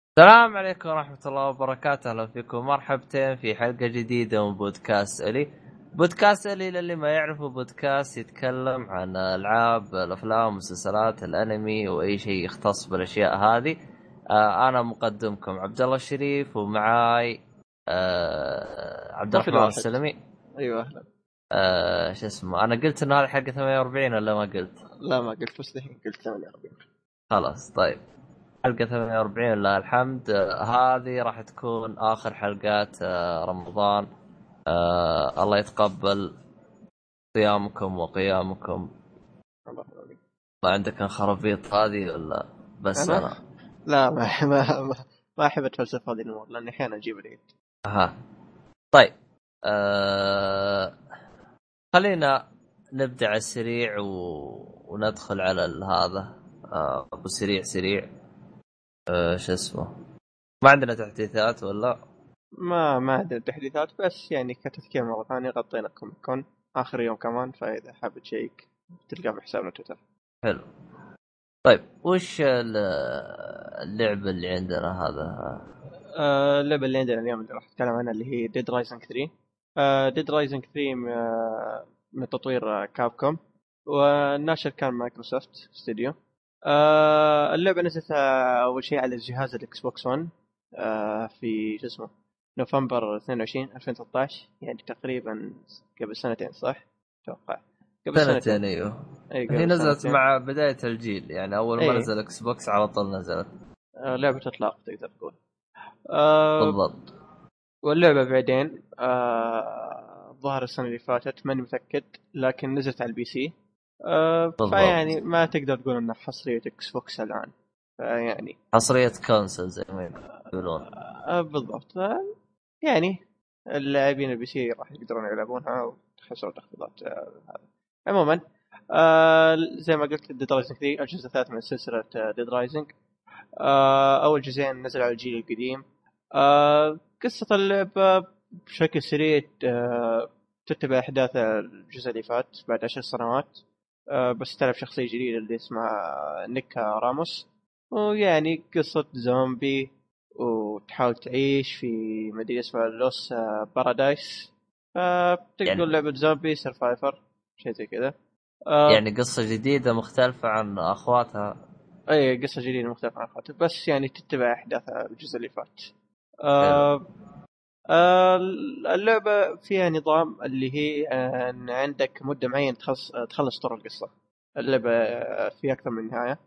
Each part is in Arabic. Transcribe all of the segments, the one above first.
السلام عليكم ورحمة الله وبركاته. أهلا فيكم مرحبتين في حلقة جديدة من بودكاست ألي. بودكاست ألي للي ما يعرفه بودكاست يتكلم عن ألعاب الأفلام والمسلسلات الأنمي وأي شيء يختص بالأشياء هذه. أنا مقدمكم عبد الله الشريف ومعاي عبد ما في الا الرحمن واحد. السلمي. ايوه اهلا. شو اسمه، أنا قلت إنه هذه حلقة 48 ولا ما قلت؟ لا ما قلت، بس الحين قلت 48. خلاص طيب. حلقة 48 لله الحمد. هذه راح تكون آخر حلقات رمضان. الله يتقبل صيامكم وقيامكم. الله يعافيك. ما عندك خرابيط هذه ولا بس انا أنا؟ لا ما احب اتفلسف هذه الامور لاني احيانا اجيب العيد. ها طيب. آه خلينا نبدأ على السريع وندخل على هذا. أبو سريع سريع. شو اسمه، ما عندنا تحديثات ولا؟ ما عندنا تحديثات، بس يعني كتذكير مره ثانيه غطينا كوميكون اخر يوم كمان، فاذا حاب تشيك تلقاه في حسابنا تويتر. حلو. طيب وش اللعبة اللي عندنا هذا؟ اللعبه اللي عندنا اليوم اللي راح اتكلم عنها اللي هي ديد رايزنج 3. ديد رايزنج 3 من تطوير كابكوم، والناشر كان مايكروسوفت ستوديو. اللعبة نزلت أول شيء على جهاز الإكس بوكس 1 في شو اسمه نوفمبر 22 2013، يعني تقريبا قبل سنتين، صح؟ أتوقع قبل سنتين. سنتين ايوه. أي هي قبل نزلت سنتين. مع بداية الجيل، يعني اول ما أي نزل اكس بوكس على طول نزلت. لعبة إطلاق تقدر تقول. آه بالضبط. واللعبة بعدين ظهر السنة اللي فاتت، ماني متأكد، لكن نزلت على البي سي. بالضبط، فيعني ما تقدر تقول انها حصرية اكس بوكس الان، فيعني حصرية كونسل زي ما يقولون. بالضبط. يعني اللاعبين البي سي راح يقدرون يلعبونها وتحصلون تخفيضات. هذا عموما. زي ما قلت ديد رايزنج 3 الجزء الثالث من سلسلة ديد رايزنج. اول جزئين نزل على الجيل القديم. قصة اللعبة بشكل سريع تتبع احداث الجزء اللي فات بعد 10 سنوات. بس تعرف شخصية جديدة اللي اسمها نيكا راموس، ويعني قصة زومبي وتحاول تعيش في مدينة اسمها لوس بارادايس. تقول يعني لعبة زومبي سرفايفر، شيء زي كذا. آه، يعني قصة جديدة مختلفة عن اخواتها. اي قصة جديدة مختلفة عن اخواتها، بس يعني تتبع احداث الجزء اللي فات. حلو. آه، آه، اللعبة فيها نظام اللي هي ان عندك مدة معينة تخلص طور القصة. اللعبة فيها اكثر من نهاية.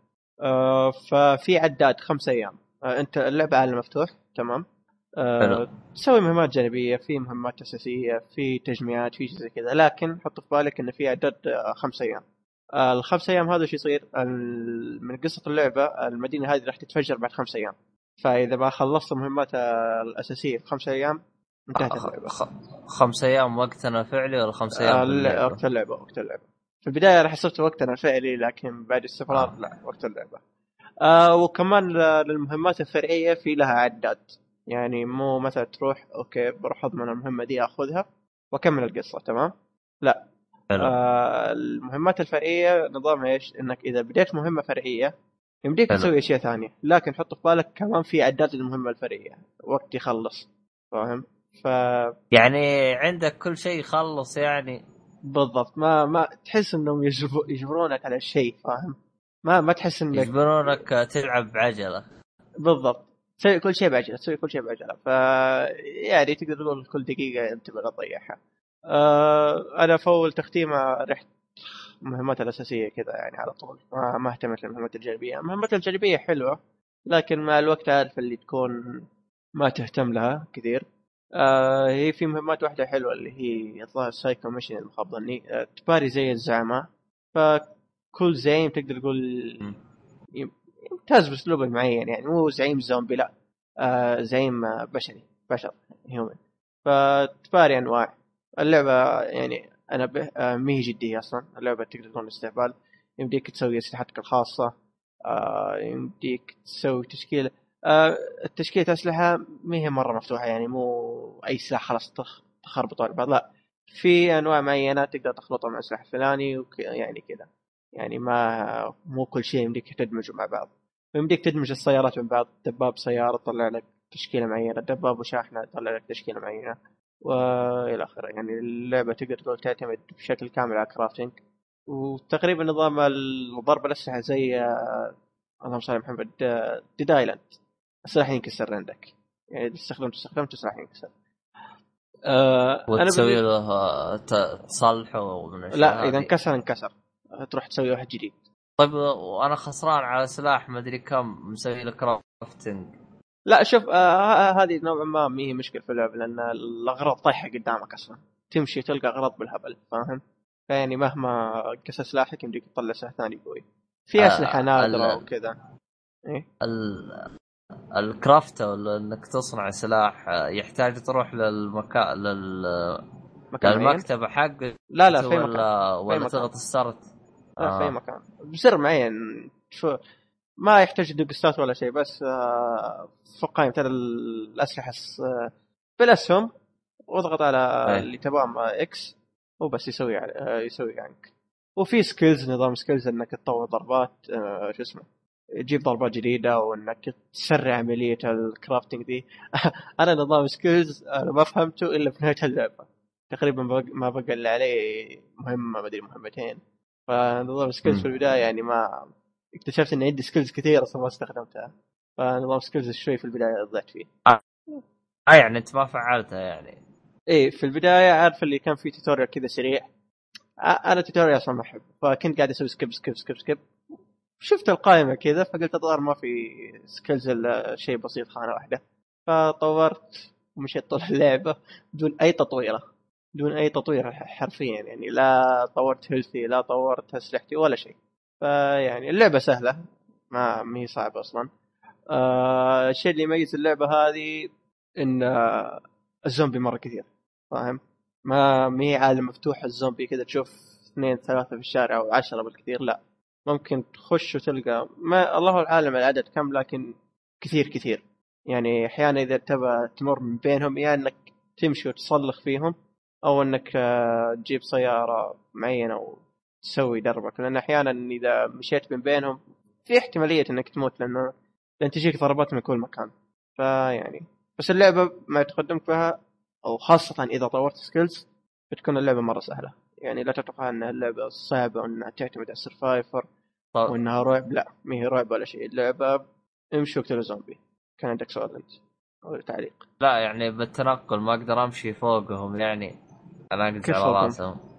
ففي عداد 5 ايام. انت اللعبة عالم مفتوح، تمام. حلو. تسوي مهمات جانبية، في مهمات أساسية، في تجميعات، في شيء زي كذا، لكن حط في بالك إن في عدد 5 أيام. ال5 أيام هذا شو يصير من قصة اللعبة، المدينة هذه راح تتفجر بعد 5 أيام. فإذا ما خلصت مهمات الأساسية في 5 أيام انتهت اللعبة. 5 ايام وقتنا فعلي ولا 5 ايام في اللعبة؟ وقت اللعبة. في البداية راح حسبت وقتنا الفعلي، لكن بعد استمرار لا، اه. وقت اللعبة. وكمان للمهمات الفرعية في لها عداد. يعني مو مثلا تروح اوكي بروح اضمن المهمة دي اخذها واكمل القصة، تمام. لا. حلو. المهمات الفرعية نظام ايش؟ انك اذا بديت مهمة فرعية يمديك حلو. تسوي اشياء ثانية، لكن حط في بالك كمان في عداد للمهمة الفرعية وقت يخلص. فاهم؟ يعني عندك كل شيء يخلص يعني. بالضبط. ما تحس انهم يجبرونك على الشيء، فاهم؟ ما تحس انك. يجبرونك تلعب بعجلة. بالضبط. تسوي كل شيء بعجلة، تسوي كل شيء بعجلة، يعني تقدر تقول كل دقيقة انت بغى تضيعها. انا فول تختيمة رحت المهمات الأساسية كذا يعني على طول، ما اهتمت للمهمات الجانبية. المهمات الجانبية حلوة، لكن مع الوقت عارف اللي تكون ما تهتم لها كثير. هي في مهمات واحدة حلوة اللي هي الظاهر سايكو ميشن إذا ما خاب ظني. تباري زي الزعماء، فكل زعيم تقدر تقول م. يمتاز باسلوب معين، يعني مو زعيم زومبي، لا. زعيم بشري، بشر، هيومن. فتباري انواع اللعبه. يعني انا ما هي جديه اصلا اللعبه، تقدر تكون استهبال. يمديك تسوي اسلحتك الخاصه. يمديك تسوي تشكيله. التشكيله اسلحه ما هي مره مفتوحه، يعني مو اي سلاح خلاص تخربطه على بعض، لا. في انواع معينه تقدر تخلطها مع سلاح فلاني يعني كذا. يعني ما مو كل شيء يمديك تدمجه مع بعض. ويمديك تدمج السيارات من بعض، دباب سيارة تطلع لك تشكيلة معينة، دباب وشاحنة تطلع لك تشكيلة معينة وإلى آخره. يعني اللعبة تقدر تقول تعتمد بشكل كامل على كرافتنج. وتقريبا نظام الضرب الأسلحة زي اللهم صل على محمد ديد ايلاند، السلاح ينكسر عندك، يعني إذا استخدمت السلاح ينكسر. أنا وتسوي له تصلحه من الاشياء لا، إذا هذه. انكسر تروح تسوي واحد جديد. طيب وانا خسران على سلاح ما ادري كم مسوي له كرافتنج. لا شوف، هذه نوعا ما هي مشكلة في اللعبة، لأن الأغراض طايحة قدامك أصلا، تمشي تلقى أغراض بالهبل، فاهم؟ فيعني مهما قص سلاحك يمديك تطلع سلاح ثاني قوي، في أسلحة نادرة وكذا. إيه؟ الكرافت ولا انك تصنع سلاح يحتاج تروح للمكان مكان معين؟ للمكتبة حقته لا في مكان، ولا تضغط ستارت؟ لا في مكان بسر معين. شو ما يحتاج دقستات ولا شيء، بس فوق قائمة الأسلحة بالأسهم، واضغط على اللي تبغاه اكس وبس يسوي يسوي عنك. وفي سكيلز، نظام سكيلز انك تطور ضربات، شو اسمه، تجيب ضربات جديده، وانك تسرع عمليه الكرافتنج دي. انا نظام سكيلز انا ما فهمته الا في نهايه اللعبه تقريبا، ما بقى الا عليه مهمه ما ادري مهمتين. فنظام سكيلز في البدايه يعني ما اكتشفت ان عندي سكيلز كثيره اصلا ما استخدمتها، فنظام سكيلز شوي في البدايه ضعت فيه. يعني انت ما فعلتها يعني؟ ايه في البدايه عارف اللي كان في توتوريال كذا سريع، انا توتوريال اصلا ما احب، فكنت قاعد اسوي سكيب سكيب سكيب سكيب. شفت القائمه كذا فقلت الظاهر ما في سكيلز الا شيء بسيط، خانه واحده. فطورت ومشيت طول اللعبه بدون اي تطويره، بدون اي تطوير حرفيا، يعني لا طورت هيلثي لا طورت اسلحتي ولا شيء. فيعني اللعبه سهله، ما هي صعبه اصلا. الشيء اللي يميز اللعبه هذه ان الزومبي مره كثير، فاهم؟ ما هي عالم مفتوح الزومبي كذا تشوف 2 3 في الشارع او 10 بالكثير، لا، ممكن تخش وتلقى ما الله العالم العدد كم، لكن كثير كثير. يعني احيانا اذا تبى تمر من بينهم، يا انك تمشي وتصلخ فيهم، او انك تجيب سياره معينه وتسوي دربك، لان احيانا اذا مشيت من بينهم في احتماليه انك تموت، لان تجيك ضربات من كل مكان. فيعني بس اللعبه مع تقدمك فيها، او خاصه اذا طورت سكيلز، بتكون اللعبه مره سهله. يعني لا تتوقع انها اللعبه صعبه وانها تعتمد على السرفايفر طب وانها رعب، لا ما هي رعب ولا شيء. اللعبه امشي واقتل زومبي. كان عندك سؤال انت او تعليق؟ لا يعني بالتنقل ما اقدر امشي فوقهم يعني، انا اقز كيف على فوقهم؟ راسهم.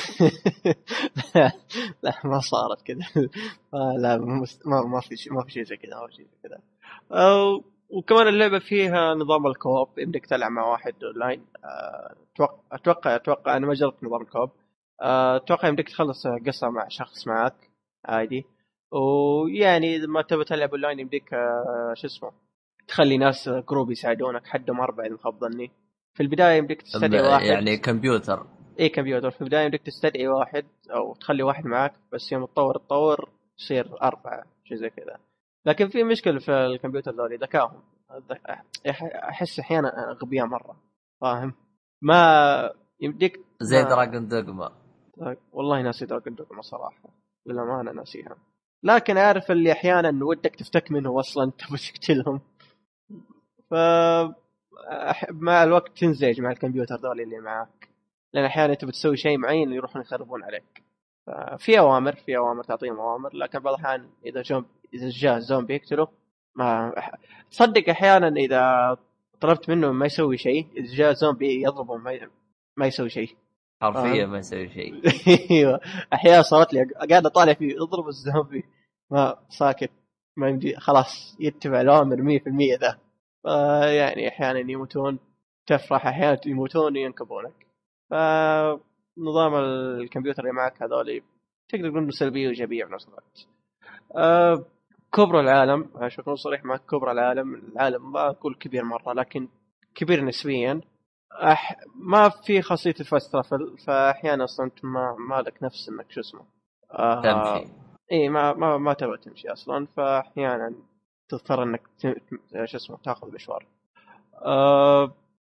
لا لا ما صارت كذا. لا ما في شيء زي كذا، ما في شيء زي كذا. وكمان اللعبه فيها نظام الكوب، يمديك تلعب مع واحد اونلاين. اتوقع انا ما جربت نظام الكوب. اتوقع يمديك تخلص قصه مع شخص معك عادي. ويعني اذا ما تبي تلعب اونلاين يمديك شو اسمه، تخلي ناس جروب يساعدونك، حدهم 4 اذا ما خاب ظني. في البدايه يمديك تستدعي واحد. يعني كمبيوتر؟ اي كمبيوتر. في البدايه يمديك تستدعي واحد او تخلي واحد معك، بس يوم تطور يصير 4 شيء زي كذا. لكن في مشكله في الكمبيوتر ذولي، ذكاهم احس احيانا غبية مره، فاهم؟ ما يمديك زي ما دراجون دوغما. والله ناسي دراجون دوغما صراحه، للامانه ناسيها. لكن عارف اللي احيانا ودك تفتك منه اصلا تبغى تقتلهم. ف مع الوقت تنزعج مع الكمبيوتر ذولي اللي معك، لان احيانا تبي تسوي شيء معين يروحون يخربون عليك. في اوامر تعطيهم اوامر، لكن بعض الاحيان اذا جاء زومبي يقتله. ما تصدق احيانا اذا طلبت منه ما يسوي شيء، اذا جاء زومبي يضربه ما يسوي شيء، حرفيا فاهم؟ ما يسوي شيء. ايوه احيانا صارت لي قاعد اطالع فيه اضرب الزومبي ما ساكت، ما يمدي خلاص يتبع الاوامر 100% ذا. يعني احيانا يموتون، تفرح احيانا يموتون وينكبونك. فنظام الكمبيوتر اللي معك هذول تقدر تقول سلبيه وايجابيه في نفس الوقت. كبر العالم، عشان اكون صريح معك، كبر العالم ما اقول كبير مره، لكن كبير نسبيا. ما في خاصيه الفاست ترافل، فاحيانا اصلا انت ما لك نفس انك شو اسمه تمشي. اي ما تبغى تمشي اصلا، فاحيانا تضطر انك شو اسمه تاخذ مشوار. آه...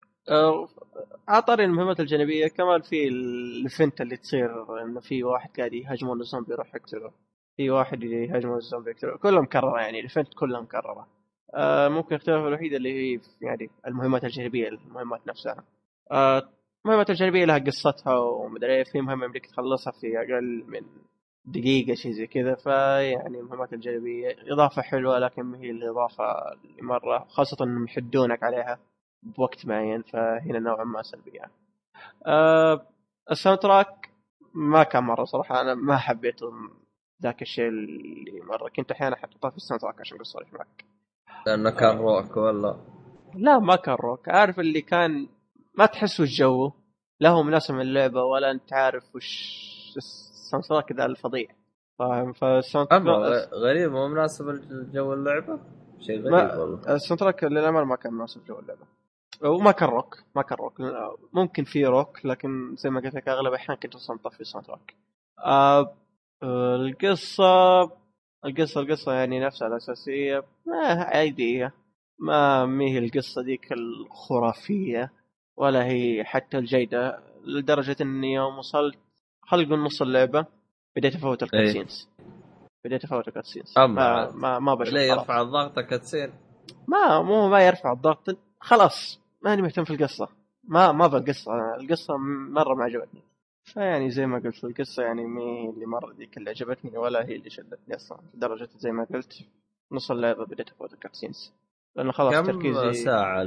عطاري المهمات الجانبيه كمان، في الفنت اللي تصير انه في واحد قاعد يهاجمون الزومبي يروح يقتله. في واحد اللي يهاجمون الزومبي كلها مكررة، يعني الفنت كلها مكررة. ممكن الاختلاف الوحيد اللي هي يعني المهمات الجانبية، المهمات نفسها. المهمات الجانبية لها قصتها ومدري، في مهمة يمديك تخلصها في أقل من دقيقة شيء زي كذا. فيعني المهمات الجانبية إضافة حلوة، لكن ما هي الإضافة اللي مرة، خاصة إنهم يحدونك عليها بوقت معين، فهنا نوعا ما سلبية. أه الساوند تراك ما كان مرة صراحة، أنا ما حبيته ذاك الشيء اللي مرة كنت أحيانا أحطه في الساوند تراك عشان أكون صريح معك. لانه كان روك ولا؟ لا ما كان روك، عارف اللي كان ما تحس وش جوه، لا هو مناسب من اللعبة ولا أنت عارف وش الساوند تراك ذا الفظيع، فاهم؟ فالساوند اما تراك غريب، مو مناسب الجو اللعبة، شيء غريب ما والله. الساوند تراك للأمانة ما كان مناسب جو اللعبة، وما كان روك، ما كان روك. ممكن في روك، لكن زي ما قلت لك أغلب الأحيان كنت أصلا مطفي الساوند تراك. آه القصة القصة يعني نفسها الأساسية عادية، ما هي القصة ذيك الخرافية، ولا هي حتى الجيدة، لدرجة إني يوم وصلت خلق من نص اللعبة بديت أفوت ايه الكاتسينز. بديت أفوت الكاتسينز، اما عاد ما بشوف ليه يرفع خلاص. الضغط كاتسين؟ ما يرفع الضغط، خلاص ماني مهتم في القصة، ما بالقصة، القصة مرة ما عجبتني. فيعني زي ما قلت القصة يعني مي اللي مرة ذيك اللي عجبتني، ولا هي اللي شدتني أصلا، لدرجة زي ما قلت نص اللعبة بديت أفوت الكاتسينز لأنه خلاص كم تركيزي. ساعة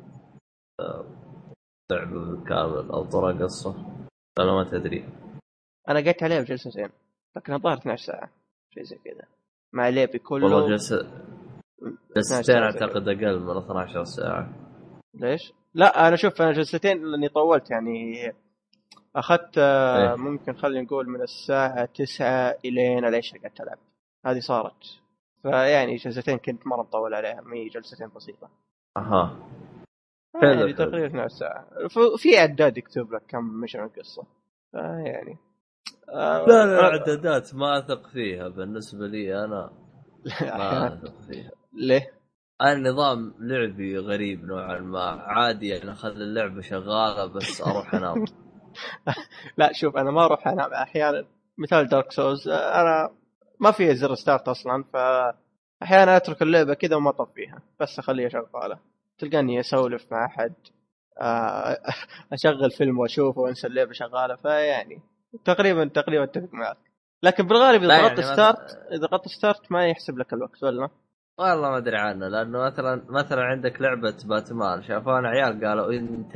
لعب بالكامل او طرق قصة؟ انا ما تدري. أنا قعدت عليها بجلستين، لكن الظاهر 12 ساعة شيء زي كذا مع لعبي والله كله. 12 جلستين ساعة زي كذا. اعتقد اقل من 12 ساعة. ليش؟ لا أنا شوف، أنا جلستين لأني طولت يعني، أخذت ايه ممكن خلينا نقول من الساعة 9 إلين العشاء قاعد ألعب. هذه صارت، فيعني جلستين كنت مرة مطول عليها، مي جلستين بسيطة. اها. حلو يعني حلو. تقريبا 12 ساعة. في إعداد يكتب لك كم مشان القصة، يعني لا لا، أنا الاعدادات ما اثق فيها بالنسبة لي انا. ما أحيانا. اثق فيها. ليه؟ انا نظام لعبي غريب نوعا ما، عادي يعني اخلي اللعبة شغالة بس اروح انام. لا شوف، أنا ما أروح أنام أحيانا. مثال دارك سوز، أنا ما في زر ستارت أصلا، فأحيانا أترك اللعبة كذا وما أطفيها، بس أخليها شغالة، تلقاني أسولف مع أحد، آه، اشغل فيلم واشوفه وانسى اللعبه شغاله. فيعني تقريبا اتفق معك، لكن بالغالب اذا لا ضغطت يعني ستارت، ما يحسب لك الوقت ولا؟ والله ما ادري عنه، لانه مثلا عندك لعبة باتمان، شافون عيال قالوا انت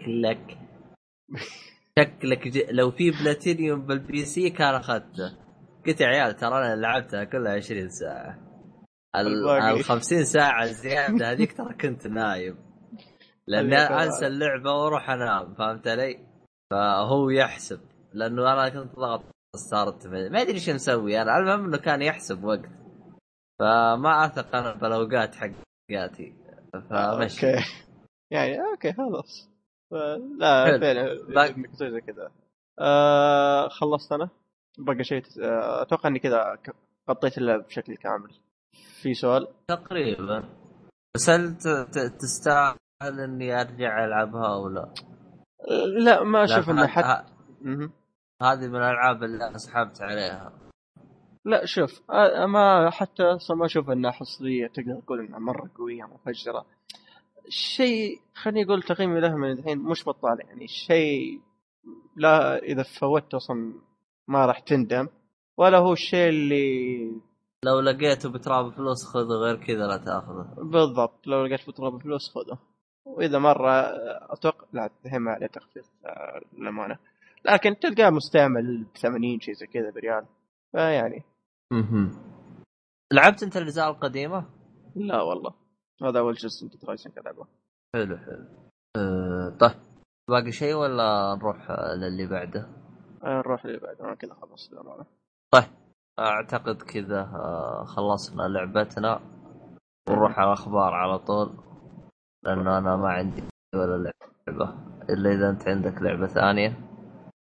لو في بلاتينيوم بالبي سي كان اخذته. قلت يا عيال ترى انا لعبتها كلها 20 ساعة. الباقي 50 ساعة الزيادة هذيك ترى كنت نايم، لأني خليها أنسى شغاله. اللعبة وأروح أنام، فهمت علي؟ فهو يحسب، لأنه أنا كنت ضغط ستارت، ما أدري شو مسوي أنا، المهم إنه كان يحسب وقت، فما أثق أنا بالأوقات حقاتي، فمشي. اوكي يعني اوكي خلاص. لا حلو. فعلا اذا باك انك تسوي زي كذا. خلصت انا، بقى شيء اتوقع اني كذا غطيت اللعب بشكل كامل. في سؤال؟ تقريبا. بس هل تستاهل إني أرجع ألعبها أو لا؟ لا ما لأن اشوف انه حتى. هذه من الألعاب اللي أسحبت عليها. لا شوف، ما حتى أصلا ما أشوف أنها حصرية تقدر تقول أنها مرة قوية مفجرة. شيء خليني أقول تقييمي له من الحين مش بطال، يعني شيء لا إذا فوتته أصلا ما راح تندم، ولا هو الشيء اللي لو لقيته بتراب فلوس خذه، غير كذا لا تأخذه. بالضبط لو لقيت بتراب فلوس خذه. وإذا مرة أتوقع لا تهم عليه تخفيض للأمانة، لكن تلقاه مستعمل ب80 شيء زي كذا بريال، فيعني. لعبت انت الاجزاء القديمه؟ لا والله، هذا أول جزء من رايسنج ألعبه. حلو حلو. طيب، باقي شيء ولا نروح للي بعده؟ نروح اللي بعد، أنا كذا خلص للأمانة. طيب، اعتقد كذا خلصنا لعبتنا، ونروح على الاخبار على طول، لانه انا ما عندي ولا لعبه، الا اذا انت عندك لعبه ثانيه.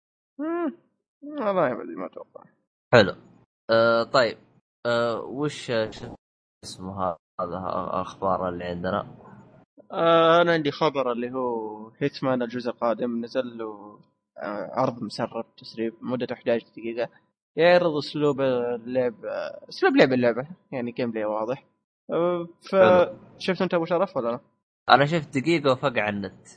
والله ما أتوقع. حلو. طيب، شو اسمه هذا اخبار اللي عندنا؟ أنا عندي خبر اللي هو هيتمان الجزء القادم نزل له عرض مسرب تسريب مدته 11 دقيقة، يعرض اسلوب اللعب، اسلوب لعب اللعبه، يعني جيم بلاي واضح. حلو. فشفت انت ابو شرف ولا لا؟ انا شفت دقيقه وفقع النت.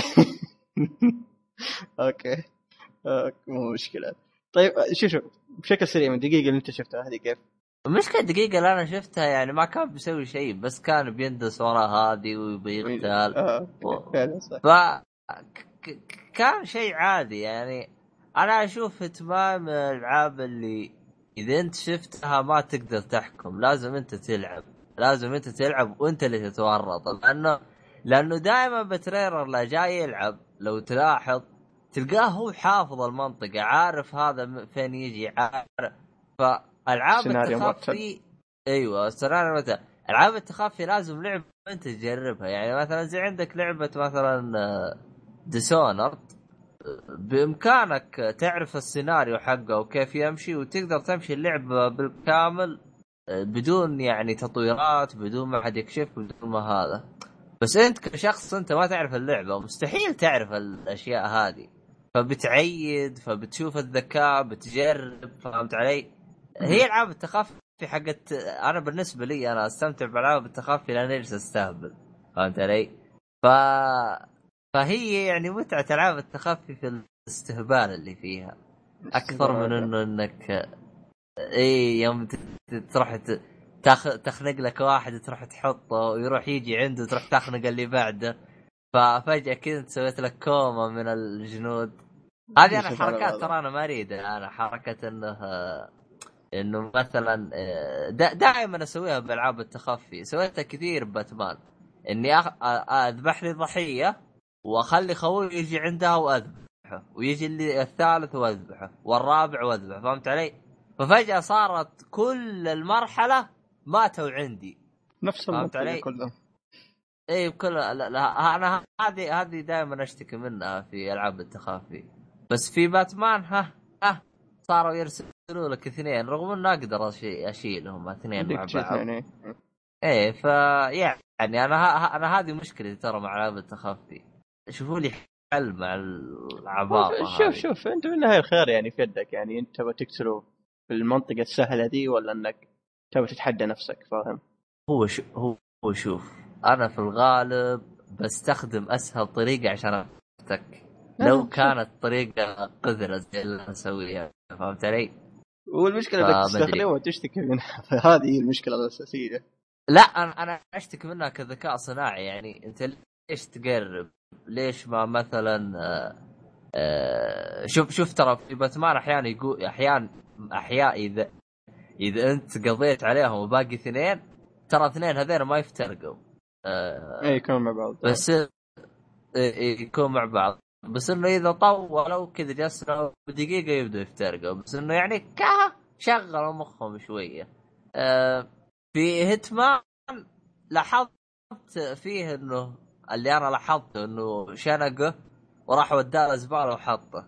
اوكي. مو مشكله. طيب شوف بشكل سريع من دقيقه اللي انت شفتها هذه كيف؟ المشكله الدقيقه اللي انا شفتها يعني ما كان بيسوي شيء، بس كان بيندس ورا هذه وبيقتال اوكي فعلا صح. ف كان شيء عادي يعني. انا اشوف اتمام من الالعاب اللي اذا انت شفتها ما تقدر تحكم، لازم انت تلعب، لازم انت تلعب وانت اللي تتورط. لانه دائما بتريرر لا جاي يلعب لو تلاحظ تلقاه هو حافظ المنطقة، عارف هذا فين يجي، عارف. فالعاب السيناريو مرتب. التخفي، ايوه السيناريو مثلا العاب التخفي لازم لعبه انت تجربها. يعني مثلا زي عندك لعبه مثلا ديسونرد، بامكانك تعرف السيناريو حقه وكيف يمشي، وتقدر تمشي اللعبه بالكامل بدون يعني تطويرات، بدون ما حد يكشف، بدون ما هذا. بس انت كشخص انت ما تعرف اللعبه، مستحيل تعرف الاشياء هذه، فبتعيد، فبتشوف الذكاء، بتجرب. فهمت علي؟ هي العاب التخفي حقت انا بالنسبه لي انا استمتع بالعاب التخفي لان اجلس استهبل. فهمت علي؟ ف فهي يعني متعه العاب التخفي في الاستهبال اللي فيها اكثر من انه انك اي يوم تروح تخنق لك واحد تروح تحطه ويروح يجي عنده تروح تخنق اللي بعده، ففجأة كنت سويت لك كوما من الجنود. هذه انا حركات ترى انا ما اريدها. انا حركة انه مثلا دائما اسويها بالعاب التخفي، سويتها كثير باتمان، اني اذبح لي ضحية واخلي خوي يجي عندها واذبحه، ويجي اللي الثالث واذبحه والرابع واذبحه. فهمت علي؟ ففجأة صارت كل المرحلة ماتوا عندي. نفس فهمت المنطقه علي؟ كلها. اي كل لا انا هذه دائما اشتكي منها في العاب التخافي. بس في باتمان صاروا يرسلوا لك اثنين، رغم انه اقدر اشيلهم اثنين عندك مع شيء بعض. ثاني. ايه يعني انا هذه مشكلتي ترى مع العاب التخفي. شوفوا لي حل مع العباطه شوف هذه. شوف انت بالنهايه الخير يعني في يدك، يعني انت تبغى تقتله في المنطقه السهله دي ولا انك تبغى تتحدى نفسك، فاهم؟ هو شوف، انا في الغالب بستخدم اسهل طريقه عشان افتك، لو شوف، كانت طريقه قذره زي اللي أنا اسويها. فهمت علي؟ والمشكله انك فمدري. تستخدمه وتشتكي منها فهذه هي المشكله الاساسيه. لا انا اشتكي منها كذكاء صناعي. يعني انت ليش تقرب؟ ليش ما مثلا شوف ترى في باتمان احيانا يقول احياء اذا انت قضيت عليهم وباقي اثنين، ترى اثنين هذين ما يفترقوا. اي يكونوا مع بعض. بس يكون مع بعض، بس انه اذا طولوا كذا جلسنا بدقيقه يبدو يفترقوا. بس انه يعني شغلوا مخهم شويه. في هيتمان لاحظت فيه انه اللي انا لاحظته انه شنقه وراح وداه زباله وحطه.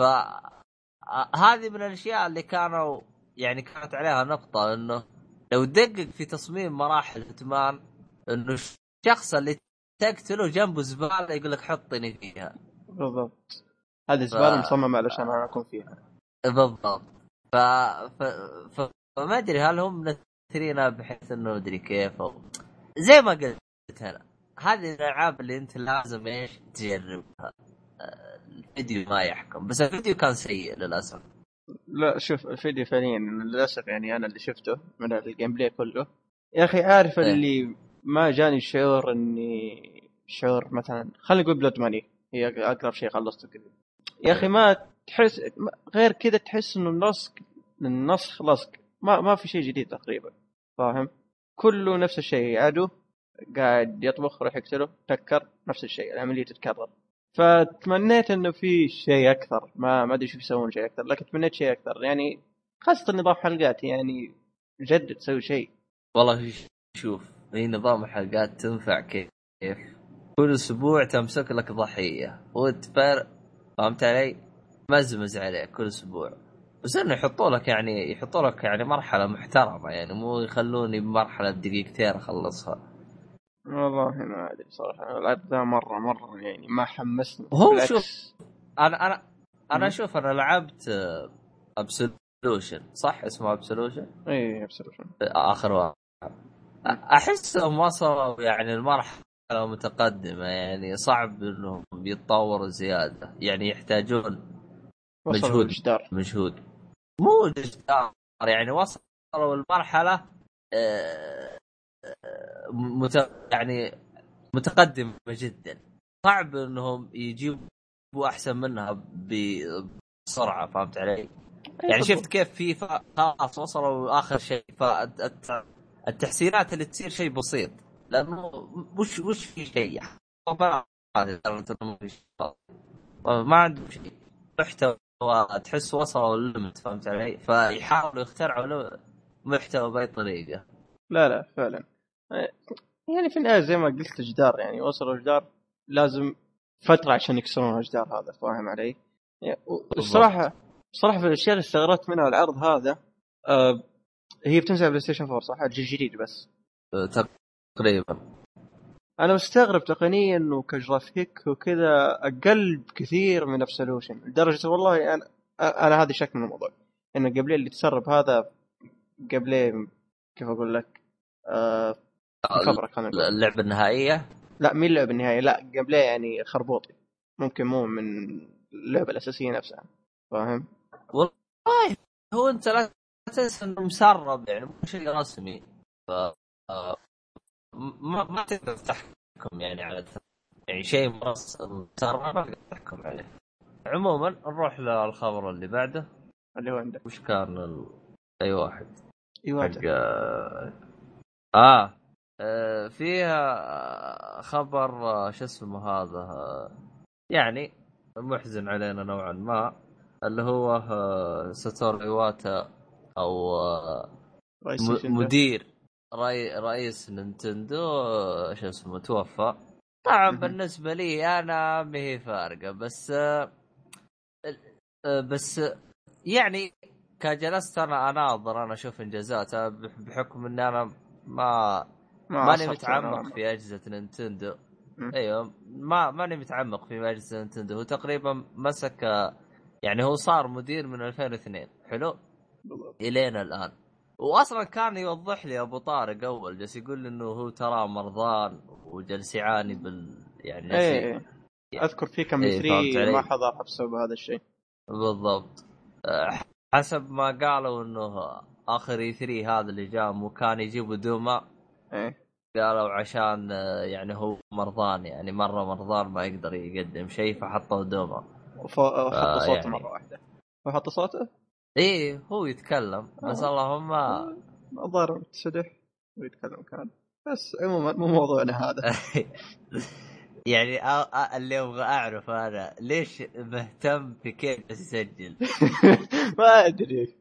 فهذه من الاشياء اللي كانوا يعني كانت عليها نقطه، انه لو دقق في تصميم مراحل هيتمان انه الشخص اللي تقتله جنبه زباله يقول لك حطني فيها. بالضبط، هذه ف... الزباله مصممه علشان انا اكون فيها. بالضبط. ف... ف... فما ادري هل هم منثرينها بحيث انه ادري كيف أو... زي ما قلت انا، هذه الالعاب اللي انت لازم ايش تجربها. الفيديو ما يحكم، بس الفيديو كان سيء للاسف. لا شوف الفيديو فعليا للاسف، يعني انا اللي شفته من الجيم بلاي كله يا اخي، عارف ايه اللي ما جاني شعور اني شعور مثلا خلينا نقول بلود ماني هي اقرب شيء خلصته كذا. يا اخي ايه ما تحس غير كذا، تحس انه النسخ لصق، ما في شيء جديد تقريبا، فاهم؟ كله نفس الشيء، عدو قاعد يطبخ روح يقتله تكر، نفس الشيء العمليه تتكرر. فتمنيت انه في شيء اكثر، ما ادري شو يسوون شيء اكثر، لكن تمنيت شيء اكثر يعني، خاصه نظام حلقات يعني جدد سوي شيء. والله شوف، هي نظام حلقات تنفع كيف كل اسبوع تمسك لك ضحيه وتفر. فهمت علي؟ مزمز عليه كل اسبوع، بس انه يحطوا لك يعني مرحله محترمه، يعني مو يخلوني بمرحله دقيقتين اخلصها. والله ما ادري صراحه، العب ذا مره يعني ما حمسني وهو شوف، بالعكس. انا انا م? اشوف انا لعبت ابسولوت ابسولوشن، صح اسمه ابسولوشن. اي ابسولوشن اخر واحد. احسهم وصلوا يعني المرحله متقدمه، يعني صعب انهم يتطوروا زياده، يعني يحتاجون وصلوا مجهود للجدار. مجهود مو جدار، يعني وصلوا المرحله يعني متقدمه جدا، صعب انهم يجيبوا احسن منها بسرعه، فهمت علي؟ اي يعني شفت بالضبط. كيف فيفا خلاص وصلوا اخر شيء، فالتحسينات اللي تصير شيء بسيط، لانه وش في شيء ما عندهم شيء محتوى، تحس وصلوا الليمت، فهمت علي؟ فيحاولوا يخترعوا له محتوى باي طريقه. لا لا فعلا. يعني في النهايه زي ما قلت جدار، يعني وصلوا جدار لازم فتره عشان يكسرون الجدار هذا، فاهم علي؟ يعني بالضبط. الصراحه في الاشياء اللي استغربت منها العرض هذا، هي بتنزل على بلاي ستيشن 4 صح؟ الجديد بس. تقريبا. انا مستغرب تقنيا وكجرافيك وكذا اقل بكثير من ابسولوشن، لدرجه والله انا هذا شك من الموضوع، انه قبل اللي تسرب هذا قبل، كيف اقول لك، مفبرك خلينا نقول. اللعبه النهائيه لا مين اللعبه النهائيه، لا قبل يعني خربوطي، ممكن مو من اللعبه الاساسيه نفسها، فاهم؟ والله هو انت لا تنسى انه مسرب، يعني مو شيء رسمي، ف ما تقدر تحكم يعني على يعني شيء مسرب ما تقدر تحكم عليه. عموما نروح للخبر اللي بعده. اللي هو عندك وش كان اي واحد ايواتا. حق فيها خبر شو اسمه هذا يعني محزن علينا نوعا ما، اللي هو ساتورو إيواتا، او رئيس نينتندو. مدير رئيس نينتندو، شو اسمه، توفى. طبعا بالنسبة لي انا ما هي فارقة، بس يعني كجلست انا اناظر، انا اشوف انجازاته بحكم ان انا ما ما ماني عصرت متعمق انا. في اجهزة نينتندو. ايوه ماني متعمق في اجهزة نينتندو. هو تقريبا مسك، يعني هو صار مدير من 2002 حلو الين الان. واصلا كان يوضح لي ابو طارق اول جالس يقول لي انه هو ترى مرضان وجالس يعاني يعني جالس ايه اذكر في كم ايه، فهمت 3 ما علي؟ حضرها بسبب هذا الشيء. بالضبط. حسب ما قالوا انه اخر اي 3 هذا اللي جاء مو كان يجيبوا دوما، ايه قالوا عشان يعني هو مرضان، يعني مره مرضان ما يقدر يقدم شيء فحطوا دوما. وحط صوته مره يعني واحده، وحط صوته. ايه هو يتكلم بس اللهم الظاهر تسدح ويتكلم كان، بس عموما مو موضوعنا هذا. يعني اللي ابغى اعرف انا ليش مهتم في كيف يسجل. ما ادري.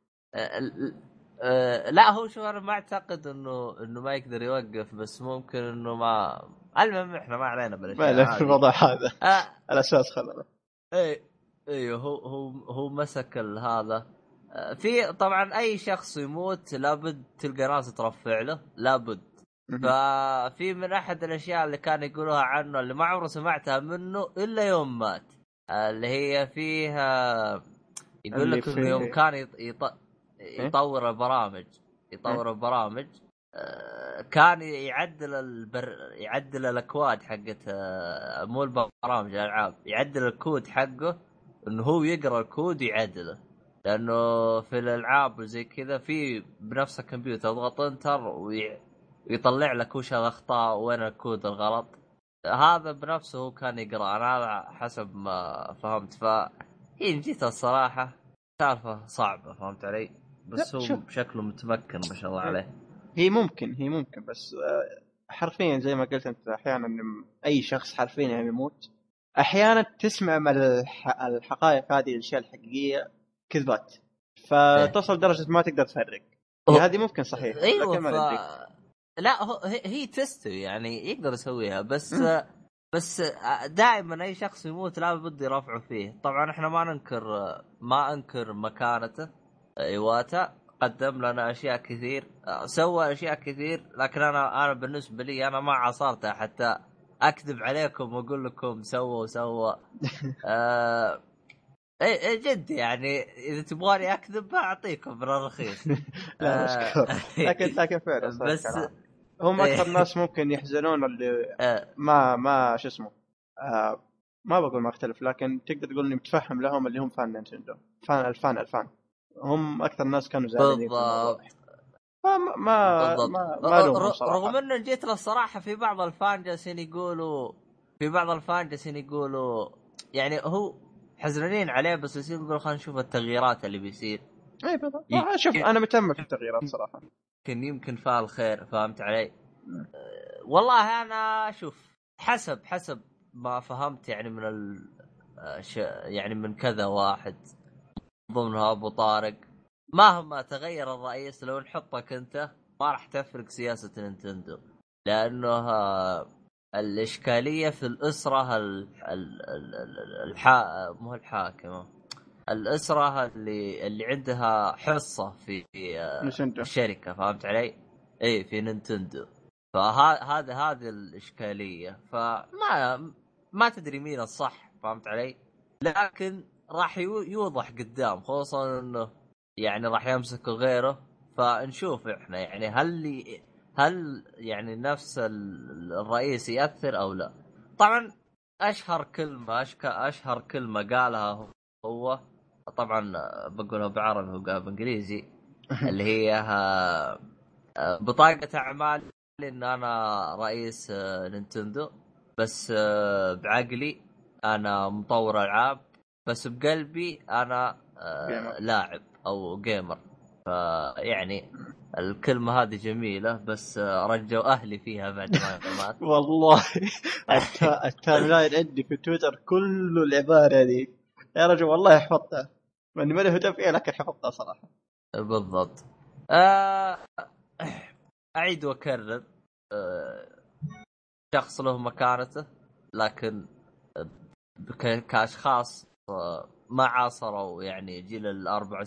لا هو شو، انا ما اعتقد انه ما يقدر يوقف، بس ممكن انه ما. المهم احنا ما علينا ما له بالاشياء في هذه. الموضوع هذا، آه الاساس خلنا. اي ايوه هو مسك هذا. في طبعا اي شخص يموت لابد تلقى ناس ترفع له، لابد. ففي من احد الاشياء اللي كان يقولوها عنه اللي ما عمره سمعتها منه الا يوم مات، اللي هي فيها يقول اللي لك انه يوم في كان إيه؟ يطور البرامج، إيه؟ يطور البرامج، كان يعدل يعدل الاكواد حقت مو البرامج الالعاب، يعدل الكود حقه، انه هو يقرا الكود يعدله، لانه في الالعاب وزي كذا في بنفس الكمبيوتر اضغط انتر ويطلع لك وش الاخطاء وين الكود الغلط. هذا بنفسه هو كان يقرا، انا هذا حسب ما فهمت. هي جيت الصراحه سالفه صعبه، فهمت علي؟ لا بس شوف، هو شكله متمكن ما شاء الله عليه. هي ممكن بس حرفيا زي ما قلت انت، احيانا اي شخص حرفيا يعني يموت، احيانا تسمع من الحقائق هذه، الاشياء الحقيقيه كذبات، إيه. فتصل درجه ما تقدر تفرق. هي هذه ممكن صحيحه ايوه لكن ما ندري. لا هي تستوي، يعني يقدر يسويها، بس دائما اي شخص يموت لابد يرفعوا فيه. طبعا احنا ما انكر مكانته. ايواتا قدم لنا اشياء كثير، سوى اشياء كثير، لكن انا بالنسبه لي انا ما عصرته حتى اكذب عليكم واقول لكم سوى. اي جد يعني اذا تبغاني اكذب اعطيكم بالرخيص. لا مشكور. لكن فعلا صحيح بس كلام. هم اكثر ناس ممكن يحزنون اللي ما شو اسمه ما بقول ما اختلف، لكن تقدر تقول اني متفهم لهم اللي هم فان نينتندو، الفان هم اكثر ناس كانوا زعلانين في الموضوع. بالضبط بالضبط. ما لومهم رغم صراحه. انه جيت له الصراحه في بعض الفان جالسين يقولوا، يعني هو حزنانين عليه، بس يقولوا خلينا نشوف التغييرات اللي بيصير. اي بالضبط. شوف انا متأمل في التغييرات صراحه. يمكن فيها الخير، فهمت علي؟ والله انا شوف، حسب ما فهمت يعني من يعني من كذا واحد ضمنها ابو طارق، مهما تغير الرئيس لو نحطك انت ما راح تفرق سياسة نينتندو، لانه الاشكالية في الاسرة مو الحاكمة، الاسرة اللي عندها حصة في نينتندو. الشركة، فهمت علي؟ اي في نينتندو. هذه الاشكالية، ما تدري مين الصح، فهمت علي؟ لكن راح يوضح قدام، خصوصا انه يعني راح يمسكوا غيره، فنشوف احنا يعني هل يعني نفس الرئيس يأثر او لا. طبعا اشهر كلمة قالها هو طبعا بقولها بعربي وهو قالها بانجليزي، اللي هي بطاقة اعمال ان انا رئيس نينتندو، بس بعقلي انا مطور العاب، بس بقلبي انا لاعب او جيمر. فيعني الكلمة هذه جميلة، بس رجوا اهلي فيها بعد ما مات. والله التايملاين عندي في تويتر كله العبارة دي يا رجل، والله حفظتها ماني ماني هدف فيها، لكن حفظتها صراحة. بالضبط. اعيد واكرر، شخص له مكانته، لكن كاشخاص ما عاصروا يعني جيل ال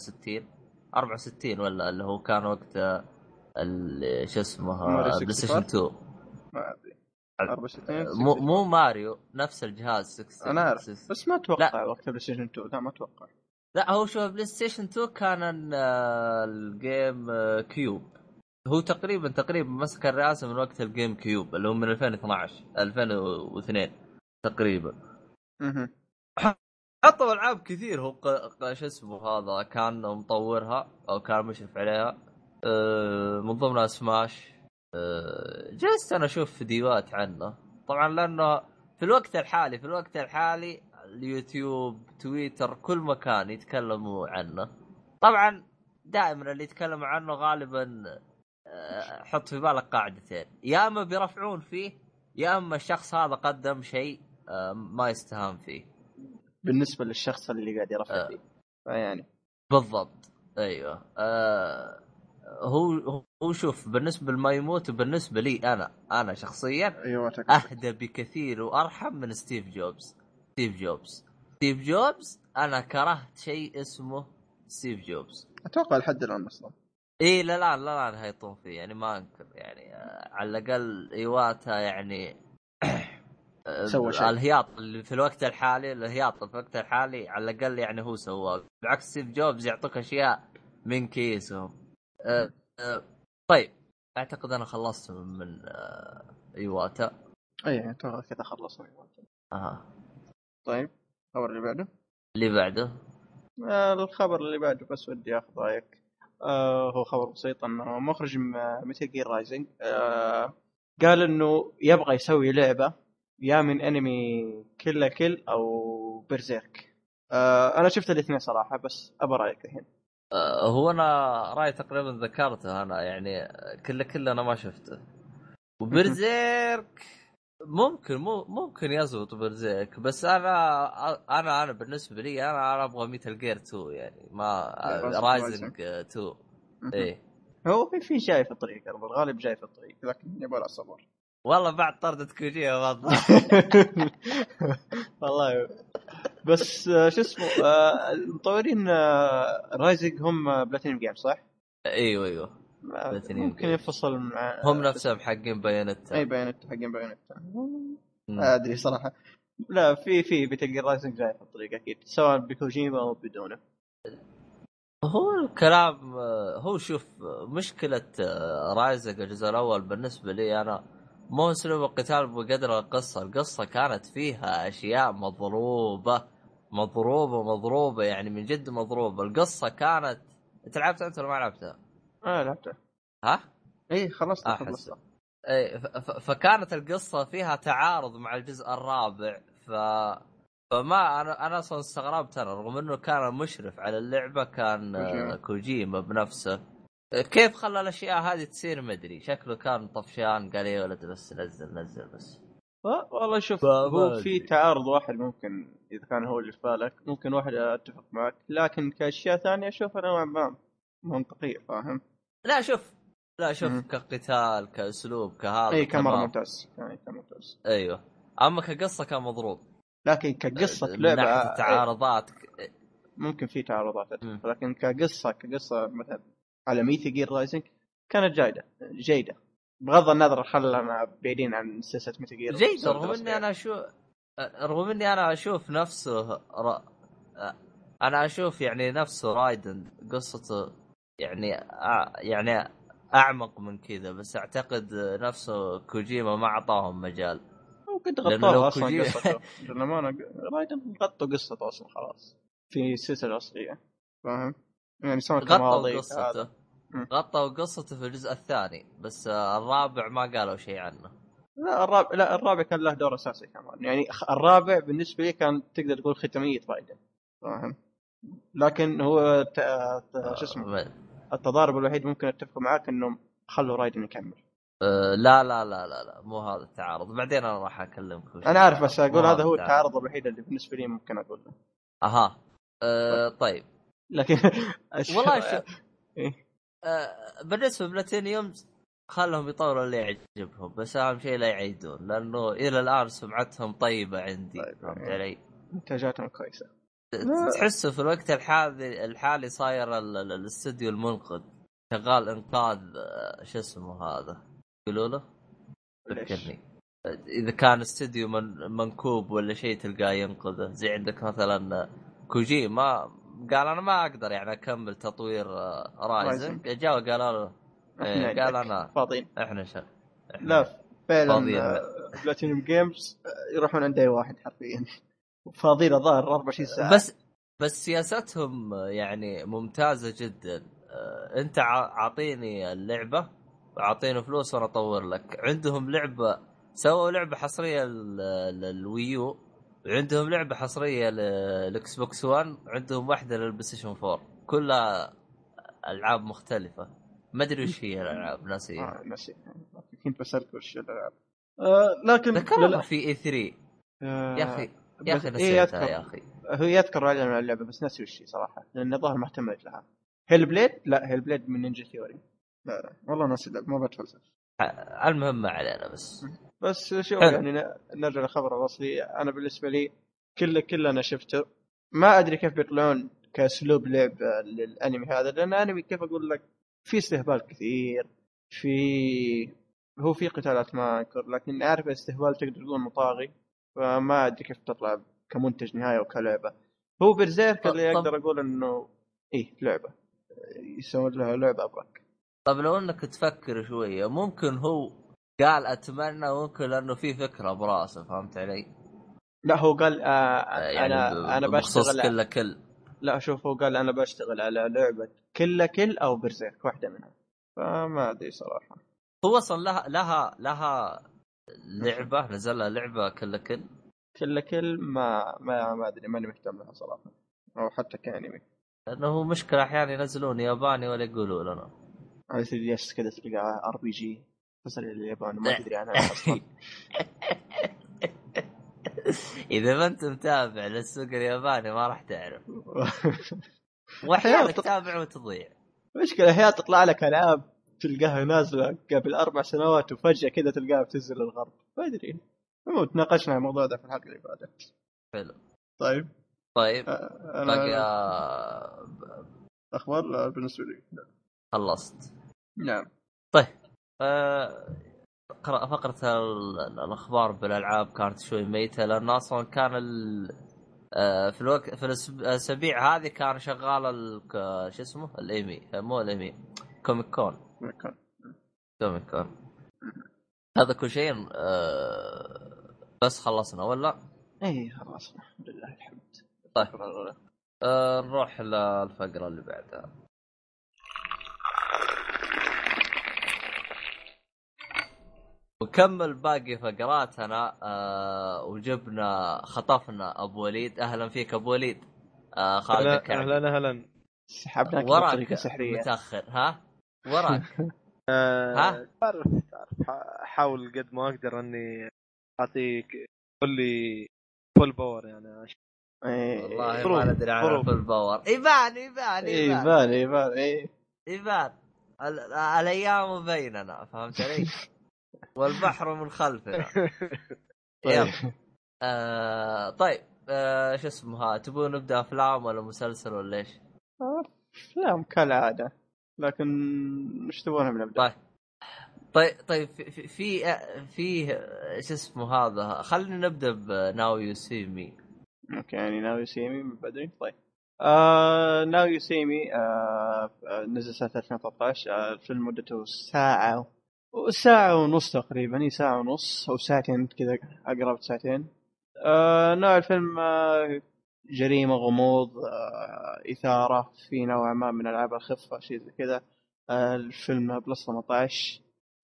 64 ولا اللي هو كان وقت شو اسمه بلاي ستيشن 2. ما ادري 64 مو ماريو نفس الجهاز 60. انا اعرف بس ما اتوقع لا وقت بلاي ستيشن 2. لا ما اتوقع. لا، هو شوف بلاي ستيشن 2 كان الجيم كيوب، هو تقريبا مسك الرئاسة من وقت الجيم كيوب اللي هو من 2012 2002 تقريبا. حطوا العاب كثير، هو شو اسمه هذا كان مطورها او كان مشرف عليها، من ضمنها سماش. جلست انا اشوف فيديوهات عنه طبعا، لانه في الوقت الحالي اليوتيوب تويتر كل مكان يتكلموا عنه. طبعا دائما اللي يتكلم عنه غالبا حط في بالك قاعدتين، يا اما بيرفعون فيه، يا اما الشخص هذا قدم شيء ما يستهان فيه بالنسبة للشخص اللي قاعد يرفع فيه يعني. بالضبط. ايوه هو شوف، بالنسبه لما يموت وبالنسبه لي انا شخصيا ايوه اهدى بكثير وارحم من ستيف جوبز. انا كرهت شيء اسمه ستيف جوبز. اتوقع لحد الان اصلا. ايه لا هيطون فيه يعني، ما انكر يعني على الاقل ايواتا يعني سوى شيء. الهياط اللي في الوقت الحالي على الاقل يعني هو سواه، بعكس ستيف جوبز يعطوك اشياء من كيسهم. طيب اعتقد انا خلصت من ايواتا. اي اتوقع كذا خلصنا. طيب الخبر اللي بعده الخبر اللي بعده بس ودي اخذ رايك. هو خبر بسيط انه مخرج ميتال جير رايزنج قال انه يبغى يسوي لعبه يا من انمي كل او برزيرك. انا شفت الاثنين صراحه، بس ابى رايك الحين. هو انا راي تقريبا ذكرته انا يعني كله انا ما شفته. وبرزيرك ممكن يزبط برزيرك، بس انا بالنسبه لي انا ابغى ميتال جير 2 يعني، ما رايزنج 2. ايه هو في جاي في الطريق، الغالب جاي في الطريق، لكن يبغى له صبر. والله بعد طردة كوجيما والله. والله بس شو اسمه المطورين رايزنج هم بلاتينيوم جيم صح؟ ايوه ممكن ينفصل مع هم نفسهم حقين بايونيتا. اي بايونيتا حقين بايونيتا. ادري صراحه لا في بتلقى رايزنج جاي في الطريق اكيد، سواء بكوجيما او بدونه. هو الكلام هو شوف مشكلة رايزنج الجزء الأول بالنسبة لي أنا مو أسلوب القتال بقدر القصة كانت فيها أشياء مضروبة يعني من جد مضروبة. القصة كانت أنت لعبتها أنت ولا ما لعبتها؟ لعبته. ها؟ ايه خلصت أحس خلصت. فكانت القصة فيها تعارض مع الجزء الرابع فما انا اصلا استغربت انا رغم انه كان المشرف على اللعبة كان كوجيما. كوجيما بنفسه. كيف خلى الاشياء هذه تصير ما ادري شكله كان طفشان قال يا ولد بس نزل بس. والله شوف، هو فما في ادري. تعارض واحد ممكن اذا كان هو اللي في بالك، ممكن واحد اتفق معك، لكن كاشياء ثانيه اشوفها نوعا ما منطقيه، فاهم؟ لا شوف مم. كقتال كاسلوب كهذا اي كان مره تمام. ممتاز، يعني كان ممتاز. ايوه اما كقصة كان مضروب لكن كقصه من لعبه ناحية التعارضات ممكن في تعارضات اتفق، لكن كقصه مثلا على ميثي جير رايزنج كانت جيده، بغض النظر خلنا بعيدين عن سلسله ميثي جير جيد. بسبب التصريح. رغم اني انا اشوف نفسه انا اشوف يعني نفسه رايدن قصته يعني يعني اعمق من كذا بس اعتقد نفسه كوجيما ما اعطاهم مجال. وقد لانه لو غطوها اصلا كوجيما قصته، لما انا رايدن غطوا قصته اصلا خلاص في السلسله الاصليه، فاهم؟ يعني سواء غطوا كماضي قصته كهذا. مم. في الجزء الثاني بس الرابع ما قالوا شيء عنه. لا الرابع كان له دور اساسي كمان، يعني الرابع بالنسبه لي كان تقدر تقول ختاميه رايدن، فاهم؟ لكن هو شو اسمه، التضارب الوحيد ممكن اتفق معاك انهم خلوا رايدن يكمل. لا مو هذا التعارض بعدين انا راح اكلمك وش انا عارف، التعارض بس مو اقول هذا هذا هو التعارض. التعارض الوحيد اللي بالنسبه لي ممكن اقول له. اها طيب. طيب. لكن والله إيه؟ بالنسبه بلاتينيوم خلهم يطوروا اللي يعجبهم بس اهم شيء لا يعيدون لانه الى الان سمعتهم طيبه عندي طيب فهمت علي. انتاجاتهم كويسه. تحسه في الوقت الحالي صاير الاستوديو المنقذ شغال انقاذ شو اسمه هذا يقولوا له ليش؟ فكرني. اذا كان استوديو منكوب ولا شيء تلقاه ينقذه زي عندك مثلا كوجيما قال انا ما اقدر يعني اكمل تطوير رايزنج رايزنج جاء قالوا له احنا قال عندك انا فاضيين. احنا احنا لا فعلا فاضيين بلاتينيوم جيمز يروحون عند اي واحد حرفيا، فاضيين الظاهر 24 ساعه. بس سياستهم يعني ممتازة جدا. انت عاطيني اللعبة وعاطيني فلوس وانا اطور لك. عندهم لعبة سووا لعبة حصرية للويو وعندهم لعبة حصرية للاكس بوكس 1 عندهم واحدة للبلايستيشن 4 كلها العاب مختلفة ما ادري وش هي الالعاب ناسيها. نسي، كنت بسألك وش الالعاب. لكن ذكرها في اي 3 يا آه اخي بس ايه نسيتها يذكر، يا اخي. هو يذكر اعلان عن اللعبه بس ناسي وش هي صراحه، لان الظاهر ما اهتميت لها. هيل بليد، لا هيل بليد من نينجا ثيوري. لا والله ناسي اللعبه، ما بتفلسف. المهم ما علينا بس شوف حلو. يعني نرجع للخبر الاصلي. انا بالنسبه لي كل انا شفته، ما ادري كيف بيطلعون كاسلوب لعب للانمي هذا، لان انمي كيف اقول لك في استهبال كثير، في هو في قتالات ما انكر، لكن عارف الاستهبال تقدر تقول مطاغي، فما ادري كيف تطلع كمنتج نهايه وكلعبه. هو برزيرك اللي طب اقدر اقول انه ايه لعبه، يسوون لها لعبه ابرك. طب لو انك تفكر شوية ممكن هو قال اتمنى ممكن لانه في فكرة براسه فهمت علي. لا هو قال يعني انا بخصوص بشتغل. كل لا شوف، هو قال انا بشتغل على لعبه كل او برزيرك واحده منها، فما ادري صراحه. هو اصلا لها نشوف. لعبة نزل لها لعبة كل كل ما ادري، ماني مهتم لها صراحه، او حتى كانمي. لانه هو مشكلة احيانا ينزلون ياباني ولا يقولوا لنا. على 3 دي اس كذا تلقى ار بي جي تصل اليابان وما تدري عنها اصلا. اذا ما انت متابع للسوق الياباني ما راح تعرف احيانا واحيانا تتابع وتضيع. مشكله احيانا تطلع لك العاب تلقاها نازله قبل 4 سنوات وفجاه كذا تلقاها بتنزل الغرب، ما ادري. تناقشنا الموضوع ده في الحلقه اللي فاتت. حلو. طيب. طيب بقى انا اخبار بالنسبه لي لا. خلصت. نعم. طيب فقرة الأخبار بالألعاب كانت شوي ميتة، لأن أصلا كان في الوقت في الأسابيع هذه كان شغال شو اسمه الإيمي، مو الإيمي، كوميك كون. كوميك كون هذا كل شيء. بس خلصنا ولا؟ اي خلاص لله الحمد. طيب نروح للفقرة اللي بعدها. وكمل باقي فقراتنا. وجبنا خطفنا ابو وليد. اهلا فيك ابو وليد. خالد الكعبي. اهلا سحبناك بطريقه وراك سحريه. متاخر ها. وراك. ها تعرف احاول قد ما اقدر اني اعطيك كل فول باور يعني. والله ما ندري على الفول باور. يبان الايام بيننا، فهمت علي؟ والبحر من خلفنا. طيب. طيب شو اسمها، تبون نبدا افلام ولا مسلسل ولا ايش؟ افلام كالعاده، لكن مش تبغون نبدا؟ طيب في شو اسمه هذا، خلينا نبدا بناو يو سي مي. اوكي يعني ناو يو سي مي من بدري. طيب ناو يو سي مي نزل سنه 2013. الفيلم مدته ساعة ونص تقريبا، هي ساعة ونص أو ساعتين كذا، أقرب ساعتين. نوع الفيلم جريمة، غموض، إثارة، في نوع ما من ألعاب الخفة، شيء زي كذا. الفيلم بلس 18.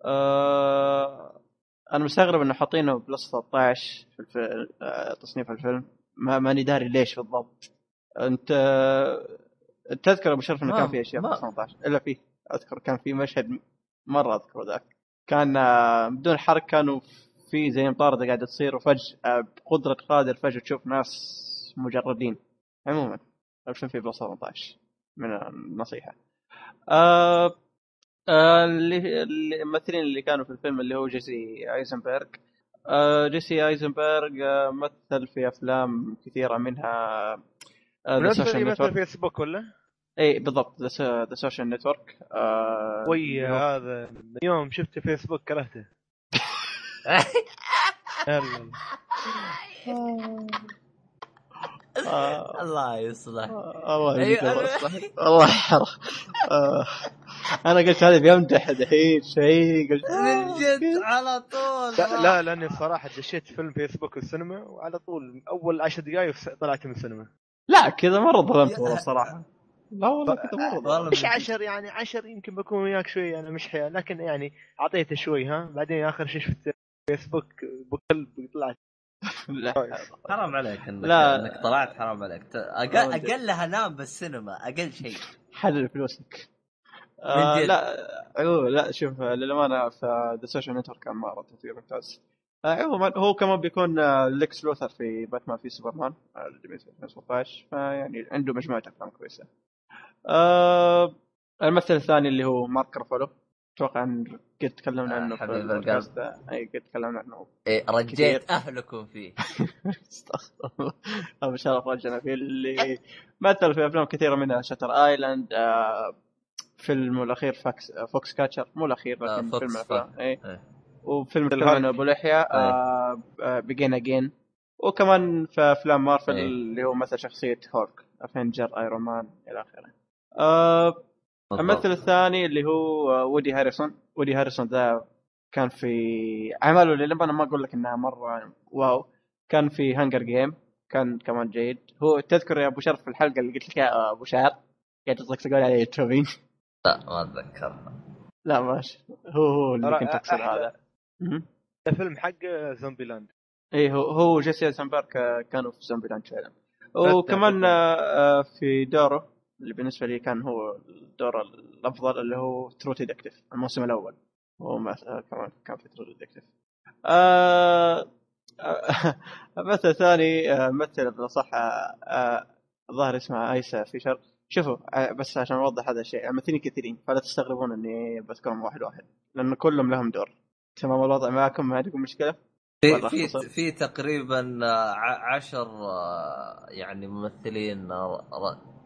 أنا مستغرب إنه حاطينه بلس 13 في تصنيف الفيلم، ماني داري ليش بالضبط. أنت تذكر أبو شرف إنه كان في أشياء بلس 18 إلا فيه. أذكر كان في مشهد مرة أذكره ذاك، كان بدون حرق، كانوا في زي مطاردة قاعدة تصير، وفجأة بقدرة قادر فجأة تشوف ناس مجردين. عموما الفيلم فيه بلس 18 من النصيحة. الممثلين اللي كانوا في الفيلم اللي هو جيسي ايزنبرغ. جيسي ايزنبرغ مثل في افلام كثيره، منها ذا سوشيال مثل نتورك. فيسبوك ولا اي بالضبط، ذا سوشيال نتورك. وي هذا يوم شفت فيسبوك كرهته. الله يصلح. الله يجزيك الله يحرق. انا قلت هذا بيمدح دحين شيء، قلت من جد على طول. لا لاني الصراحه دشيت فيلم فيسبوك السينما، وعلى طول اول 10 دقائق طلعت من السينما. لا كذا مره ظلمت والله صراحه. لا والله كذا مره ظلمت. مش 10 يعني 10 يمكن بكون وياك شوي، انا مش حيا، لكن يعني اعطيته شوي. ها بعدين اخر شيء شفت فيسبوك بقلب طلعت. حرام عليك انك طلعت، حرام عليك. اقلها نام بالسينما، اقل شيء حلل فلوسك. لا شوف للأمانة في ذا سوشيال نتورك كان مرة تطوير ممتاز. عموما هو كمان بيكون ليكس لوثر في باتمان في سوبرمان اللي 2017، فيعني عنده مجموعة أفلام كويسة. الممثل الثاني اللي هو مارك رافالو، اتوقع ان قد تكلمنا عنه في البودكاست. اي قد تكلمنا عنه. رجيت كثير. اهلكم فيه. ابو شرف رجنا فيه، اللي مثل في افلام كثيره منها شاتر ايلاند، فيلم الاخير فوكس كاتشر، مو الاخير لكن فيلم الافلام. اي وفيلم تكلمنا ابو لحيه بيجين اجين، وكمان في افلام مارفل اللي هو مثل شخصيه هولك، افنجر، ايرون مان الى اخره. الممثل الثاني اللي هو وودي هاريسون ذا كان في عمله اللي لما انا ما اقول لك انها مره واو، كان في هانجر جيم، كان كمان جيد. هو تذكر يا ابو شرف في الحلقه اللي قلت لك يا ابو شهر قاعد تقول عليه توبين؟ لا ما اتذكرها. لا ماشي، هو اللي كنت اقصد هذا. الفيلم حق زومبي لاند. ايه هو جيسي ايزنبرغ كانوا في زومبي لاند فعلا. وكمان في دوره اللي بالنسبه لي كان هو الدور الافضل، اللي هو ترو ديتكتيف الموسم الاول، هو كمان كان في ترو ديتكتيف. مثل ثاني مثل بصح ظاهر اسمه ايسا فيشر. شوفوا بس عشان اوضح هذا الشيء، ممثلين كثيرين فلا تستغربون اني بذكرهم واحد لان كلهم لهم دور. تمام الوضع معكم، ما عندكم مشكله؟ في تقريبا 10 يعني ممثلين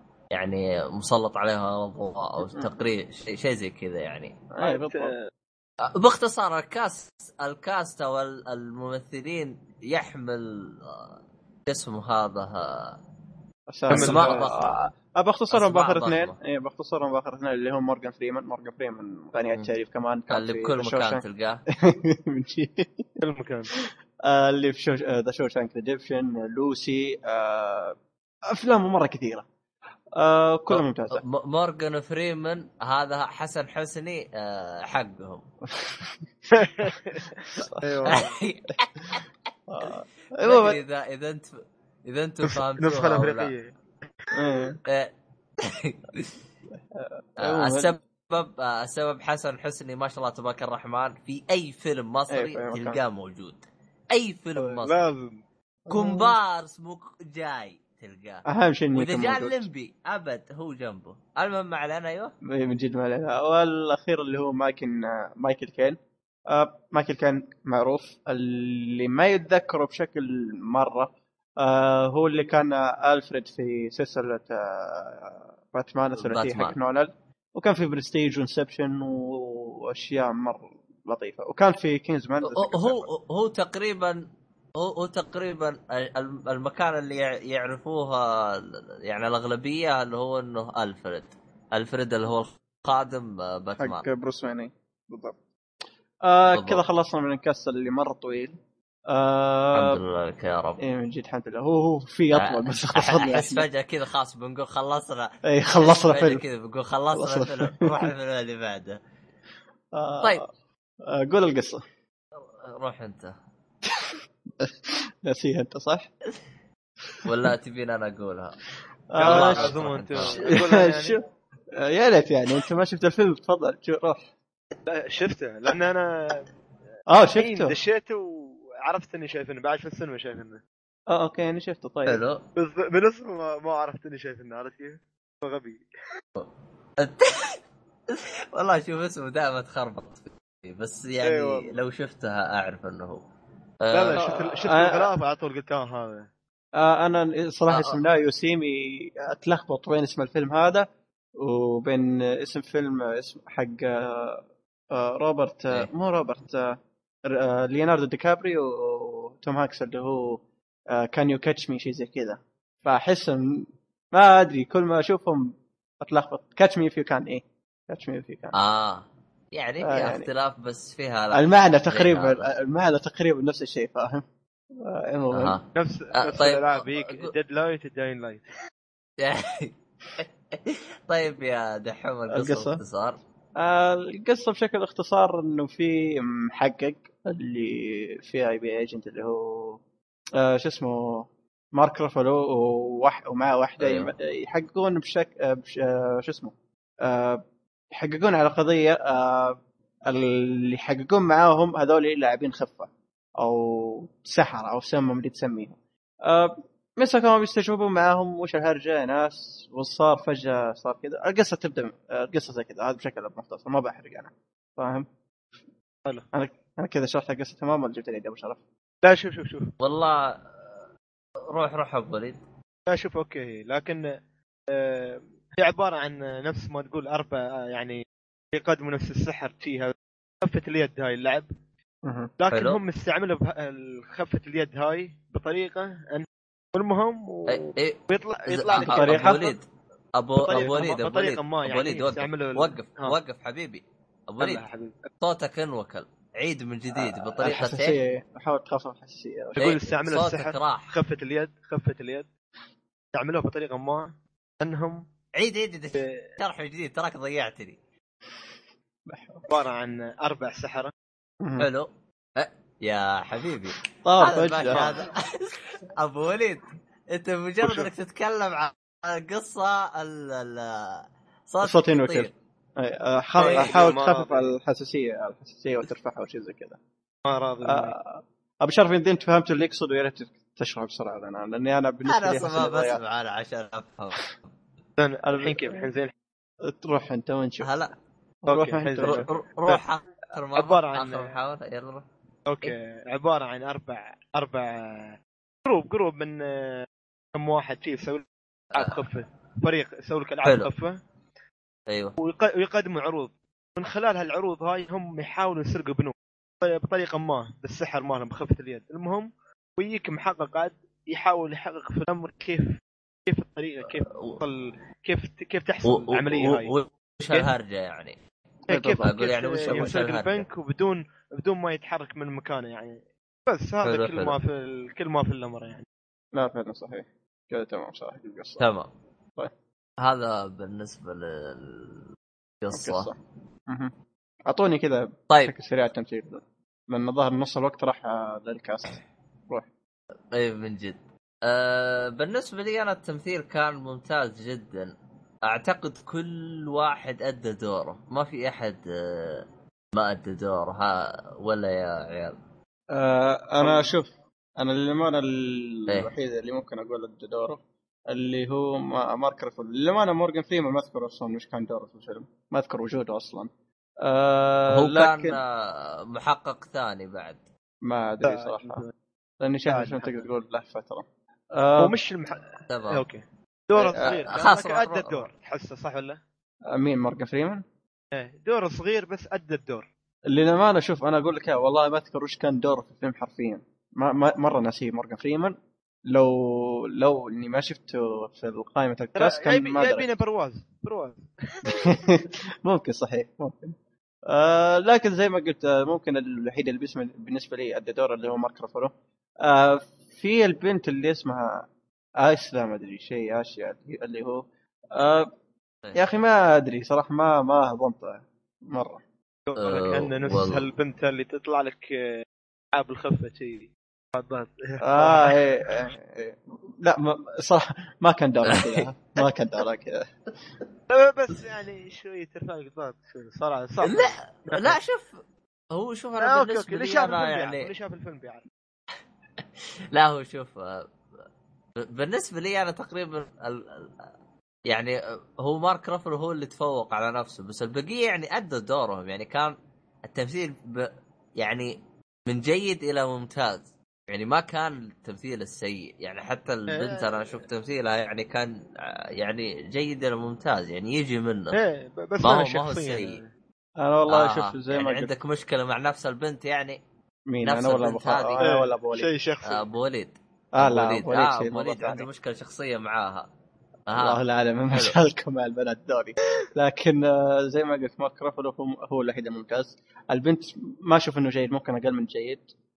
يعني مسلط عليها او تقريبا شيء زي كذا يعني. بالضبط. باختصار الكاست او الممثلين يحمل اسمه هذا اسماء ضخمه. باختصرهم باخر أسماء اثنين. ضخمة. اي باختصرهم باخر اثنين اللي هم مورغان فريمان غني التعريف كمان كان اللي في بكل The مكان Shawshank. تلقاه. من شي. كل مكان. اللي في ذا شوشانك ريديمشن، لوسي، افلامه مره كثيره، كلها ممتازه. مورغان فريمان هذا حسن حسني حقهم. ايوه اذا انتم فهمتوها النسخه الافريقيه. السبب حسن حسني ما شاء الله تبارك الرحمن في اي فيلم مصري تلقاه موجود. اي فيلم مصري لازم كومبارس جاي تلقاه. اهم شيء انه واذا جاء اللمبي ابد هو جنبه. المهم ما علينا. ايوه من جد ما علينا. والاخير اللي هو مايكل كين. مايكل كين معروف، اللي ما يتذكره بشكل مره هو اللي كان ألفريد في سلسله باتمان الثلاثيه حق نولان، وكان في برستيج وانسبشن واشياء مره لطيفه، وكان في كينزمان. هو تقريبا المكان اللي يعرفوها يعني الأغلبية اللي هو إنه ألفريد اللي هو القادم باتمان حق بروس وين. بالضبط. كذا خلصنا من الكاس اللي مرة طويل. الحمد لله لك يا رب. إيه من جد الحمد لله. هو في أطول بس خلصنا. أحس فجأة كذا خلاص بنقول خلصنا. إيه خلصنا فيلم كذا بنقول خلصنا الفيلم. روح الفيلم اللي بعده. طيب قول القصة. روح أنت. نسيها أنت صح؟ ولا تبين أنا أقولها؟ يا ليت يعني أنت ما شفت الفيلم. تفضل روح. لا شفته لأن أنا شفته دشيته وعرفت إني شايف إنه بعد في السينما شايف إنه أوكي أنا شفته. طيب حلو. من اسمه ما عرفت إني شايف إنه. عرفت كيف غبي. والله شوف اسمه دائما تخربط فيه بس يعني أيوة. لو شفتها أعرف أنه هو. لا شفت الغلاف على طول قلت هذا. أنا صراحة اسم لا يوسيمي أتلخبط بين اسم الفيلم هذا وبين اسم فيلم اسم حق روبرت مو روبرت ليوناردو دي كابريو وتوم هاكس اللي هو كان يو كاتش مي شيء زي كذا. فأحس ما أدري كل ما أشوفهم أتلخبط. كاتش مي فيو كان كاتش مي فيو كان يعني فيها يعني اختلاف بس فيها لا. المعنى تقريبا نفس الشيء فاهم. نفس طيب. الألعاب هيك ديد لايت داين لايت. طيب يا دحوم القصة باختصار. القصة بشكل اختصار انه في محقق اللي في اي بي ايجنت اللي هو شو اسمه مارك رافالو ومعه واحدة. أيوه. يحققون بشكل شو اسمه يحققون على قضية. اللي يحققون معاهم هذول لاعبين خفة او سحرة او سمم اللي تسميهم. مثل كانوا بيستجوبون معاهم وش الهرجة يا ناس وصار فجأة صار كذا. القصة تبدأ القصة زي كذا. هذا بشكل مختصر ما بحرق أنا فاهم. أنا كذا شرحت القصة تمام ولا جبت لي أبو شرف؟ لا شوف والله روح أبو وليد. لا شوف أوكي لكن هي عبارة عن نفس ما تقول 4 يعني يقدموا نفس السحر فيها خفة اليد هاي اللعب. لكن حلو. هم استعملوا خفة اليد هاي بطريقة أن المهم ويطلع لك أبو وليد بطريقة ما يعني وقف حبيبي أبو وليد صوتك انوكل. عيد من جديد بطريقة حساسية. حاول تخفف الحساسية. تقول استعملوا السحر خفة اليد استعملوها بطريقة ما أنهم عيد شرح جديد تراك ضيعتني. عبارة عن 4 سحرة. حلو يا حبيبي. هذا ابو وليد انت مجرد انك تتكلم عن القصه صوتين وكل حاول تخفف الحساسيه وترفعها وشيء زي كذا. ما راضي ابو شرف انت فهمت اللي يقصد ويا ريت تشرح بسرعه لاني انا بالنسبه لي انا بسمع انا عشان افهم. الحين كيف الحين زين تروح انت وين شوف. هلا روح عبارة عن محاولة يلا. اوكي عبارة عن 4 جروب من كم واحد فيه يسوي ألعاب خفة. فريق يسوي لك ألعاب خفة. ايوه ويقدموا عروض من خلال هالعروض هاي هم يحاولوا يسرقوا بنوك بطريقه ما بالسحر مالهم بخفه اليد. المهم ويجيك محقق قاعد يحاول يحقق في الامر كيف الطريقه كيف تحصل العمليه هاي وش الهرجه يعني كيف اقول يعني وش يسرق البنك وبدون ما يتحرك من مكانه يعني. بس هذا كل ما في الامر يعني. لا فعلا صحيح كذا تمام صحيح القصه تمام. طيب هذا بالنسبه للقصه. اعطوني كذا طيب بشكل سريع التمثيل لان ظهر نص الوقت راح للكاست. روح. طيب من جد بالنسبه لي انا التمثيل كان ممتاز جدا. اعتقد كل واحد ادى دوره ما في احد ما ادى دوره ولا يا عيال. انا اشوف انا للأمانة الوحيد اللي ممكن اقول ادى دوره اللي هو مارك رافالو. للأمانة مورغان فريمان ما اذكر اصلا مش كان دوره في الفيلم ما اذكر وجوده اصلا. هو لكن كان محقق ثاني بعد ما ادري صراحة لاني شايف الفيلم تقدر تقول له فترة. هو مش تمام اوكي دوره صغير لكن ادى الدور تحسه صح ولا؟ مين مورغان فريمان؟ ايه دوره صغير بس ادى الدور. اللي ما انا اشوف انا اقول لك والله ما اذكر وش كان دوره في الفيلم حرفيا ما مره ناسيه مورغان فريمان. لو اني ما شفته في القائمه الكاست كان ما جايبينه برواز ممكن صحيح ممكن. لكن زي ما قلت ممكن الوحيد اللي بالنسبه لي ادى دور اللي هو مارك رافالو. في البنت اللي اسمها لا ما ادري شيء اشياء اللي هو يا اخي ما ادري صراحه ما هضمتها مره. كان نفس هالبنت اللي تطلع لك عاب الخفه شيء إيه. لا صح ما كان دورك كذا ما كان دورك كذا بس يعني شويه تفاقات صراحه صح. لا شوف انا بالنسبه لي انا يعني اللي شاف الفيلم بيعرف. لا هو شوف بالنسبه لي انا تقريبا يعني هو مارك رافالو هو اللي تفوق على نفسه بس البقيه يعني ادوا دورهم يعني كان التمثيل يعني من جيد الى ممتاز يعني ما كان التمثيل السيء يعني حتى البنت انا شفت تمثيلها يعني كان يعني جيد الى ممتاز يعني يجي منه بس ما هو سيء. انا والله شوف زي يعني ما عندك مشكله مع نفس البنت يعني مين نفس انا ولا البنت هذه انا ولا ابو وليد شيء شخصي ابو وليد لا ابو وليد عنده مشكله شخصيه معاها الله العالم مشاكلكم مع البنات دوري. لكن زي ما قلت مارك رافالو هو الوحيد الممتاز. البنت ما اشوف انه جيد ممكن اقل من جيد.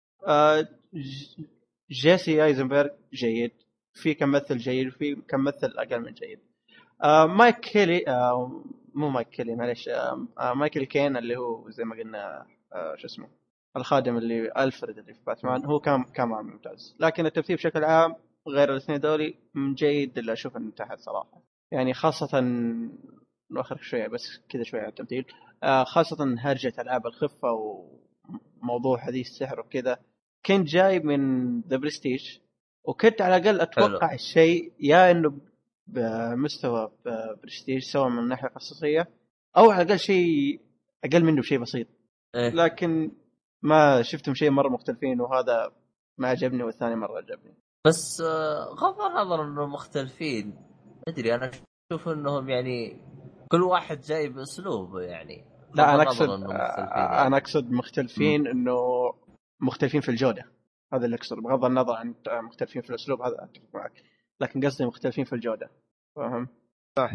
جيسي ايزنبرغ جيد في كممثل جيد في كممثل اقل من جيد. مايك كيلي مو مايك كيلي معلش مايكل كين اللي هو زي ما قلنا شو اسمه الخادم اللي ألفريد اللي في باتمان هو كان ممتاز. لكن التمثيل بشكل عام غير الاثنين دولي من جيد اللي اشوف انه تحت صراحه يعني خاصه نؤخر شويه بس كذا شويه على التمثيل. خاصه هرجه العاب الخفه وموضوع حديث السحر وكذا كنت جاي من ذا برستيج وكنت على الاقل اتوقع الشيء يا انه بمستوى برستيج سواء من الناحيه القصصيه او على الاقل شيء اقل منه بشيء بسيط. لكن ما شفتهم شيء مره مختلفين وهذا ما عجبني والثاني مره عجبني. بس غض النظر انه مختلفين ادري انا اشوف انهم يعني كل واحد جاي باسلوبه يعني. لا انا اقصد مختلفين انه مختلفين في الجوده هذا اللي اقصد بغض النظر عن مختلفين في الاسلوب هذا اتفق معك لكن قصدي مختلفين في الجوده. فاهم صح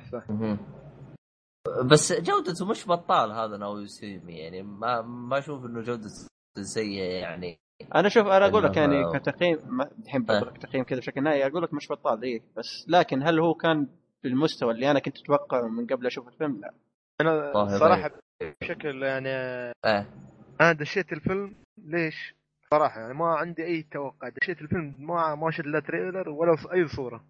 بس جودته مش بطال هذا ناوي يسمي يعني ما اشوف انه جودته سيئه يعني. انا شوف انا اقول لك يعني كتقييم الحين بقول لك تقييم كذا بشكل نهائي اقول لك مش بطال ايه بس لكن هل هو كان بالمستوى اللي انا كنت اتوقعه من قبل اشوف الفيلم؟ لا انا صراحه بشكل يعني انا دشيت الفيلم ليش صراحه يعني ما عندي اي توقع دشيت الفيلم ما شفت لا تريلر ولا اي صوره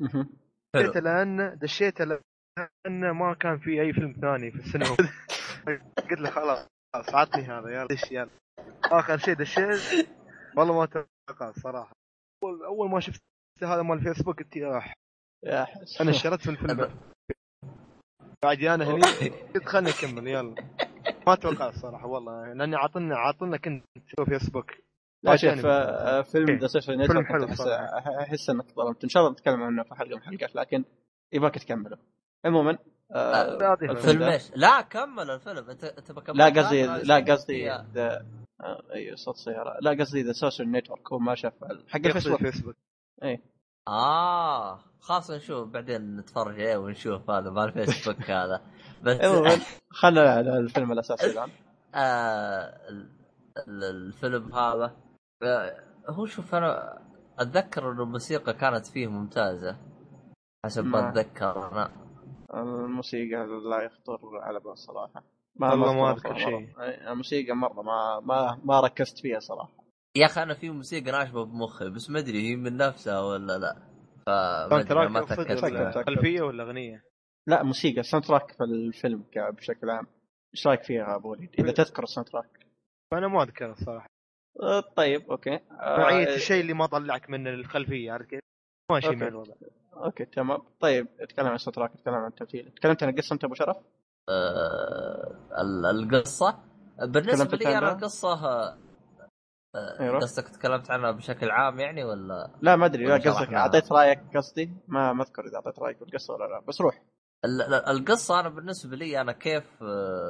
دشيت لان ما كان في اي فيلم ثاني في السينما قلت له خلاص عطني هذا يلا دش يلا اخر شيء دشيت والله ما توقع صراحه اول ما شفت هذا مال الفيسبوك قلت يا انا اشتريت في الفيلم بعد انا هني قلت خلني اكمل يلا ما توقع الصراحه والله لاني عاطلنا كنت في فيسبوك. لا شوف فيلم ذا سيفر نتورك احس انك ظلمت ان شاء الله نتكلم عنه في حلقه من الحلقات لكن يبغاك تكمله. عموما الفيلم ايش؟ لا كمل الفيلم انت بكمل. لا قصدي ايوه صوت سيارة. لا قصدي ذا سوشيال نتورك، هو ما شاف حق الفيسبوك. اي خلاص نشوف بعدين نتفرج عليه ونشوف هذا مال الفيسبوك هذا بس. خلنا على الفيلم الاساسي الان. الفيلم هذا هو شوف انا اتذكر انه الموسيقى كانت فيه ممتازة حسب ما اتذكر انا. الموسيقى لا يخطر على بال صراحة. ما اذكر شيء. الموسيقى مرة ما ركزت فيها صراحة. يا اخي انا في موسيقى ناشبه بمخي بس ما ادري هي من نفسها ولا لا. ما تركز خلفيه ولا اغنيه؟ لا موسيقى ساوند تراك في الفيلم بشكل عام. ايش رايك فيها ابو وليد اذا تذكر الساوند تراك؟ انا ما اذكر الصراحه. طيب اوكي. نوعيه الشيء اللي ما طلعك من الخلفيه عارف كيف ماشي مع الوضع. اوكي تمام. طيب اتكلم عن الساوند تراك، اتكلم عن التمثيل، تكلمت عن القصه انت ابو شرف. القصه بالنسبه لي انا القصه قصدك تكلمت عنها بشكل عام يعني ولا لا ما ادري. لا قصدك اعطيت رايك قصدي ما اذكر اذا اعطيت رايك بالقصه ولا لا بس روح. القصه انا بالنسبه لي انا كيف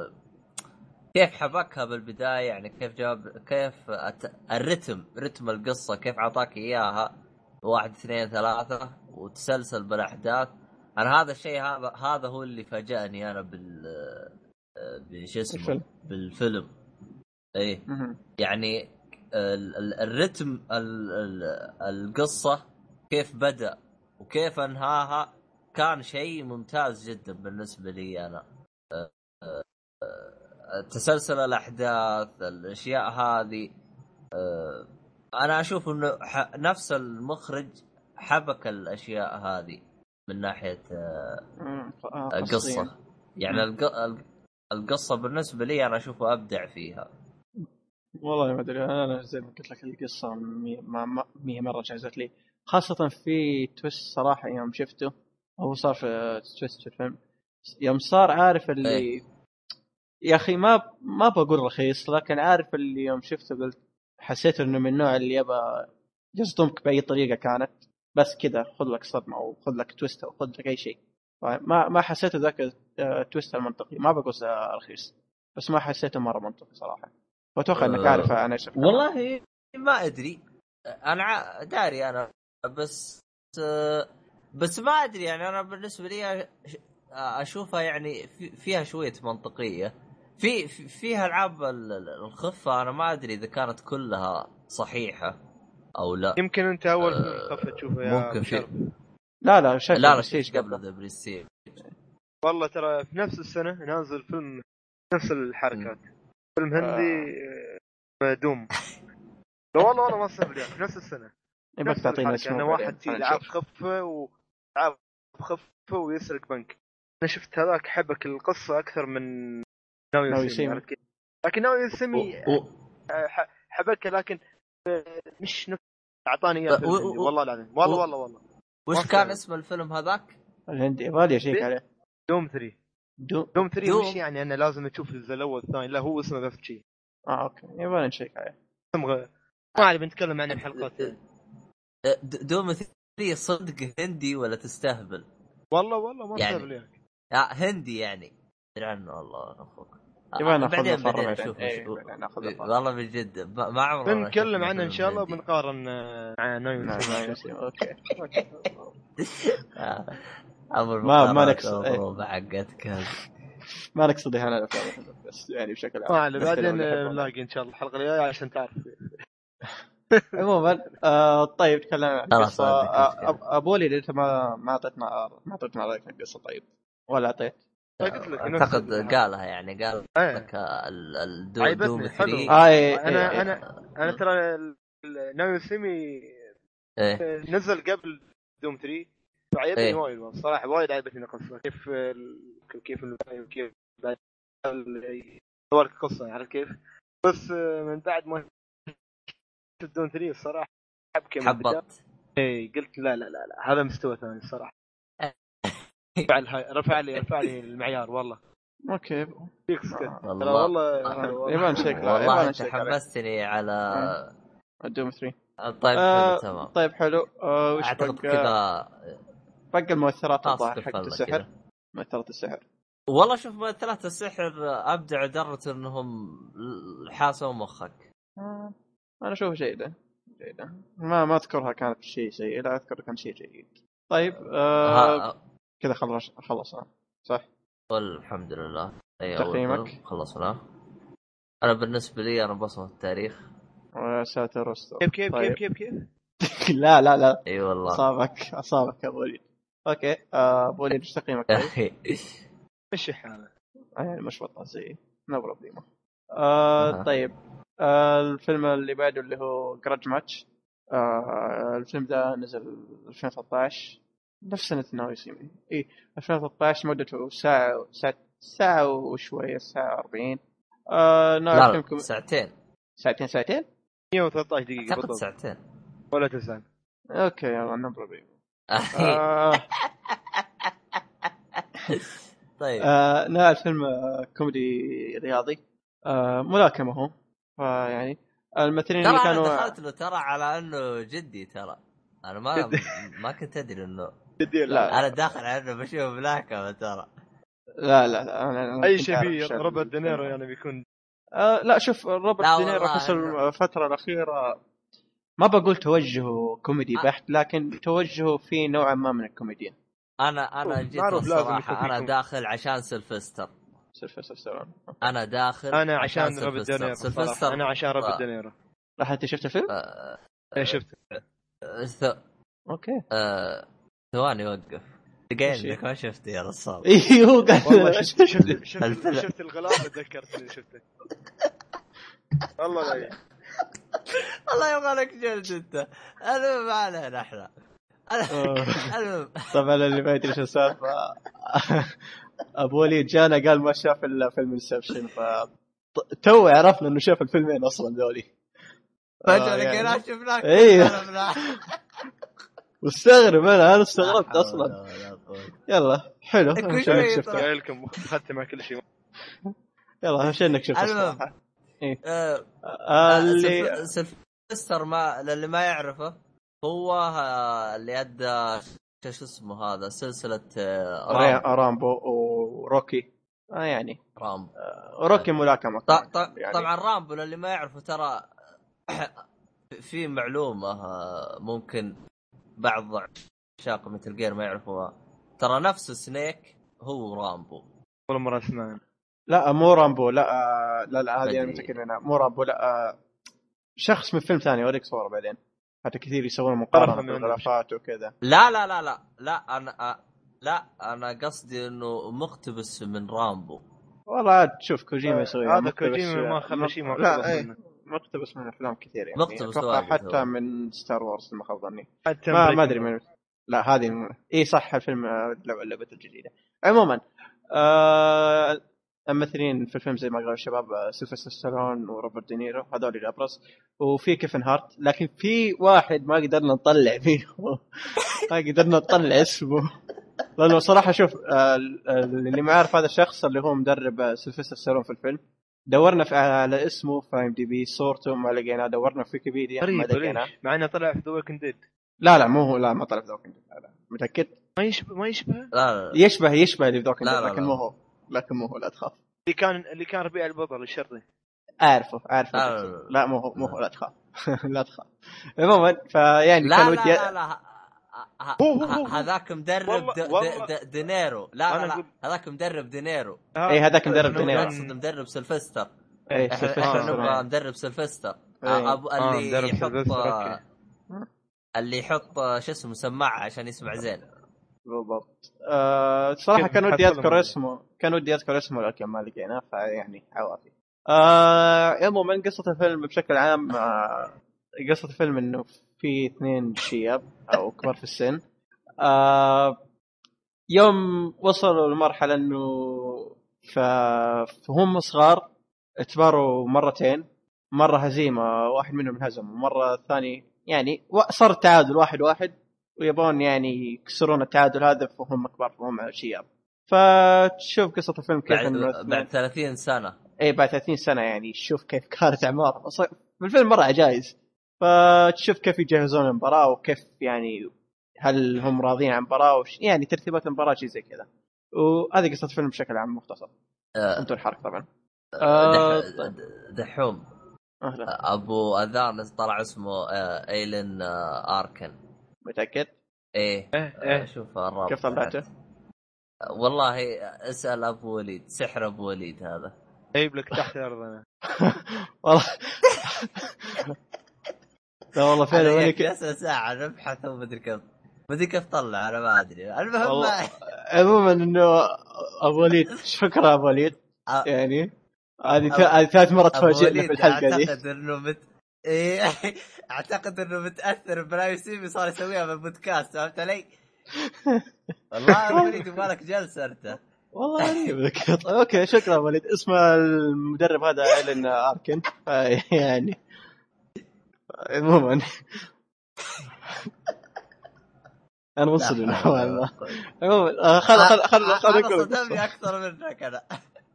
حبكها بالبدايه يعني كيف رتم القصه كيف عطاك اياها 1 2 3 وتسلسل بالاحداث. انا هذا الشيء هذا هو اللي فاجأني انا بش اسمه بالفيلم. ايه يعني الرتم القصة كيف بدأ وكيف انهاها كان شيء ممتاز جدا بالنسبة لي أنا. تسلسل الأحداث الأشياء هذه أنا أشوف إنه نفس المخرج حبك الأشياء هذه من ناحية القصة يعني القصة بالنسبة لي أنا أشوفه أبدع فيها. والله ما ادري انا زي ما قلت لك القصه ما مره جازت لي خاصه في تويست صراحه يوم شفته او صار في تويست في الفيلم يوم صار عارف اللي يا اخي ما بقول رخيص لكن عارف اللي يوم شفته قلت حسيت انه من النوع اللي يبى يصدمك باي طريقه كانت بس كذا خذ لك صدمه او خذ لك تويست او خذ لك اي شيء. ما حسيته ذاك التويست المنطقي. ما بقول رخيص بس ما حسيته مره منطقي صراحه. واتوقع انك عارف انا ايش والله ما ادري انا داري انا بس ما ادري يعني انا بالنسبه لي اشوفها يعني فيها شويه منطقيه فيها العاب الخفه. انا ما ادري اذا كانت كلها صحيحه او لا. يمكن انت اول خفه تشوفه يا ممكن في لا شايف لا قبل ذا بريستيج. والله ترى في نفس السنه نازل فيلم نفس الحركات فيلم هندي دوم. لا والله ما صار في نفس السنه. يبقى تعطينا اسمه أنا واحد يلعب خفه ويسرق بنك. أنا شفت هذاك حبك القصة أكثر من ناوي يسمي لكن ناوي يسمي حبك لكن مش أعطاني إياه والله العظيم والله وش كان اسم الفيلم هذاك الهندي غالي شيء عليه دوم 3 دوم 3 مش يعني أنا لازم أشوف الجزء الأول والثاني لا هو اسمه نفس الشيء. اوكي يبغى نشيك عليه ما علي بنتكلم عن الحلقات. دوم 3 صدق هندي ولا تستهبل؟ والله ما يعني استهبل يعني هندي يعني ادري عنه والله اخوك. يبغى بعدين نشوف والله من جد ما عمرنا بنتكلم عنه ان شاء الله وبنقارن مع نايوسي. اوكي ما نقصد حقتك ما نقصد هنا الافلام بس يعني بشكل عام بعدين نلاقي ان شاء الله الحلقه الجايه عشان تعرف. عموما طيب تكلم عن القصه. ابولي انت ما اعطيتنا رايك في القصه طيب ولا اعطيت؟ اعتقد قالها يعني قال لك الدوم 3. انا ترى ناوي سيمي نزل قبل دوم 3 وعجبني وايد الصراحه وايد عجبتني القصه كيف بعد صور القصه يعني كيف بس من بعد ما دوم 3 الصراحه حبط قلت لا هذا مستوى ثاني الصراحه. رفع لي المعيار والله. اوكي والله يبغى نشيك والله انت حمستني على دوم 3. طيب حلو تمام. طيب حلو وش اعتقد كذا بقى المؤثرات الظاهر حق السحر. مؤثرات السحر والله شوف ممثلات السحر ابدع درجه انهم حاسوا مخك. انا اشوف جيده ما اذكرها كانت شيء سيء، لا اذكر كان شيء جيد. طيب كذا خلصنا صح والحمد لله. اي تقييمك خلصنا. انا بالنسبه لي انا بصمه التاريخ. ساتر رستو. كيف طيب. كيف لا اي والله اصابك يا ابو وليد. اوكي ابو وليد ايش تقييمك؟ طيب مش حاله يعني مش بطل زي نبره قديمه. طيب الفيلم اللي بعده اللي هو جراج ماتش. الفيلم ده نزل 2013 نفس سنة ناويسيمي. 2013 مدته ساعة وشوية، ساعة 40. لا ساعتين 113 دقيقة بالضبط. ساعتين ولا 9. اوكي يلا نبرة بيه. طيب الفيلم كوميدي رياضي، ملاكمة هو. يعني الممثلين اللي كانوا دخلت له ترى على انه جدي، ترى انا ما كنت ادري انه جدي. لا انا داخل على انه بشوف ملاكمة ترى. لا أنا اي شيء فيه روبرت دينيرو يعني بيكون. لا شوف روبرت دينيرو احس الفترة الأخيرة ما بقول توجهه كوميدي بحت، لكن توجهه في نوعا ما من الكوميديا. انا جيت الصراحة انا داخل عشان سيلفستر ستالون. انا داخل انا عشان روبرت دينيرو. انا عشان روبرت دينيرو. راح انت شفت الفيلم؟ ايه شفته. اوكي ثواني وقف دقيقة انك ما شفته يا رصاب. ايوه والله شفت الغلاب ذكرتني شفته. والله لا الله يبغى لك جلد انت. المهم علينا احنا. المهم طبعا اللي ما يدري شو السالفه ابو وليد جانا قال ما شاف الا فيلم انسبشن، تو عرفنا انه شاف الفيلمين اصلا ذولي. فجأة لقينا شفناك. ايوه مستغرب انا استغربت اصلا. يلا حلو شفت لكم اخذت مع كل شيء. يلا اهم شيء انك شفت الصراحه. سيلفستر ما للي ما يعرفه هو اللي ادى شو اسمه هذا سلسله رامبو وروكي. يعني رامبو روكي ملاكمه يعني. طبعا رامبو للي ما يعرفه ترى في معلومه ممكن بعض عشاق مثل جير ما يعرفوها، ترى نفس سنيك هو رامبو ولا مرة اسمان. لا مو رامبو، لا هذه انا متاكد منها مو رامبو، لا شخص من فيلم ثاني اوريك صوره بعدين، حتى كثير يسوون مقارنه بالغرافات وكذا. لا انا قصدي انه مقتبس من رامبو. والله تشوف كوجيما يسوي هذا كوجيما ما خلى شيء مقتبس من افلام كثير يعني مقتبس حتى هو. من ستار وورز ما خاب ظني ما ادري من لا هذه صح الفيلم لعبه الجديده. عموما الممثلين في الفيلم زي ما قالوا الشباب سيلفستر ستالون وروبرت دينيرو هذول الابرز، وفي كيفن هارت، لكن في واحد ما قدرنا نطلع فيه ما قدرنا نطلع اسمه لانه صراحه شوف اللي ما يعرف هذا الشخص اللي هو مدرب سيلفستر ستالون في الفيلم، دورنا على اسمه في IMDb صورته ما لقينا، دورنا في ويكيبيديا ما لقينا، مع انه طلع في ذا ووكينج ديد. لا مو هو، لا ما طلع في ذا ووكينج ديد. لا متاكد ما يشبه لا. يشبه اللي في ذا ووكينج ديد لكن مو هو لا تخاف. اللي كان ربيع البطل الشرطي عارفه لا مو هو لا تخاف لا تخاف. عموما فيعني كان ودي لا هذاك مدرب دينيرو. لا هذاك مدرب دينيرو. اي هذاك مدرب دينيرو، اقصد مدرب سيلفستر. سيلفستر مدرب سيلفستر اللي يحط شو اسمه سماعه عشان يسمع زين بالضبط. صراحه كان ودي اذكر اسمه لكن ما لقيناه، فيعني عوافي. عموما قصه الفيلم بشكل عام قصه الفيلم انه في 2 شياب او كبار في السن، يوم وصلوا لمرحله انه فهم صغار اعتبروا مرتين، مره هزيمه واحد منهم هزم ومره ثاني يعني صار تعادل 1-1 ويبون يعني يكسرون التعادل هذا فهم كبار فهم شياب. فتشوف قصة الفيلم كيف بعد 30 سنة بعد 30 سنة يعني شوف كيف كانت أعمار الفيلم مرة عجائز. فتشوف كيف يجهزون المباراة وكيف يعني هل هم راضين عن المباراة يعني ترتيبات المباراة شيء زي كذا. وهذه قصه فيلم بشكل عام مختصر بدون حرق طبعا. دحوم ابو اذان طلع اسمه ايلين اركن. متاكد؟ ايه شوف الرابط كيف طلعته؟ والله اسال ابو وليد، سحر ابو وليد هذا جايب لك تحت الارض انا. والله لا والله فعلا مالك جلسة ساعة نبحث ومدري كيف طلع انا ما ادري. المهم عموما انه ابو وليد ايش فكره ابو وليد يعني هذه ثالث مرة تفاجئنا في الحلقة دي. اعتقد انه اعتقد انه متاثر بلا يسيبي صار يسويها بالبودكاست، فهمت علي؟ والله ابو وليد يبغالك جلسة انت والله غريب. اوكي شكرا ابو وليد. اسم المدرب هذا ايلين اركن يعني عموما انا منصد نوعا ما. عموما خل صدمني اكثر منك انا.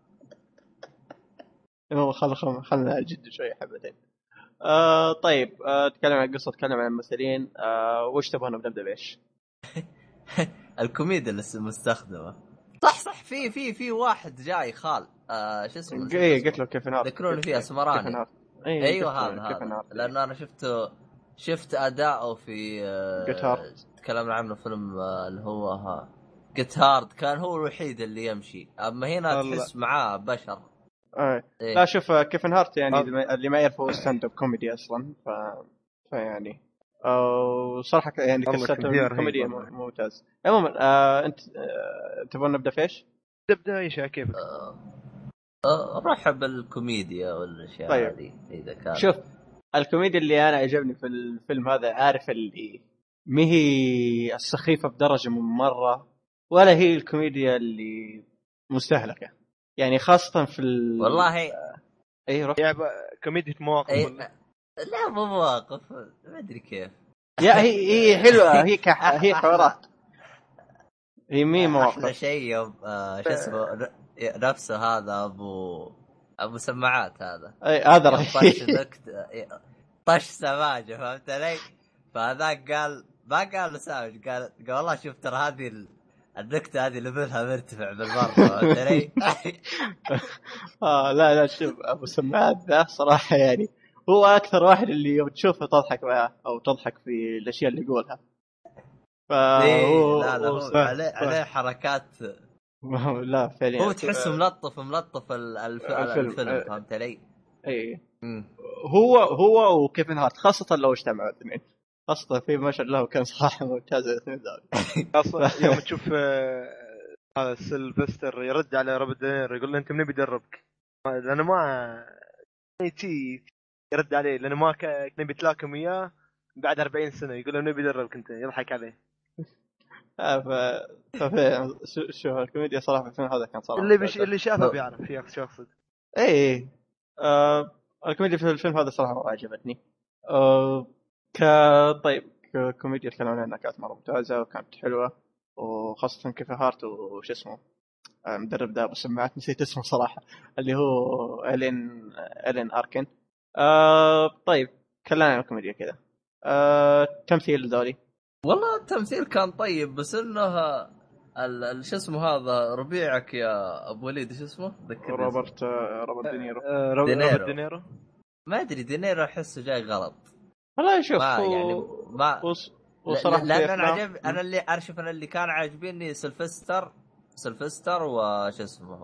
عموما خلنا جد شوي حبتين. طيب تكلم عن القصه، تكلم عن الممثلين. وش تبغون نبدا بايش؟ الكوميديا المستخدمه صح. في واحد جاي خال شو اسمه؟ قلت له كيف نار ذكروني فيه اسمراني. ايوه هذا لانه انا شفت اداؤه في تكلمنا عنه فيلم اللي هو جيت هارد، كان هو الوحيد اللي يمشي، اما هنا تحس معاه بشر. إيه؟ لا شوف كيفن هارت يعني اللي ما يعرفه ستاند اب كوميدي اصلا فيعني صراحه يعني قصته كوميديا ممتاز. عموما انت تبغى نبدا فيش؟ تبدا ايش كيفك؟ رحب بالكوميديا والاشياء هذه. اذا كان شوف الكوميديا اللي انا عجبني في الفيلم هذا، عارف اللي ما هي السخيفه بدرجه من مره، ولا هي الكوميديا اللي مستهلكه يعني، خاصه في والله اي كوميديا مواقف لا مو مواقف ما ادري كيف يا هي حلوه. هي حوارات، هي مي مواقف. احلى شيء شو اسمه نفسه هذا ابو سماعات هذا هذا رهيب. طش سماجه، فهمت علي؟ فهذاك ما قال سامج، قال والله شوف ترى هذه النكته هذه ليفلها مرتفع بالمره، فهمت علي؟ لا شوف ابو سماعات ذا صراحه يعني هو اكثر واحد اللي يوم تشوفه تضحك معه او تضحك في الاشياء اللي يقولها. عليه حركات لا فعليا هو تحسه ملطف الفيلم فهمت علي؟ اي هو وكيفن هارت خاصه لو اجتمعوا الاثنين، خاصه في ما شاء الله كان صراحه ممتاز الاثنين ذول. يوم تشوف هذا سيلفستر يرد على روبرت دينيرو يقول له انت من بيدربك، لانه ما يرد عليه لانه ما نبي تلاكم اياه بعد 40 سنه، يقول له من بيدربك انت، يضحك عليه. شو الكوميديا صراحه في الفيلم هذا كان صراحه اللي شافه بيعرف في شو اقصد. اي الكوميديا في الفيلم هذا صراحه عجبتني. طيب كوميديا تكلمنا عنها كانت مره ممتازه وكانت حلوه، وخاصه كيف هارت وش اسمه مدرب ذا بسماعات نسيت اسمه صراحه اللي هو إلين أركن. طيب كلنا عن الكوميديا كذا. تمثيل ذولي والله التمثيل كان طيب، بس انه شو اسمه هذا ربيعك يا ابو وليد شو اسمه؟ روبرت دينيرو. روبرت دينيرو ما ادري دينيرو احسه جاي غلط والله. شوف ما وصراحه لان انا اللي ارشف انا اللي كان عاجبني سلفستر وش اسمه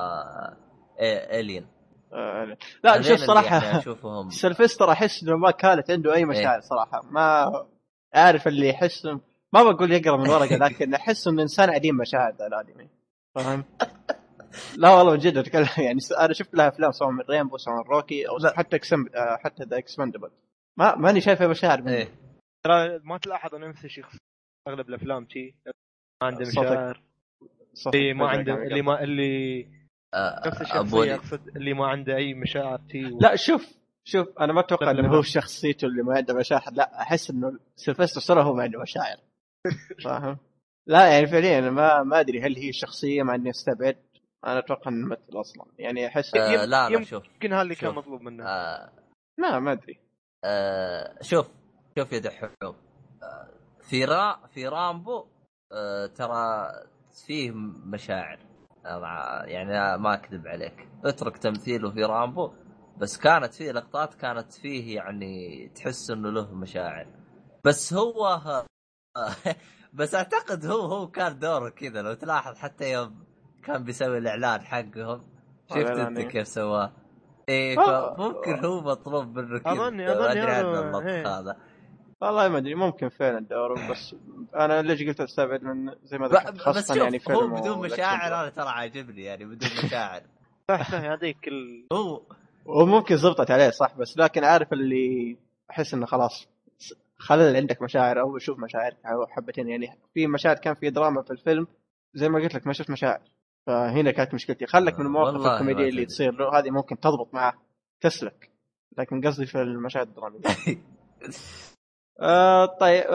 إلين. لا شوف صراحه سلفستر احس انه ما كانت عنده اي مشاعر صراحه، ما عارف اللي يحس ما بقول يقرا من ورقه لكن احس انه انسان عديم مشاعر الادمي، فاهم؟ لا والله من جد اتكلم يعني انا شفت لها افلام سواء من رينبو سواء من روكي او حتى ذا اكسباندبل ماني شايفه مشاعر منه. ترى ما تلاحظ انه نفس الشيء اغلب الافلام شيء ما عنده مشاعر، ما عنده اللي نفس الشخصيه اقصد اللي ما عنده اي مشاعر لا شوف انا ما اتوقع انه هو شخصيته اللي ما عنده مشاعر، لا احس انه سيلفستر صراحه هو ما عنده مشاعر، فاهم؟ لا يعني فعليا ما ادري هل هي شخصيه مع اني استبعد، انا اتوقع انه مثل اصلا يعني احس لا شوف يمكن هذا اللي كان مطلوب منه. ما ادري. شوف يا دحوم في رامبو ترى فيه مشاعر يعني ما اكذب عليك، اترك تمثيله في رامبو، بس كانت فيه لقطات كانت فيه يعني تحس انه له مشاعر. بس هو بس اعتقد هو كان دوره كذا، لو تلاحظ حتى يوم كان بيسوي الاعلان حقهم شفت انت كيف سواه. ايه فممكن هو مطلوب منه كذا، اظني ما ادري عن هذا اللطخ هذا. والله ما ادري، ممكن فعلا دوره، بس انا ليش قلت استبعد من زي ما ذكرت بس خاصه شوف يعني فيلم هو بدون مشاعر انا ترى عاجبني، يعني بدون مشاعر صح هذيك هو وممكن زبطت عليه صح، بس لكن عارف اللي احس انه خلاص خلي عندك مشاعر او شوف مشاعرك او حبتين. يعني في مشاعر كان في دراما في الفيلم زي ما قلت لك ما شفت مشاعر، فهنا كانت مشكلتي. خلك من المواقف الكوميدية اللي تصير له هذه ممكن تضبط معه تسلك، لكن قصدي في المشاهد الدرامية. طيب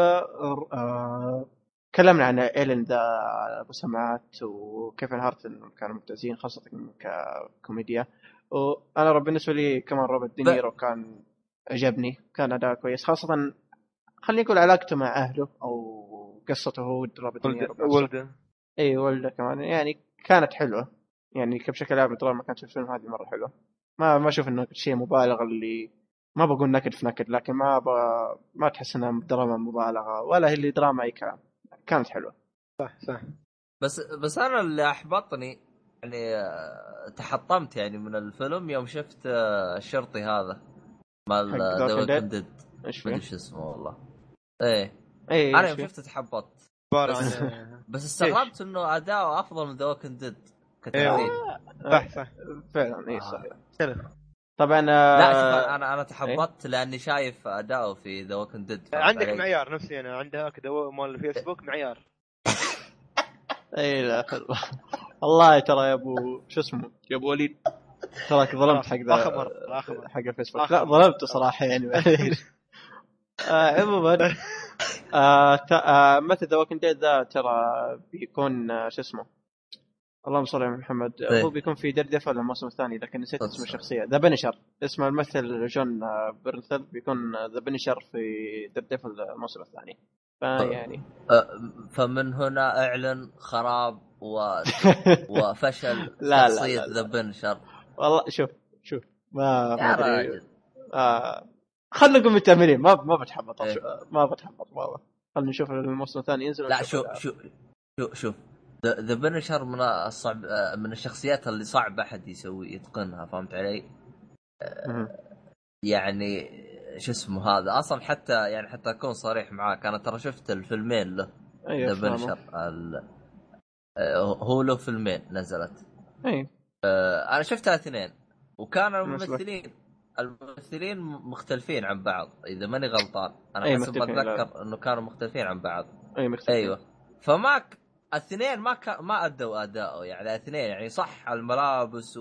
تكلمنا عن إيلين ذا أبو سماعات وكيفن هارت كانوا ممتازين خاصة ككوميديا. وأنا بالنسبة لي كمان روبرت دينيرو كان عجبني، كان أداء كويس، خاصة خليني أقول علاقته مع أهله أو قصته هو روبرت دينيرو ولده. أي ولده كمان يعني كانت حلوة. يعني بشكل عام الدراما كانت في الفيلم هذه مرة حلوة. ما أشوف إنه شيء مبالغ، اللي ما بقول نكد في نكد، لكن ما تحس انها دراما مبالغه ولا هي اللي دراما اي كلام، كانت حلوه. صح بس انا اللي احبطني يعني تحطمت يعني من الفيلم يوم شفت الشرطي هذا مال ذا ووكينج ديد، ايش ما ادري شو اسمه والله. ايه انا يوم شفته تحبطت بس استغربت انه اداؤه افضل من ذا ووكينج ديد كتمثيل. صح فعلا اي صحيح. طبعا لا شوف انا تحبطت لاني شايف اداؤه في ذا ووكينج ديد. عندك معيار نفسي انا عندك مال الفيسبوك معيار. اي لا والله ترى يا ابو شو اسمه يا ابو وليد تراك ظلمت حق ذا حق الفيسبوك. لا ظلمت صراحه يعني عموما مثل ذا ووكينج ديد ذا ترى بيكون شو اسمه اللهم صل على محمد هو بيكون في ديرديفل الموسم الثاني، لكن نسيت اسم الشخصيه. ذا بنشر اسم الممثل جون بيرنثل، بيكون ذا بنشر في ديرديفل الموسم الثاني. فيعني فمن هنا اعلن خراب وفشل شخصيه ذا بنشر. والله شوف ما ادري خلنا نقول متأملين ما بتحبط ما بتحبط والله. خلنا نشوف الموسم الثاني ينزل. لا شوف ذا بنشر من الصعب، من الشخصيات اللي صعب احد يتقنها، فهمت علي؟ يعني شو اسمه هذا اصلا حتى يعني حتى اكون صريح معاك انا ترى شفت الفيلمين له. ذا بنشر هو له فيلمين نزلت. انا شفتها اثنين وكانوا الممثلين مختلفين عن بعض اذا ماني غلطان. انا حسب ما اتذكر انه كانوا مختلفين عن بعض. ايوه فماك الاثنين ما ادوا اداءه يعني الاثنين يعني صح الملابس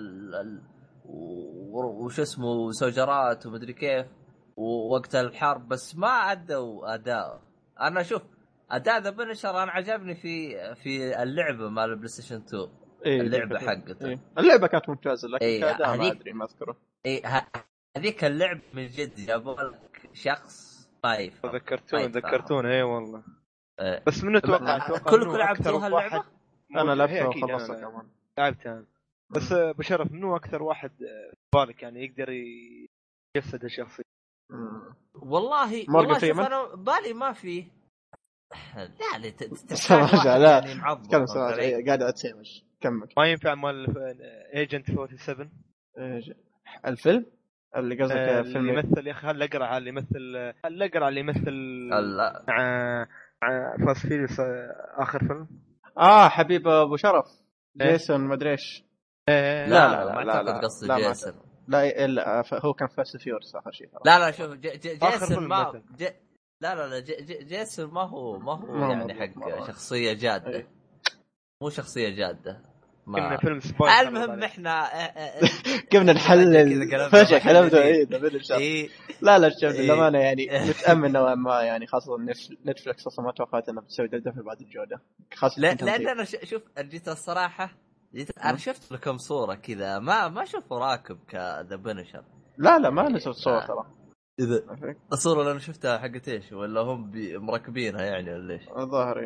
وش اسمه سوجرات ومدري كيف ووقت الحرب، بس ما ادوا اداءه. انا شوف اداء ذا بنشر انا عجبني في اللعبه مال البلاي ستيشن 2. اللعبه حقته اللعبه كانت ممتازه، لكن كاداء ما ادري ما اذكره. هذيك اللعبه من جد جابوا لك شخص طايف. ذكرتون اي والله. بس منو توقع كلكم لعبتوها اللعبه؟ انا لعبتها وخلصتها كمان لعبتها. بس بشرف منو اكثر واحد بالك يعني يقدر يجسد الشخصيه؟ والله شوف انا بالي ما فيه. لا يعني معضل قاعد اتسمش كمل. ما ينفع مال ايجنت 47 الفيلم اللي قصدك فيلم يمثل يا اخي. هل اقرا اللي يمثل مع فاسفيلس اخر فيلم. حبيب ابو شرف جيسون ما ادري ايش. لا ما اعتقد قصدي جيسون. لا هو كان فاست فيورس اخر شيء. لا شوف جيسون ما لا جيسون ما هو يعني حق شخصيه جاده. مو شخصيه جاده. كنا فيلم المهم احنا كيفنا نحلل فشل كلامته. لا الشباب للامانه يعني متامل نوعا ما يعني، خاصه نتفلكس اصلا ما توقعت انها بتسوي دفع بعد الجوده خاصه. لان انا شوف جيت الصراحه انا شفت لكم صوره كذا ما اشوفه راكب كذا بنشر. لا ما نزلت صور ترى. اذا الصوره اللي انا شفتها حقت ايش ولا هم مركبينها يعني ولا ايش؟ ظاهري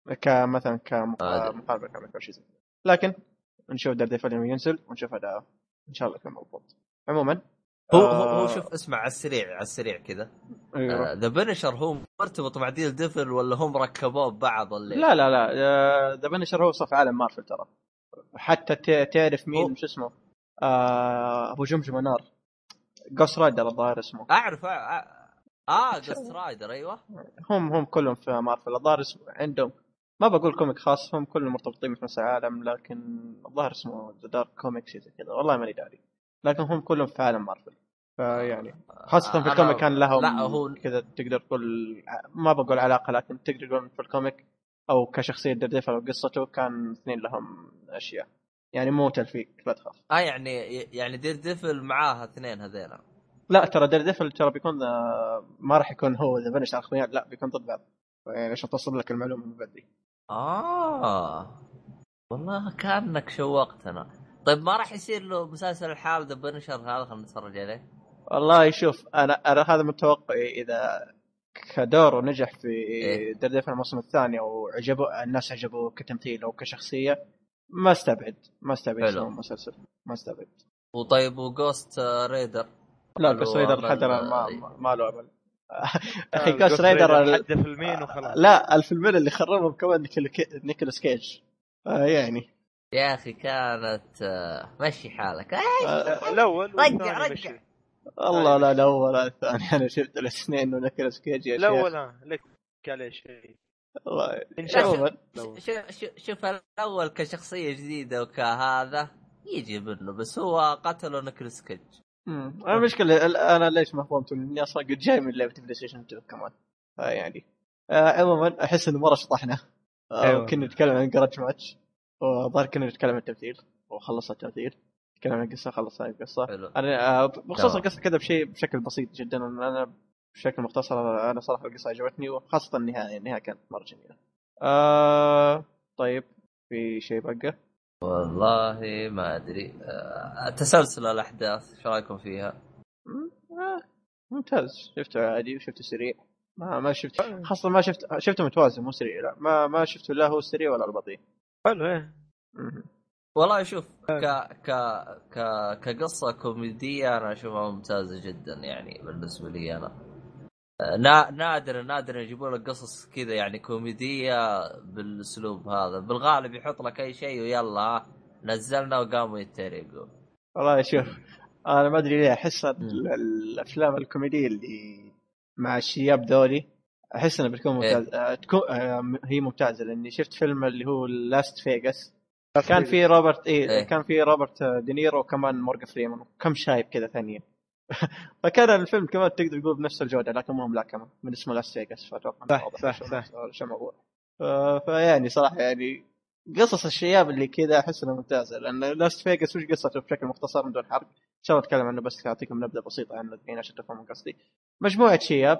كمثلا كمقابله كامله او شيء زي كذا. لكن نشوف دردفل يوم ينزل ونشوف اداءه ان شاء الله يكون مضبوط. عموما هو شوف اسمع على السريع كذا. أيوه. ذا بنشر هو مرتبط مع ديل ديفل ولا هم ركبوه ببعض ولا؟ لا ذا بنشر هو صف عالم مارفل ترى. حتى تعرف مين شو اسمه ابو جمجمه نار جوست رايدر الظاهر اسمه. اعرف جوست رايدر ايوه. هم كلهم في مارفل الظاهر عندهم ما بقول كوميك خاص هم كلهم مرتبطين في نفس العالم لكن الظاهر اسمه ذا دارك كوميكس زي كذا والله ماني داري لكن هم كلهم في عالم مارفل فيعني خاصة في الكوميك كان لهم كذا تقدر تقول ما بقول علاقة لكن تقدر تقول في الكوميك أو كشخصية درديفل أو قصته كان اثنين لهم أشياء يعني مو تلفيق لا تخاف. يعني ديرديفل معاها اثنين هذيلا. لا ترى درديفل ترى بيكون ما راح يكون هو ذا بنش أخويا لا بيكون ضد بعض يعني عشان توصل لك المعلومة من بدري. والله كأنك شوقتنا. طيب ما راح يصير له مسلسل الحال ذا بنشر هذا خلينا نتفرج عليه. والله شوف انا هذا متوقع اذا كدور ونجح في دردفل الموسم الثاني وعجبوا الناس عجبوا كتمثيل او كشخصيه ما استبعد يسوي مسلسل ما استبعد. وطيب وغوست ريدر؟ لا غوست ريدر لحد الان ما له امل. اخي غوست ريدر حد فيلمين وخلاص. لا الفيلمين اللي خربهم كمان نيكولاس كيج يعني يا اخي كانت مشي حالك الاول رجع الله لا الاول ولا الثاني انا شفت الاثنين ونيكولاس كيج يا الاول لك عليه شيء ان شاء الله. شوف الاول كشخصيه جديده وكهذا يجي منه بس هو قتلوا نيكولاس كيج. المشكله انا ليش ما فهمت اني اصلا قد جاي من لعبه بلاي ستيشن 2 كمان يعني عموما احس انه مره شطحنا. كنا نتكلم عن جراج ماتش وظهر كنا نتكلم عن التمثيل وخلص التمثيل نتكلم عن القصه خلص القصه. انا بخصوص القصه كذا بشكل بسيط جدا انا بشكل مختصر انا صراحه القصه عجبتني وخاصه النهايه كانت مره جميله. طيب في شيء بقى والله ما ادري. تسلسل الاحداث ايش رايكم فيها؟ ممتاز شفته عادي وشفته سريع ما شفت خاصه ما شفته متوازن مو سريع لا ما شفته لا هو سريع ولا البطيء حلو والله شوف كقصة كوميدية أنا أشوفها ممتازة جدا يعني بالنسبة لي أنا نادر يجيبون لك قصص كذا يعني كوميدية بالأسلوب هذا بالغالب يحط لك أي شيء ويلا نزلنا وقاموا يتريقوا. والله شوف أنا ما أدري ليه أحس الأفلام الكوميدية اللي مع الشياب ذولي أحس أنها بتكون ممتازة هي ممتازة لأني شفت فيلم اللي هو لاست فيغاس كان في روبرت كان في روبرت دينيرو وكمان مورغان فريمان وكم شايب كذا ثانية فكان الفيلم كمان تقدر تقول بنفس الجودة لكن مو ملاكمة من اسمه لاست فيغاس فأتوقع صح شو موضوع فيعني صراحة يعني قصص الشياب اللي كذا أحس أنها ممتازة لأن لاست فيغاس وش قصته بشكل مختصر من دون حرق إن شاء الله أتكلم عنه بس أعطيكم نبذة بسيطة عنه الحين عشان تفهموا قصدي. مجموعة شياب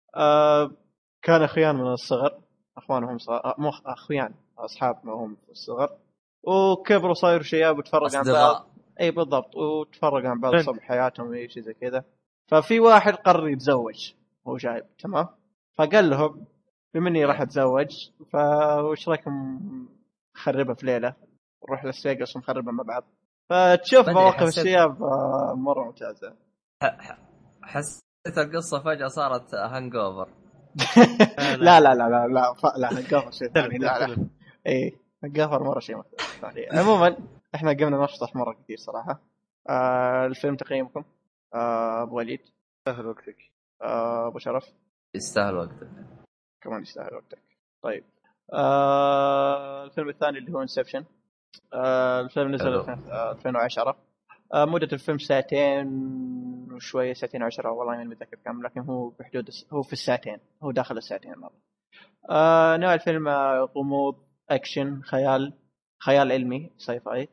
كان أخوان من الصغر أخوانهم مو أخوان أصحاب ما هم في الصغر وكبروا صايروا شياب وتفرقوا عن بعض. اي بالضبط وتفرقوا عن بعض صبح حياتهم اي شيء زي كذا. ففي واحد قرر يتزوج هو شايب تمام فقال لهم بما اني راح اتزوج فوش رايكم نخربها في ليله نروح لاس فيغاس ونخربها مع بعض. فتشوف مواقف الشياب مره ممتازه. حسيت القصه فجاه صارت هانج اوفر. لا هانج اوفر شيء ثاني لا اي القفر مرة شيء مثلا. عموما احنا قمنا نشطح مرة كثير صراحة. الفيلم تقييمكم ابو وليد؟ يستاهل وقتك. ابو شرف؟ يستاهل وقتك كمان يستاهل وقتك. طيب الفيلم الثاني اللي هو انسبشن. الفيلم نزل 2010. مدة الفيلم ساعتين وشوية 2:10 والله ما متذكر كم لكن هو بحدود هو في الساعتين هو داخل الساعتين مرة. نوع الفيلم غموض أكشن خيال علمي ساي فاي.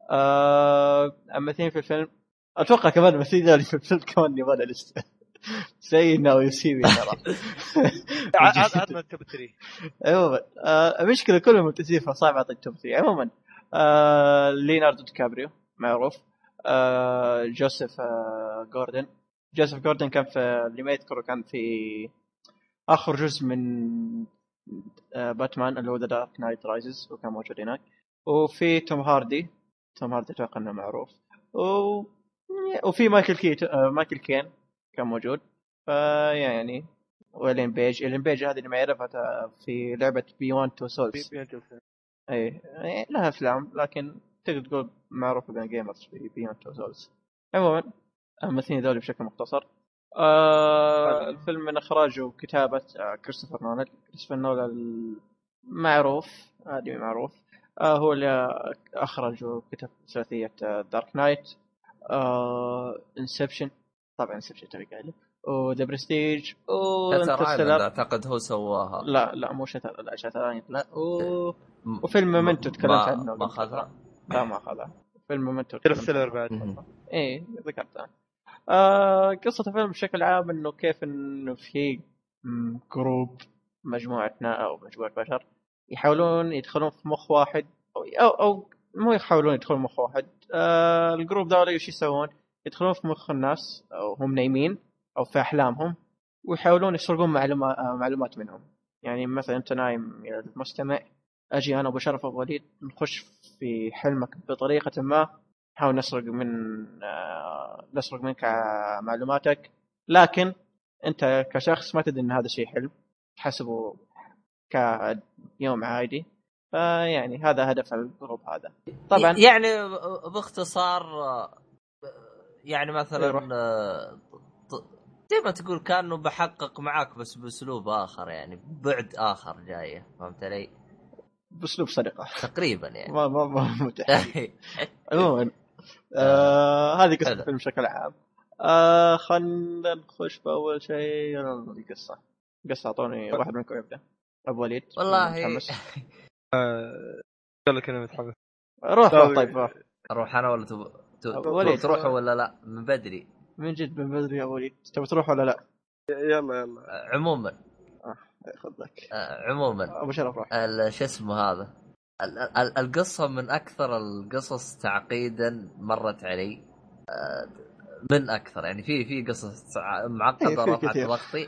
مثلين في الفيلم أتوقع كمان مثلين اللي في الفيلم كمان يبغى لسه سينا ويسيبي ترى عطنا التوب 3. عموما المشكلة كلهم ممتازين فصعب أعطي التوب 3. عموما ليوناردو دي كابريو معروف. جوزيف جوردن كان في اللي ما يذكره كان في آخر جزء من باتمان اللي هو ذا دارك نايت رايزز وكان موجود هناك. وفي توم هاردي اتوقع انه معروف. وفي مايكل كين كان موجود. فيعني والين بيج هذه اللي ما يعرفها في لعبة بيوند تو سولز. اي لها افلام لكن تقدر تقول معروفة بين جيمرز في بيوند تو سولز. عموما الممثلين ذولي بشكل مختصر. الفيلم من اخراج وكتابة كريستوفر نولان معروف، هذه معروف. هو اللي اخرج وكتب ثلاثية دارك نايت، انسبشن، طبعا انسبشن تبي قايله، وذا برستيج وانترستيلر اعتقد هو سواها. لا مو شتر لا وفيلم مومنتو تكلمت عنه. ما اخذها. لا ما اخذها. فيلم مومنتو انترستيلر بعد. ايه ذكرتها. قصة الفيلم بشكل عام انه كيف انه في جروب مجموعتنا او مجموعة بشر يحاولون يدخلون في مخ واحد او مو يحاولون يدخلون مخ واحد. الجروب ده وش يسوون؟ يدخلون في مخ الناس او هم نايمين او في احلامهم ويحاولون يسرقون معلومات منهم. يعني مثلا انت نايم يا المستمع، اجي انا ابو شرف ابو وليد نخش في حلمك بطريقة ما، نحاول نسرق منك معلوماتك، لكن انت كشخص ما تدري ان هذا شيء حلم، تحسبه كيوم عادي. فيعني هذا هدف الجروب هذا. طبعا يعني باختصار يعني مثلا زي ما تقول كانه بحقق معك بس باسلوب اخر، يعني بعد اخر جايه، فهمت علي؟ باسلوب سرقه تقريبا يعني. ما متحدي. عموما هذه قصه الفيلم بشكل عام. خلينا نخش باول شيء القصه. اعطوني واحد منكم يبدا. ابو وليد والله متحمس. قال لك انا متحمس. روح طيب اروح انا ولا تروح ولا لا من بدري؟ من جد من بدري يا وليد، تبي تروح ولا لا؟ يلا عموما خذك عموما ابو شرف روح. شو اسمه هذا القصه من اكثر القصص تعقيدا مرت علي، من اكثر يعني في قصص معقده رفعت ضغطي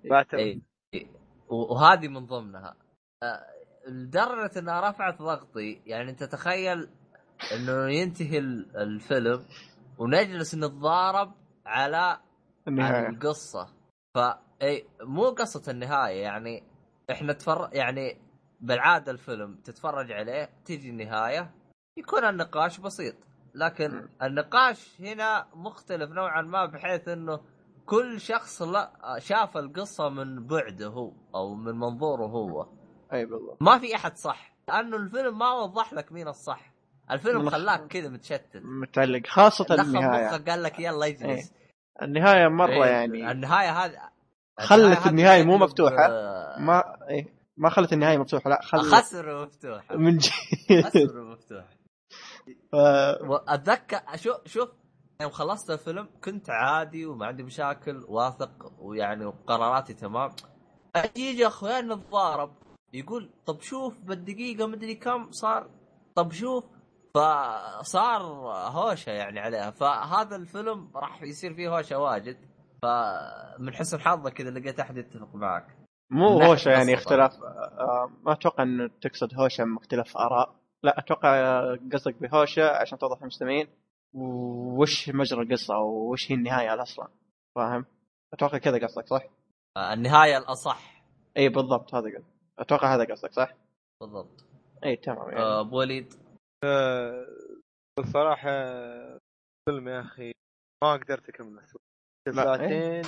وهذه من ضمنها. لدرجه انها رفعت ضغطي. يعني انت تخيل انه ينتهي الفيلم ونجلس نتضارب على القصه. فاي مو قصه النهايه، يعني احنا يعني بالعاده الفيلم تتفرج عليه تيجي النهايه يكون النقاش بسيط، لكن النقاش هنا مختلف نوعا ما، بحيث انه كل شخص شاف القصه من بعده هو او من منظوره هو. اي بالضبط. ما في احد صح، لانه الفيلم ما وضح لك مين الصح. الفيلم خلاك كذا متشتت متعلق، خاصه النهايه. مخك قال لك يلا اجلس. النهايه مره يعني النهايه هذه خلت النهايه مو مفتوحه. ما خلت النهايه مفتوحه، لا خسر مفتوحه من جد. خسر مفتوحه. اتذكر شوف يوم خلصت الفيلم كنت عادي وما عندي مشاكل، واثق ويعني قراراتي تمام. يجي اخوان نتضارب يقول طب شوف بالدقيقه مدري كم صار، طب شوف، فصار هوشه يعني عليها. فهذا الفيلم راح يصير فيه هوشه واجد، فمن حسن حظك اذا لقيت احد يتفق معك. مو هوشه يعني اختلاف. ما اتوقع انه تقصد هوشه من اختلاف اراء، لا اتوقع قصدك بهوشه عشان توضح للمستمعين وش مجرى القصه او وش هي النهايه اصلا، فاهم؟ اتوقع كذا قصدك صح؟ النهايه الاصح. اي بالضبط هذا قصدك، اتوقع هذا قصدك صح بالضبط. اي تمام. يعني ابو وليد الصراحه فيلم يا اخي ما قدرت اكمل ساعتين.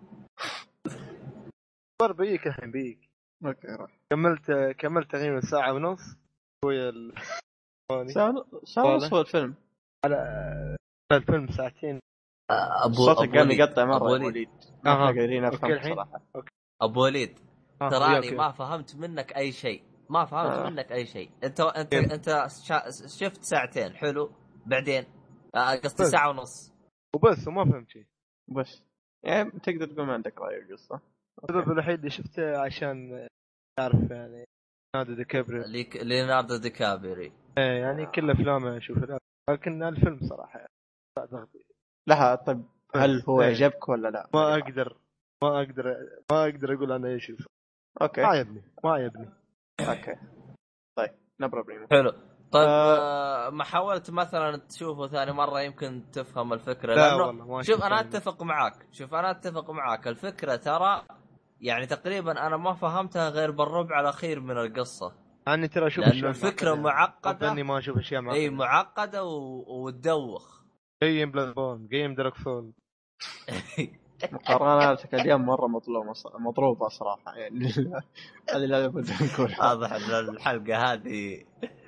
صار بيك الحين بيك. اوكي روح. كملت تقريبا ساعه ونص. هو ساعه ونص الفيلم. على الفيلم ساعتين. صوتك قام يقطع مره ابو وليد. ما قادرين افهم صراحه. ابو وليد تراني ما فهمت منك اي شيء، ما فهمت منك اي شيء. انت شفت ساعتين حلو، بعدين قصدي ساعه ونص وبس وما فهمت شيء بس. يعني تقدر تقول ما عندك راي القصه. السبب الوحيد اللي شفته عشان تعرف يعني ليوناردو دي كابري. يعني كل افلامه اشوفها، لكن الفيلم صراحه يعني ضغطي. لا طيب هل هو عجبك ولا لا؟ ما اقدر اقول انا ايش. اوكي ما عجبني اوكي طيب نبرة حلو. طيب ما حاولت مثلا تشوفه ثاني مرة يمكن تفهم الفكرة؟ لا لأنه والله ما شوف شفت أنا أتفق معاك الفكرة ترى يعني تقريبا أنا ما فهمتها غير بالربع الأخير من القصة. أنا ترى أشوف لأنه الفكرة يعني. معقدة. إني ما أشوف أشياء معقدة. أي معقدة وتدوخ. جيم بلادبورن جيم دارك سول. مقارناتك اليوم مرة مضروبة صراحة يعني. هذه لا بد نقولها. واضح ان الحلقة هذه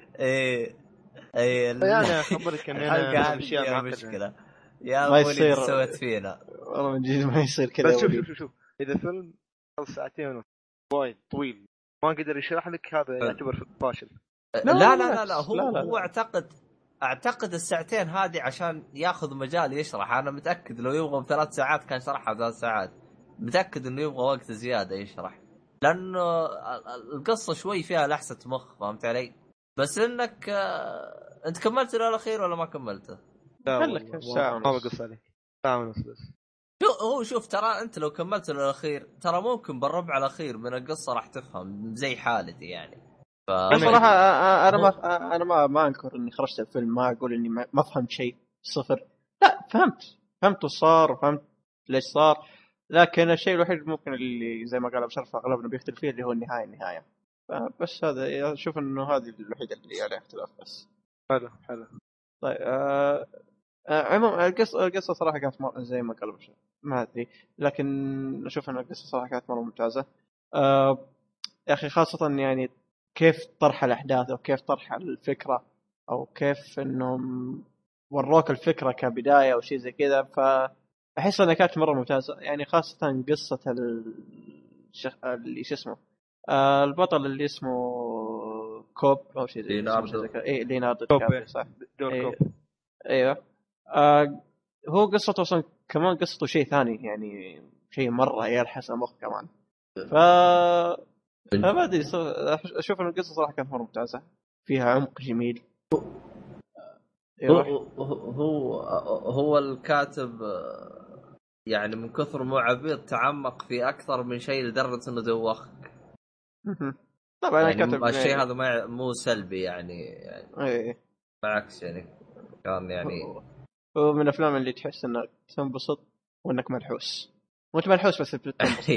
ايه يعني أخبرك إن الحلقة أنا هذه أشياء فيها معقدة. مشكلة يا ما ابو وليد يصير. سويت فينا والله من جد ما يصير كذا. بس شوف إذا فيلم أو ساعتين ونص وايد طويل ما قدر يشرح لك هذا يعتبر فاشل. لا هو اعتقد الساعتين هذه عشان ياخذ مجال يشرح. انا متاكد لو يبغى ب3 ساعات كان شرحها ب3 ساعات. متاكد انه يبغى وقت زياده يشرح لانه القصه شوي فيها لحسه مخ. فهمت علي؟ بس انك انت كملت الاخير ولا ما كملته؟ لا خلك ساعة ونص. ما بقص عليك ساعة ونص بس. شوف ترى انت لو كملت الاخير ترى ممكن بالربع الاخير من القصه راح تفهم زي حالتي يعني. صراحة أنا ما أنكر إني خرجت الفيلم ما أقول إني ما فهمت شيء صفر. لا فهمت وصار وفهمت ليش صار. لكن الشيء الوحيد ممكن اللي زي ما قال أبو شرف أغلبنا بيختلف فيه اللي هو النهاية. بس هذا أشوف إنه هذه الوحيدة اللي عليها اختلاف بس. حلو. طيب عموما القصة صراحة كانت زي ما قال أبو شرف ما أدري. لكن أشوف إن القصة صراحة كانت مرة ممتازة. يا أخي خاصة يعني كيف طرح الأحداث أو كيف طرح الفكرة أو كيف إنهم وروك الفكرة كبداية أو شيء زي كذا. فأحس أنها كانت مرة ممتازة يعني خاصة قصة اللي شو اسمه البطل اللي اسمه كوب أو شيء زي كذا. إيه ليناردو ديكابريو صح. أيوه هو قصته أصلا كمان قصته شيء ثاني يعني شيء مرة يلحس المخ كمان. ما أدري أشوف أن القصة صراحة كانت مرة ممتازة فيها عمق جميل. هو الكاتب يعني من كثر مو عبيط تعمق في أكثر من شيء لدرجة إنه دوخك. طبعا يعني الكاتب الشيء هذا مو سلبي يعني إيه بالعكس يعني كان يعني هو من الأفلام اللي تحس إنك تنبسط وإنك ملحوس وأنت ملحوس بس بتنبسط.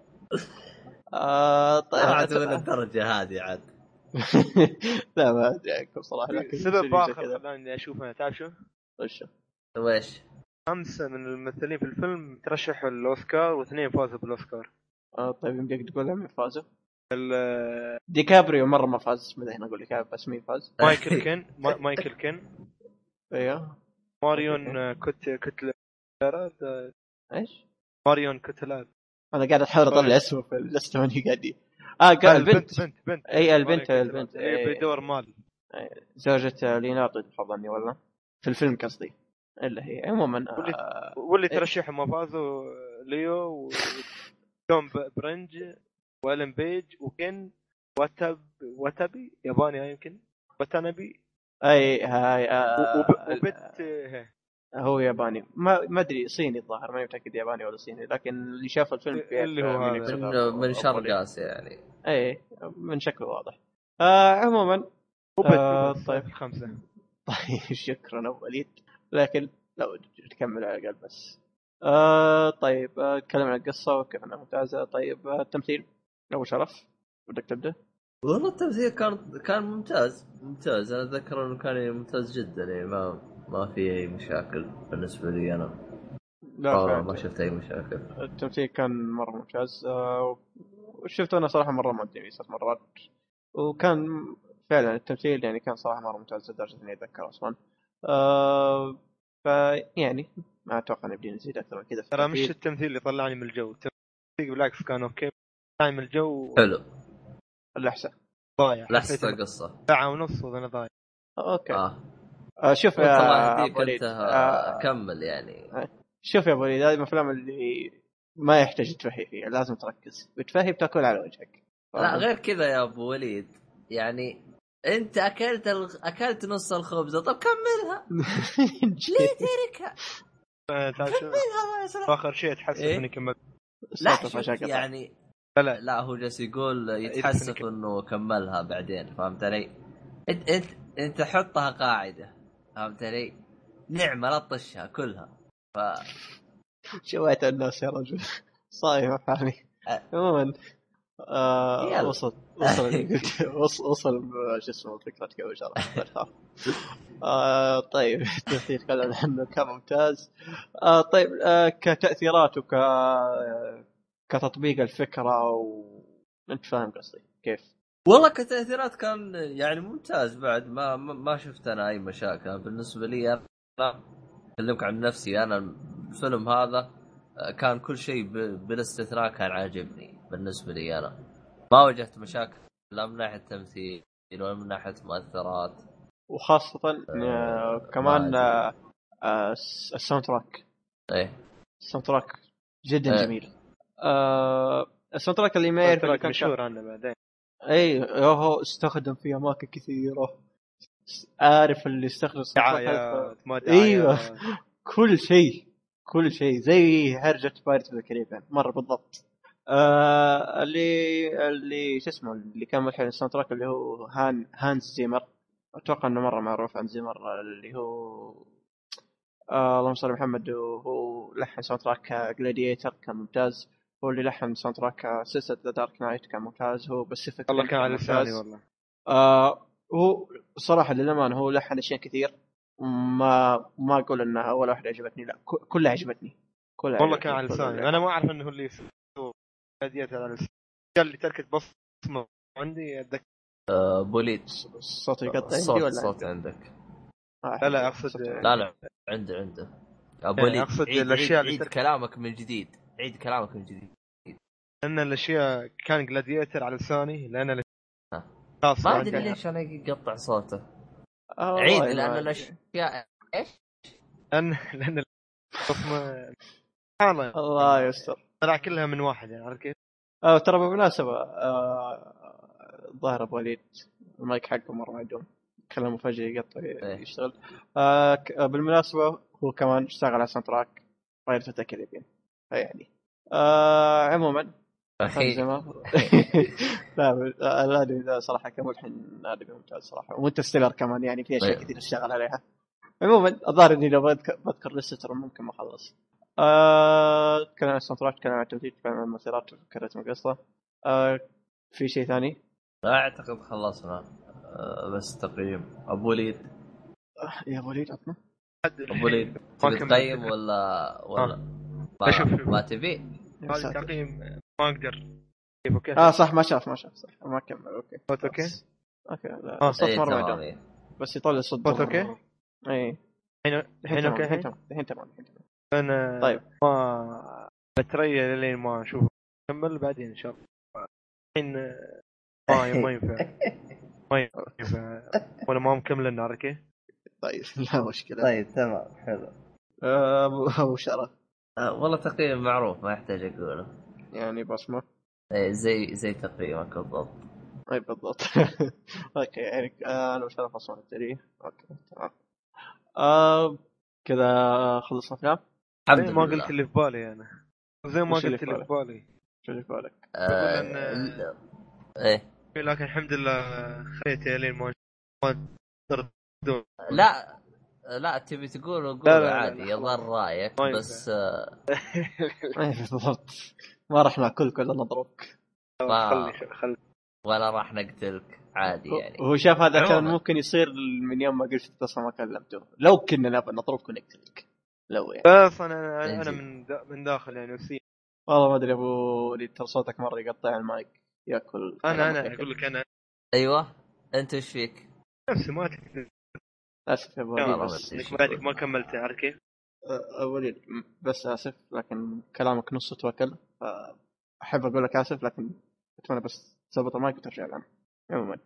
طيب عاد من الدرجة هذه عاد. لا ما أدري صراحة. لكن سبب آخر خلاني أشوفها تعرف شو؟ ويش 5 من الممثلين في الفيلم ترشحوا الأوسكار و2 فازوا بالأوسكار. طيب يمديك تقول لهم فازوا؟ ديكابريو مرة ما فاز. ماذا هنا أقول لك بس مين فاز؟ مايكل كين. أيوه ماريون كوتلار. إيش؟ ماريون كوتلار. أنا قاعد أحاول أطلع اسمه في اللستة وأني قاعد البنت. أي البنت بدور مال زوجة ليناردو تفضلني ولا في الفيلم قصدي إلا هي عموما. واللي ترشحوا ما فازوا ليو وتوم برنج وإلين بيج وكين واتابي ياباني يمكن واتانابي. أي هاي وبت هو ياباني ما أدري صيني الظاهر ما متأكد ياباني ولا صيني. لكن اللي شاف الفيلم اللي هو من شرق آسيا يعني. أي من شكله واضح. عموما طيب 5. طيب شكرا أبو وليد. لكن لو تكمل على الأقل بس. طيب تكلم عن القصة وكيف أنها ممتازة. طيب التمثيل أبو شرف بدك تبدأ؟ والله التمثيل كان ممتاز. أنا أتذكر إنه كان ممتاز جدا يعني ما في أي مشاكل بالنسبة لي أنا. لا ما شفت أي مشاكل. التمثيل كان مرة ممتاز. وشفته أنا صراحة مرة مقدمي 6 مرات. وكان فعلا التمثيل يعني كان صراحة مرة ممتاز لدرجة إني أتذكر أصلا. فيعني ما أتوقع نبدي نزيد أكثر من كذا. ترى مش التمثيل اللي طلعني من الجو. التمثيل بالعكس كان أوكي. طلعني من الجو حلو. الأحسن ضايع. لحسة القصة 1.5 ساعة وأنا ضايع. أوكي. شوف يا أبو وليد أكمل يعني. شوف يا أبو وليد هذه الأفلام اللي ما يحتاج تفهي فيها لازم تركز. بتفهي بتاكل على وجهك. لا غير كذا يا أبو وليد يعني أنت أكلت نص الخبزة طب كملها. ليه تركها؟ كملها آخر شيء تحسب إني كملت. لا يعني لا هو جالس يقول يتحسف انه كملها بعدين، فهمت علي؟ انت حطها قاعده، فهمت علي؟ نعمه لا تطشها كلها. شويت الناس يا رجل صايم حالي. عموما وصل اللي قلت وصل شو اسمه فكرتك او شرح. طيب نتكلم عنه كان ممتاز. طيب كتأثيرات كتطبيق الفكرة انت فاهم قصدي كيف؟ والله كتأثيرات كان يعني ممتاز، بعد ما شفت انا اي مشاكل بالنسبه لي. انا اكلمك عن نفسي، انا الفيلم هذا كان كل شيء بالاستثناء كان عاجبني بالنسبه لي. انا ما واجهت مشاكل لا من ناحيه تمثيل ولا من ناحيه مؤثرات، وخاصة كمان الساوند تراك. ايه الساوند تراك جدا جميل. الساوند تراك اللي ما يعرف اللي كان مشهور عنه بعدين. اي هو استخدم في اماكن كثيره، عارف اللي يستخدم دعايات ما ايوه كل شيء زي هرجة بايرت اوف ذا كاريبيان مره بالضبط. اللي شو اسمه اللي كان ملحن الساوند تراك اللي هو هانز زيمر، اتوقع انه مره معروف عن زيمر، اللي هو اللهم صل على محمد، وهو لحن ساوند تراك جلاديتر كان ممتاز. هو اللي لحن ساوند تراك سلسلة ذا دارك نايت كان ممتاز. هو باسيفيك والله كان على لساني والله. هو صراحة للأمانة هو لحن أشياء كثير، ما أقول أنها ولا واحدة عجبتني، لا كلها عجبتني كلها والله عجبتني. كان على لساني. أنا ما أعرف أنه اللي يسوي جلاديتر على لساني، قال لي تركت بصمة عندي أتذكر. بوليد الصوت يقطع عندي ولا الصوت عندك؟ لا أقصد لا عنده أبو لي. أقصد الأشياء عيد كلامك من جديد، عيد كلامك من جديد. أن الأشياء كان جلاديتر على لساني لأن ما أدري ليش أنا يقطع صوته. عيد لأن الأشياء إيش؟ لأن البصمة الله يستر طلع كلها من واحد، يعني عارف كيف؟ ترى بالمناسبة ظاهر أبو وليد المايك حقه مرة معدوم، كلامه فجأة يقطع يشتغل. بالمناسبة هو كمان اشتغل على ساوند تراك بايرتس اوف ذا كاريبيان، يعني عموما لا لا صراحة كملحن ادمي ممتاز صراحة، وانترستيلر كمان يعني في اشياء كثير اشتغل عليها. عموما الظاهر اني لو بذكر لسه ممكن ما اخلص. كلام عن الساوند تراك، كلام عن التمثيل، كلام عن المؤثرات، فكرت من القصة. في شيء ثاني؟ لا اعتقد خلصنا. بس تقييم ابو وليد. يا ابو وليد عطنا ابو وليد تقيم ولا ما تبي؟ هذا تقييم ما اقدر. اوكي صح ما شاف صح ما كمل. اوكي لا الصوت مره معدوم بس يطلع الصوت اوكي. اي الحين اوكي الحين تمام. انا طيب ما بتريا لين ما اشوف كمل بعدين ان شاء الله. الحين ما ينفع وانا ما مكمل الناركه. طيب لا مشكله. طيب تمام حلو. ابو شرف والله تقييم معروف ما يحتاج اقوله، يعني بصمه زي تقييمك بالضبط. اي بالضبط. اوكي يعني انا وشرف اصلا التاريخ. اوكي تمام. كذا خلصنا افلام. الحمد لله. ما قلت اللي في بالي انا، زي ما قلت اللي في بالي. شو اللي في بالك؟ اقول ان ايه لكن الحمد لله خليته لين ما تردون. لا تبي تقول عادي يظهر رايك بس بالضبط ما راح ناكل كلنا نضربك خلي ولا راح نقتلك عادي. يعني هو شاف هذا كان ممكن يصير من يوم ما قلت اتصل ما كلمته، لو كنا نبغى نضربك ونقتلك لو يعني. بس انا من داخل يعني نفسي والله ما ادري ابو وليد ترى صوتك مره يقطع المايك ياكل. انا اقول لك انا ايوه انت ايش فيك نفسي ما تقدر. اسف يا ابو وليد بس بعدك ما كملت عارف كيف. ابو وليد بس اسف لكن كلامك نص توكل، احب اقول لك اسف لكن اتمنى بس تضبط المايك وترجع لنا. عموما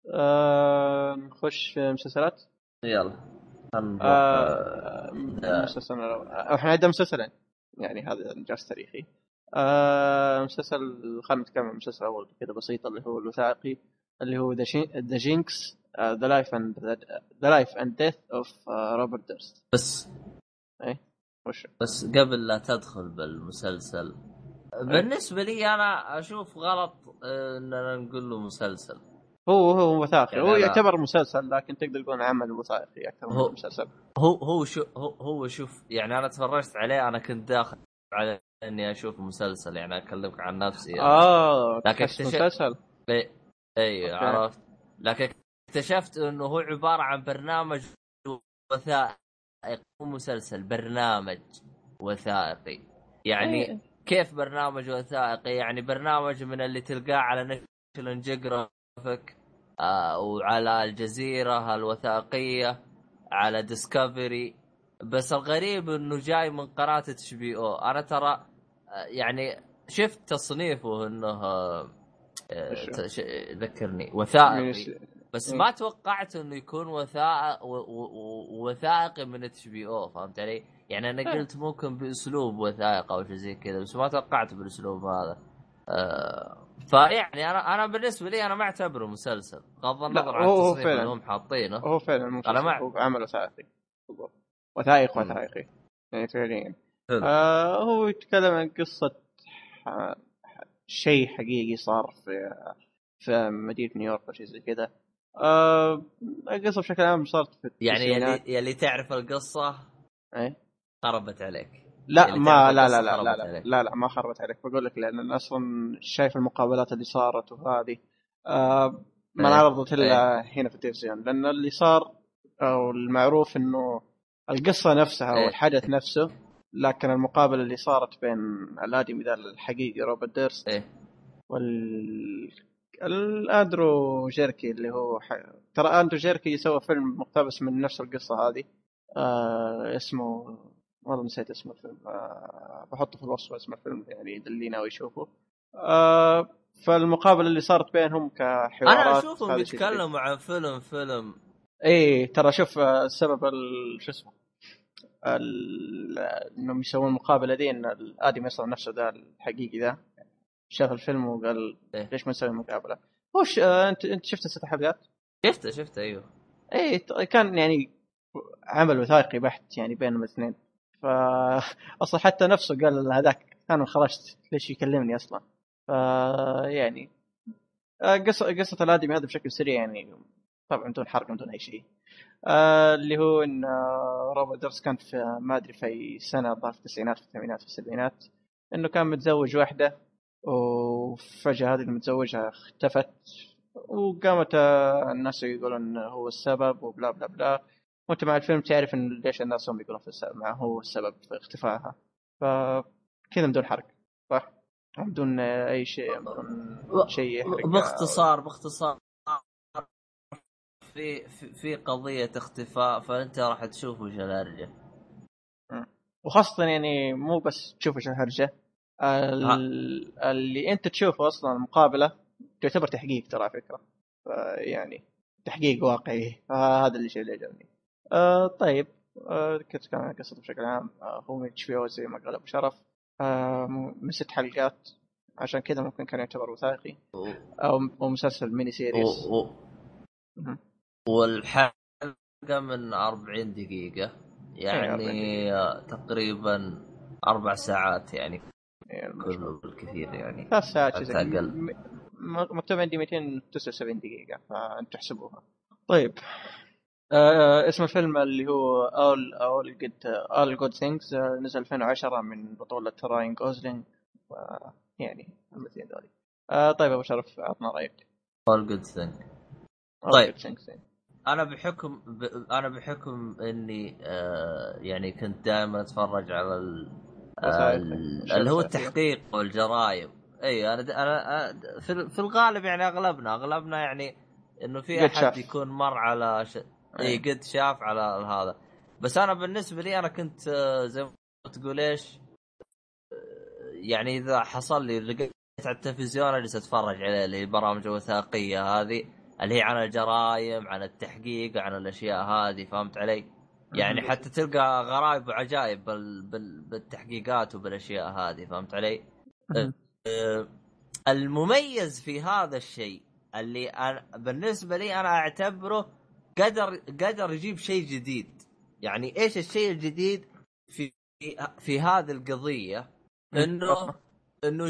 نخش في مسلسلات. يلا مسلسل احنا عندنا مسلسلين يعني هذا انجاز تاريخي. مسلسل خلينا نتكلم عن المسلسل الاول كذا بسيط اللي هو الوثائقي اللي هو ذا جينكس ذا لايف اند ديث اوف روبرت ديرست. بس ايه وش بس قبل لا تدخل بالمسلسل بالنسبه لي انا اشوف غلط اننا نقول له مسلسل. هو وثائقي، يعني هو يعتبر مسلسل لكن تقدر تقول عمل وثائقي اكثر من مسلسل. هو شوف يعني انا تفرجت عليه، انا كنت داخل على اني اشوف مسلسل، يعني اكلمك عن نفسي لكن مسلسل اي عرفت، لكن اكتشفت انه هو عباره عن برنامج وثائقي، مو مسلسل، برنامج وثائقي. يعني كيف برنامج وثائقي؟ يعني برنامج من اللي تلقاه على ناشونال جيوغرافيك وعلى الجزيرة الوثائقية، على ديسكفري. بس الغريب انه جاي من قناة HBO. انا ترى يعني شفت تصنيفه انه ذكرني وثائقي، بس ما توقعت انه يكون وثائقي من HBO. فهمت علي؟ يعني انا قلت ممكن باسلوب وثائقي او شيء زي كذا، بس ما توقعت بالاسلوب هذا. فيعني انا بالنسبه لي انا ما اعتبره مسلسل، بغض النظر عن التصنيف اللي هم حاطينه. هو فعلا مسلسل، هو عمل وثائقي وثائقي يعني فعليا. هو يتكلم عن قصه شيء حقيقي صار في مدينه نيويورك او شيء زي كذا. القصه بشكل عام صارت في يعني يلي تعرف القصه خربت عليك. لا ما لا ما خربت عليك. بقول لك لان أنا اصلا شايف المقابلات اللي صارت وهذه ما عرضت الا هنا في التلفزيون، لان اللي صار او المعروف انه القصه نفسها والحدث نفسه، لكن المقابله اللي صارت بين الادمي ذا الحقيقي روبرت ديرست الأندرو جيركي اللي هو ترى أندرو جيركي يسوي فيلم مقتبس من نفس القصة هذه. اسمه والله نسيت اسم الفيلم. بحطه في الوصف اسم الفيلم يعني اللي ناوي يشوفه. فالمقابلة اللي صارت بينهم كحوارات، أنا أشوفهم بيتكلموا عن فيلم إيه ترى شوف السبب شو اسمه إنهم يسوون المقابلة دي إن الآدمي يصنع نفسه ذا الحقيقي ذا شاف الفيلم وقال ليش ما نسوي مقابلة. وش انت شفت 6 حلقات؟ شفت ايوه. كان يعني عمل وثائقي بحت يعني بين الاثنين. اصلا حتى نفسه قال هذاك انا خرجت ليش يكلمني اصلا. يعني قصة الادمي هذا بشكل سريع يعني طبعا بدون حرق بدون اي شيء. اللي هو ان روبرت ديرس كان في ما ادري في سنة ظهر في التسعينات في الثمانينات في السبعينات، انه كان متزوج واحدة وفجأة هذه المتزوجة اختفت، وقامت الناس يقولون هو السبب وبلا بلا بلا. وانت مع الفيلم تعرف ان ليش الناس هم يقولون في السبب مع هو السبب في اختفائها. فكذا بدون حرق صح، بدون اي شيء بدون شيء يحرق. باختصار في قضية اختفاء، فانت راح تشوف وش الهرجة. وخاصة يعني مو بس تشوف وش الهرجة، اللي انت تشوفه اصلا المقابله تعتبر تحقيق ترى فكره، يعني تحقيق واقعي. هذا اللي شيء اللي عجبني. طيب كنت كان قصته بشكل عام هو من HBO زي ما قال ابو شرف. من 6 حلقات، عشان كذا ممكن كان يعتبر وثائقي او مسلسل ميني سيريس. والحلقه من 40 دقيقه يعني تقريبا 4 ساعات يعني كله بالكثير يعني 3 ساعات أقل. مكتوب عندي 279 دقيقة فأنت تحسبوها. طيب اسم الفيلم اللي هو All Good Things نزل 2010 من بطولة راين غوزلينج يعني المثلين ذولي. طيب أبو شرف أعطنا رأيك. All Good Things. طيب أنا بحكم إني يعني كنت دائما أتفرج على اللي هو التحقيق والجرائم. اي انا في الغالب يعني اغلبنا يعني انه في احد يكون مر على قد شاف على هذا. بس انا بالنسبه لي انا كنت زي ما تقول ايش يعني اذا حصل لي لقيت على التلفزيون اجلس اتفرج عليه اللي البرامج الوثائقيه هذه اللي هي عن الجرائم عن التحقيق عن الاشياء هذه. فهمت علي؟ يعني حتى تلقى غرائب وعجائب بالتحقيقات وبالاشياء هذه. فهمت علي؟ المميز في هذا الشيء اللي بالنسبه لي انا اعتبره قدر يجيب شيء جديد. يعني ايش الشيء الجديد في هذه القضيه؟ انه انه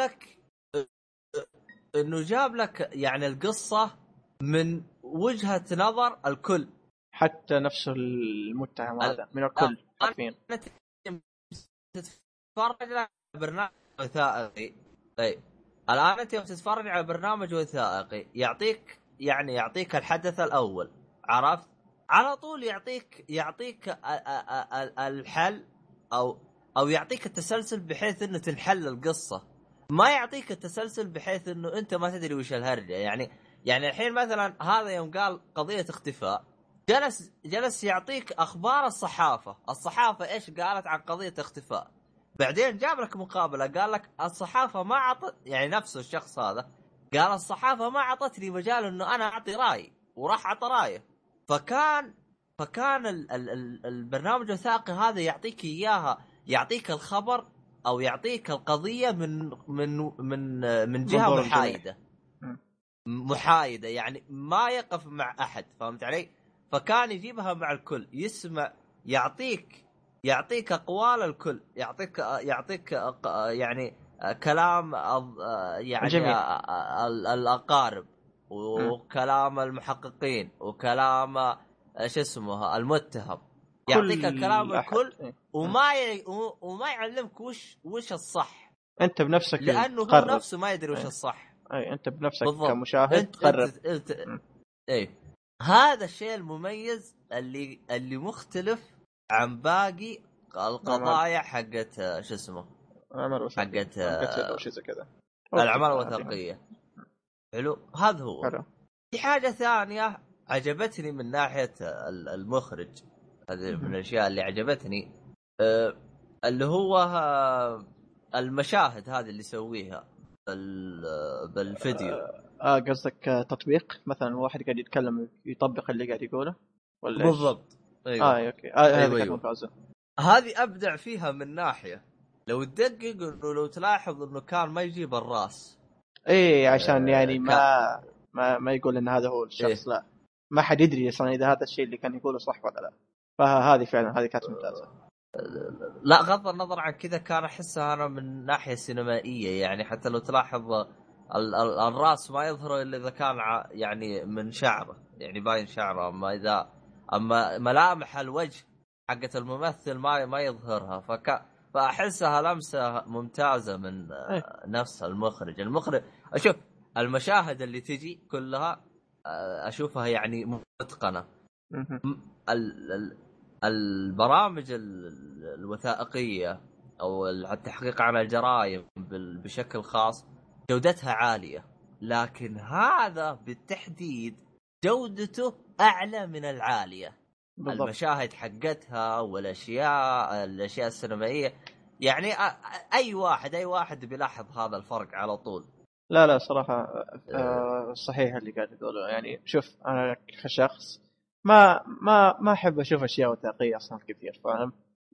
جاب لك يعني القصة من وجهة نظر الكل، حتى نفس المتهم هذا من الكل حرفيا. تتفرج على برنامج وثائقي، اي الان انت تتفرج على برنامج وثائقي يعطيك الحدث الاول، عرفت؟ على طول يعطيك الحل او يعطيك التسلسل بحيث انه تنحل القصة، ما يعطيك التسلسل بحيث انه انت ما تدري وش الهرجة. يعني الحين مثلا هذا يوم قال قضية اختفاء، جلس يعطيك اخبار الصحافة ايش قالت عن قضية اختفاء، بعدين جاب لك مقابلة قال لك الصحافة ما عطت، يعني نفسه الشخص هذا قال الصحافة ما عطتني مجال انه انا اعطي رأي، وراح عطى رأيه. فكان البرنامج الوثائقي هذا يعطيك اياها، يعطيك الخبر او يعطيك القضية من جهة محايدة، يعني ما يقف مع احد، فهمت علي؟ فكان يجيبها مع الكل، يسمع، يعطيك اقوال الكل، يعطيك يعني كلام يعني جميل. الاقارب، وكلام المحققين، وكلام شو اسمه المتهم، يعطيك الكلام الكل، وما يعلمك وش الصح. انت بنفسك لانه تقرر. هو نفسه ما يدري وش الصح. اي انت بنفسك بالضبط. كمشاهد تقرر. اي هذا الشيء المميز اللي مختلف عن باقي القضايا حقت شو اسمه حقت الاعمال الوثائقيه. حلو، هذا هو حلو. في حاجه ثانيه عجبتني من ناحيه المخرج، هذه من الاشياء اللي عجبتني، اللي هو المشاهد هذه اللي يسويها بالفيديو. قصدك تطبيق مثلا واحد قاعد يتكلم يطبق اللي قاعد يقوله ولا بالضبط. ايوه اوكي. هذه كانت ممتازه. هذه ابدع فيها من ناحيه، لو تدقق انه لو تلاحظ انه كان ما يجيب الراس، عشان يعني ما يقول ان هذا هو الشخص. لا، ما حد يدري اصلا اذا هذا الشيء اللي كان يقوله صح ولا لا. فهذه فعلا هذه كانت ممتازه. لا غض النظر عن كذا كان احسها انا من ناحيه سينمائيه، يعني حتى لو تلاحظ الراس ما يظهر الا اذا كان يعني من شعره، يعني باين شعره، اما ملامح الوجه حقت الممثل ما يظهرها، فاحسها لمسه ممتازه من نفس المخرج. اشوف المشاهد اللي تجي كلها اشوفها يعني متقنه. البرامج الوثائقيه او التحقيق عن الجرائم بشكل خاص جودتها عاليه، لكن هذا بالتحديد جودته اعلى من العاليه بالضبط. المشاهد حقتها والاشياء السينمائيه، يعني اي واحد بيلاحظ هذا الفرق على طول. لا صراحه صحيح اللي قاعد تقوله. يعني شوف انا كشخص ما احب اشوف اشياء وثائقيه اصلا كثير، فاهم؟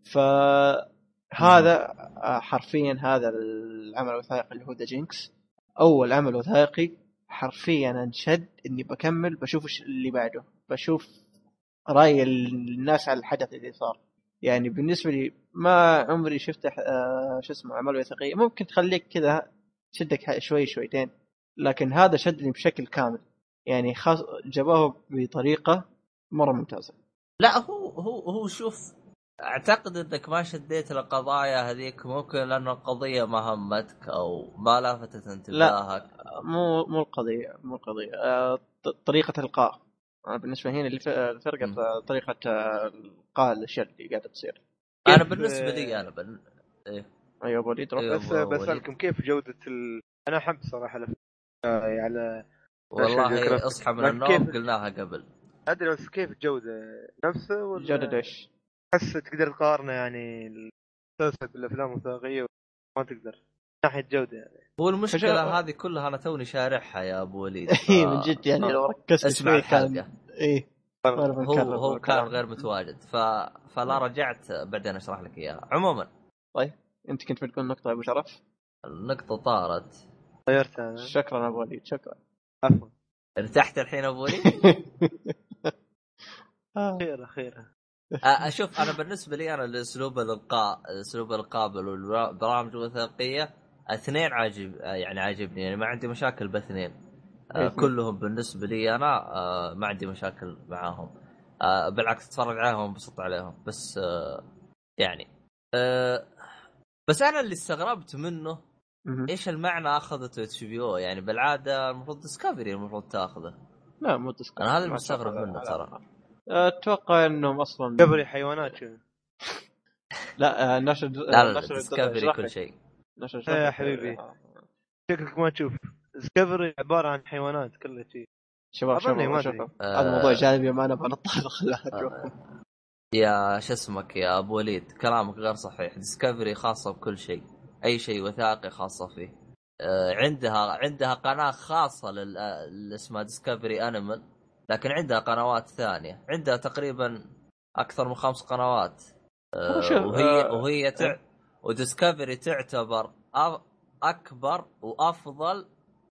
فهذا حرفيا هذا العمل الوثائقي اللي هو ذا جينكس، اول عمل وثائقي حرفيا انشد اني بكمل بشوف اللي بعده، بشوف راي الناس على الحدث اللي صار. يعني بالنسبه لي ما عمري شفت شو اسمه عمل وثائقي ممكن تخليك كذا تشدك شويتين، لكن هذا شدني بشكل كامل. يعني جابوه بطريقه مره ممتازه. لا هو شوف، اعتقد انك ما شديت القضايا هذيك ممكن لانه القضيه ما همتك او ما لفتت انتباهك. لا مو القضيه طريقه القاء. بالنسبه هنا الفرقه طريقه القاء الاشياء اللي قاعده تصير. انا بالنسبه لي ايوه بوليد بسالكم كيف جوده انا احب صراحه يعني والله اصحى من النوم قلناها قبل، ادري بس كيف الجوده نفسه ولا جوده ايش؟ حس تقدر تقارنه يعني المسلسل بالافلام الوثائقيه ما تقدر من ناحيه جوده. يعني هو المشكله هذه كلها انا توني شارحها يا ابو وليد. من جد يعني لو ركزت اسمع الحلقه هو كان غير متواجد فلا رجعت بعدين اشرح لك اياها. عموما طيب انت كنت بتقول نقطه يا ابو شرف؟ النقطه طارت، غيرتها. شكرا ابو وليد شكرا. عفوا. ارتحت الحين ابو وليد؟ خيره. اشوف انا بالنسبه لي انا الاسلوب الالقاء بالبرامج الوثائقيه اثنين عاجبني يعني ما عندي مشاكل باثنين. إيه، كلهم بالنسبه لي انا ما عندي مشاكل معاهم. بالعكس اتفرج عليهم بسط عليهم بس يعني بس انا اللي استغربت منه ايش المعنى اخذته اتش بي او يعني بالعاده المفروض ديسكفري المفروض تاخذه. لا مو ديسكفري، انا هذا ما المستغرب أتوقع. منه ترى. اتوقع انهم اصلا ديسكفري حيوانات شو. لا نشر لا نشر ديسكفري كل شيء. نشر يا حبيبي شكلك ما تشوف ديسكفري عباره عن حيوانات كلها شيء. شباب أظني ما شوف أدري. هذا موضوع جانبي ما نبغى نطلع خلاها يا شو اسمك يا ابو وليد كلامك غير صحيح. ديسكفري خاصه بكل شيء، اي شيء وثائقي خاصه فيه. عندها قناه خاصه اسمها ديسكفري انيمال، لكن عندها قنوات ثانيه، عندها تقريبا اكثر من 5 قنوات. وهي وديسكفري تعتبر اكبر وافضل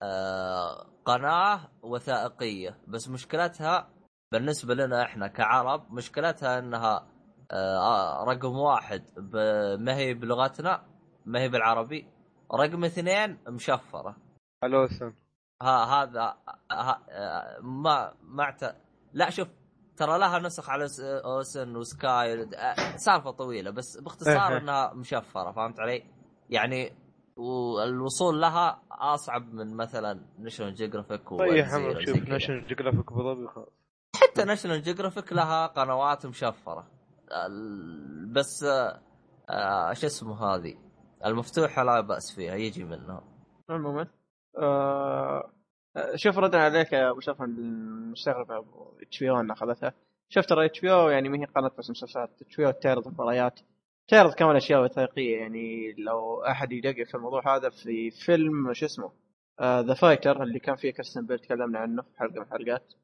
قناه وثائقيه. بس مشكلتها بالنسبه لنا احنا كعرب مشكلتها انها رقم 1 ما هي بلغتنا، ما هي بالعربي. رقم 2 مشفره. الوسن هذا ما لا شوف ترى لها نسخ على اوسن وسكاي سالفه طويله، بس باختصار انها مشفره، فهمت علي؟ يعني والوصول لها اصعب من مثلا ناشونال جيوغرافيك والجزيره. شوف ناشونال جيوغرافيك ابو خلاص. حتى ناشونال جيوغرافيك لها قنوات مشفره، بس ايش اسمه هذه المفتوحه لا باس فيها يجي منها. عموما شوف ردا عليك يا ابو شرف المستغرب ابو اتش بي او ان اخذتها. شفت ترى اتش بي او يعني ما هي قناه بس مسلسلات، اتش بي او تعرض مباريات، تعرض كمان اشياء وثائقيه. يعني لو احد يدقق في الموضوع هذا في فيلم شو اسمه ذا فايتر اللي كان فيه كريستيان بيل تكلمنا عنه في حلقه من الحلقات.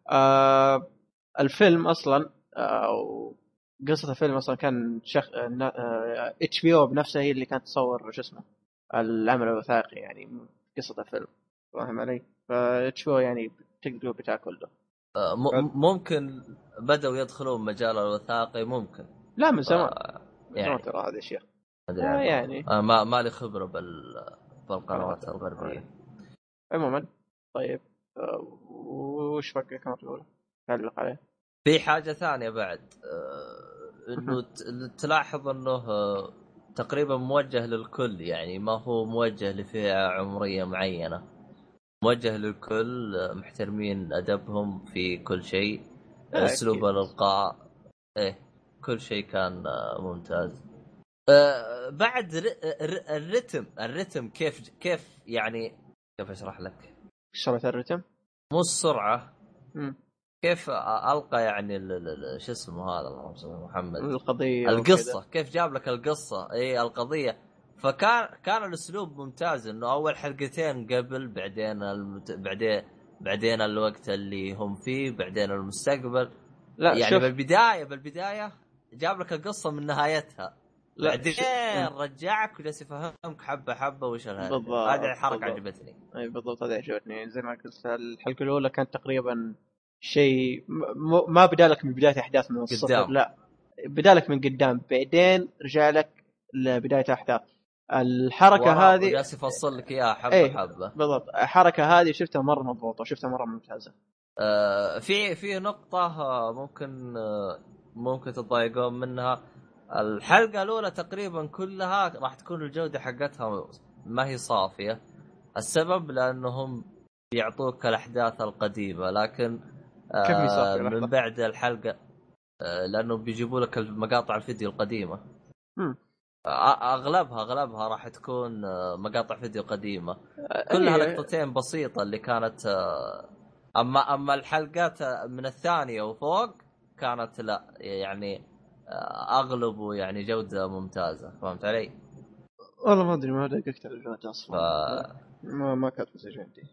الفيلم اصلا قصة الفيلم اصلا كان اتش بي او بنفسها هي اللي كانت تصور شو اسمه العمل الوثائقي، يعني قصة الفيلم، فاهم علي؟ فاتش بي او يعني تقدر بتاكل له. ممكن بدأوا يدخلون مجال الوثائقي ممكن. لا من زمان يعني ترى هذه الاشياء يعني ما لي خبرة بالقنوات الغربية. عموما طيب وش بقى كمان تقول تعلق عليه؟ في حاجة ثانية بعد انه تلاحظ انه تقريبا موجه للكل، يعني ما هو موجه لفئة عمرية معينة، موجه للكل، محترمين ادبهم في كل شيء، اسلوب الالقاء كل شيء كان ممتاز. بعد الرتم كيف يعني كيف اشرح لك سرعة الرتم مو السرعة كيف ألقى يعني شو اسمه هذا اللهم صل على محمد القصة وكذا. كيف جاب لك القصة القضية. كان الأسلوب ممتاز إنه أول حلقتين قبل بعدين الوقت اللي هم فيه بعدين المستقبل. لا يعني بالبداية جاب لك القصة من نهايتها، بعدين رجعك وجالس يفهمك حبة وش هذه حركة عجبتني. اي بالضبط هذا عجبتني. زي ما قلت الحلقة الأولى كانت تقريبا شيء ما بدالك من بداية أحداث من الصفر، لا بدالك من قدام، بعدين رجع لك لبداية أحداث. الحركة هذه جالس يفصل لك إياها حبة بالضبط. الحركة هذه شفتها مرة مضبوطة وشفتها مرة ممتازة. في نقطة ممكن تضايقون منها. الحلقة الأولى تقريبا كلها راح تكون الجودة حقتها ما هي صافية. السبب لأنهم يعطوك الأحداث القديمة، لكن من بعد الحلقة لأنه بيجيبوا لك مقاطع الفيديو القديمة. أغلبها راح تكون مقاطع فيديو قديمة، كلها لقطتين بسيطة اللي كانت أما الحلقات من الثانية وفوق كانت لا يعني أغلبه يعني جودة ممتازة، فهمت علي؟ والله ما أدري ما دققت على الجودة أصلا ما كانت مسج عندي.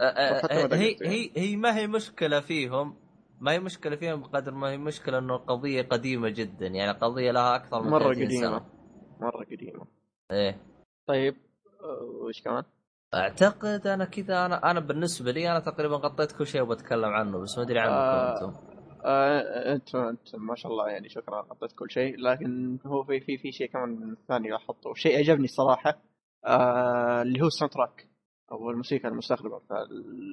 هي ما هي مشكلة فيهم، ما هي مشكلة فيهم بقدر ما هي مشكلة إنه القضية قديمة جدا، يعني قضية لها أكثر من 30 سنة مرة قديمة. طيب وش كمان؟ اعتقد انا كذا انا بالنسبه لي انا تقريبا غطيت كل شيء وبتكلم عنه، بس ما ادري عنكم انتم. انت ما شاء الله يعني شكرا غطيت كل شيء، لكن هو في شيء كمان ثاني لاحظته، شيء عجبني صراحه اللي هو الساوند تراك او الموسيقى المستخدمه في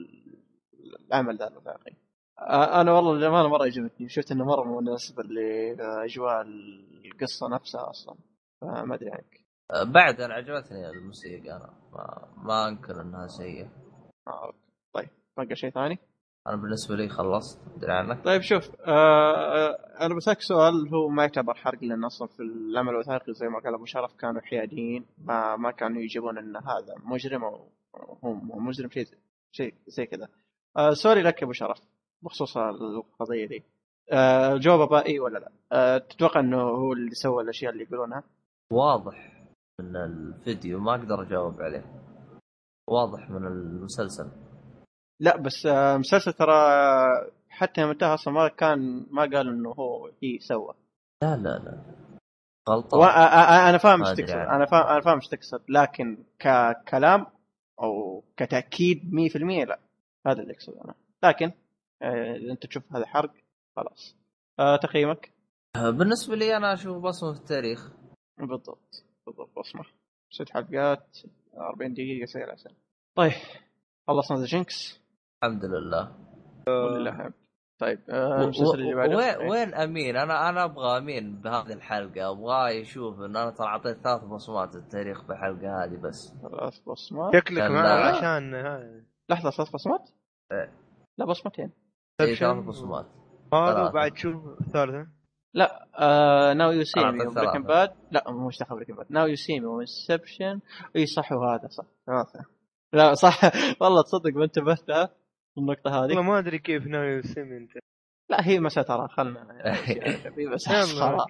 العمل ذا الوثائقي. انا والله للامانه مره عجبتني، شفت انه مره مناسب لاجواء القصه نفسها اصلا، فما ادري عنك. بعد انا عجبتني الموسيقى، انا ما انكر انها سيئه. طيب بقى شيء ثاني؟ انا بالنسبه لي خلصت، ادري عنك. طيب شوف، انا بسألك سؤال هو ما يعتبر حرق، لان اصلا في العمل الوثائقي زي ما قال ابو شرف كانوا حياديين، ما كانوا يجيبون ان هذا مجرم او هو مجرم، شيء زي كذا. سوري لك يا ابو شرف بخصوص القضيه دي. جواب بائي ولا لا؟ تتوقع انه هو اللي سوى الاشياء اللي يقولونها؟ واضح من الفيديو، ما اقدر اجاوب عليه. واضح من المسلسل. لا بس مسلسل ترى حتى يوم انتهى اصلا ما قال انه هو سوى. لا غلطان. انا فاهم ايش ما أدري تقصد، عنه. انا فاهم ايش تقصد، لكن ككلام او كتاكيد 100% لا، هذا اللي اقصده انا. لكن اذا انت تشوف هذا حرق خلاص. تقييمك؟ بالنسبه لي انا اشوف بصمه في التاريخ. بالضبط بصمه 6 حلقات 40 دقيقه سير عسل. طيب خلصنا ذا جينكس الحمد لله. ولله الحمد. طيب المسلسل اللي بعده وين امين؟ انا ابغى امين بهذه الحلقه، ابغاه يشوف ان انا ترى اعطيت 3 بصمات التاريخ بالحلقه هذه بس. 3 بصمات شكلك معه عشان لحظه 3 بصمات؟ إيه. لا بصمتين. اي 3 بصمات. هذا بعد شوف الثالثه. لا ناو يو سي مي وبريكن باد. لا مش دخل بريكن باد. ناو يو سي مي وانسبشن. اي صح، وهذا صح ثلاثة. لا صح والله تصدق ما انتبهتها النقطة هذه. والله ما ادري كيف ناو يو سي مي انت. لا هي مسألة ترى خلنا بس خلاص.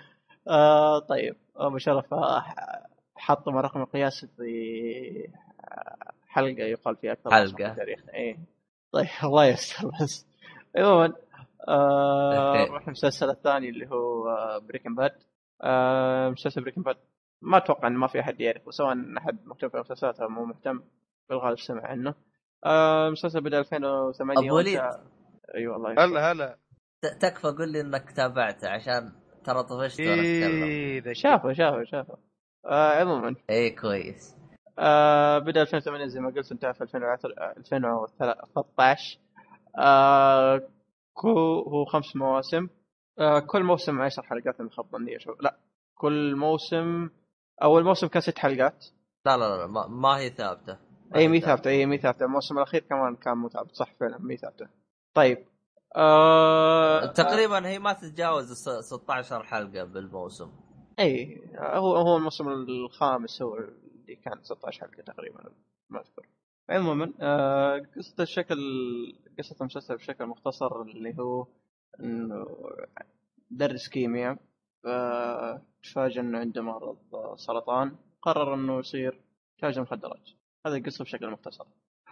طيب ابو شرف حط رقم قياسي في حلقة يقال فيها أكثر حلقة في التاريخ. إيه طيب الله يستر بس. عموما نروح المسلسل الثاني اللي هو بريكن باد. مسلسل بريكن باد ما أتوقع أن ما في أحد يعرف، سواء أحد مهتم في المسلسلات أو مو مهتم بالغالب سمع عنه. مسلسل بدأ 2008. أبو وليد. أي والله هلا تكفى قل لي إنك تابعته عشان ترى طفشت وأنا أتكلم. شافه عموما إيه كويس. بدأ 2008 زي ما قلت، انتهى في 2013. هو 5 مواسم. كل موسم 10 حلقات من خط ظنية. لا كل موسم، أول موسم كان 6 حلقات. لا ما هي ثابتة. مي ثابتة. الموسم الأخير كمان كان مو ثابت، صح فعلا مي ثابتة. طيب تقريبا هي ما تتجاوز 16 حلقة بالموسم. اي هو الموسم الخامس هو اللي كان 16 حلقة تقريبا ما أذكر. عموما قصة المسلسل بشكل مختصر اللي هو انه درس كيمياء تفاجأ انه عنده مرض سرطان، قرر انه يصير تاجر مخدرات. هذه القصة بشكل مختصر.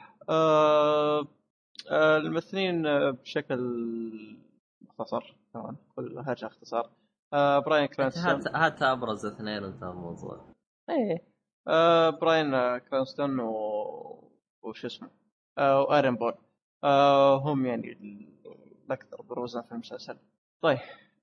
الممثلين بشكل مختصر طبعا، كل هذا اختصار. براين كرانستون. هات ابرز اثنين انتهى الموضوع. ايه براين كرانستون وش اسمه وارين بول. هم يعني الاكثر بروزا في المسلسل. طيب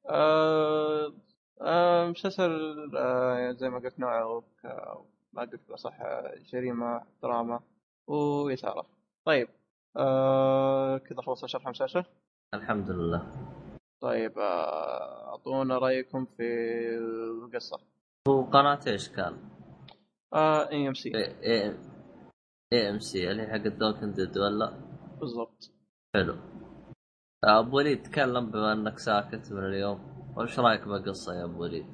مسلسل زي ما قلت نوعه ما قلت صح، جريمة دراما وإثارة. طيب كذا خلصنا شرح المسلسل الحمد لله. طيب أعطونا رأيكم في القصة. هو قناة ايش كان؟ AMC. AMC اللي حق الدوكن ديد ولا؟ بالضبط. حلو. أبو وليد تكلم بما أنك ساكت من اليوم، وش رأيك بالقصة يا أبو وليد؟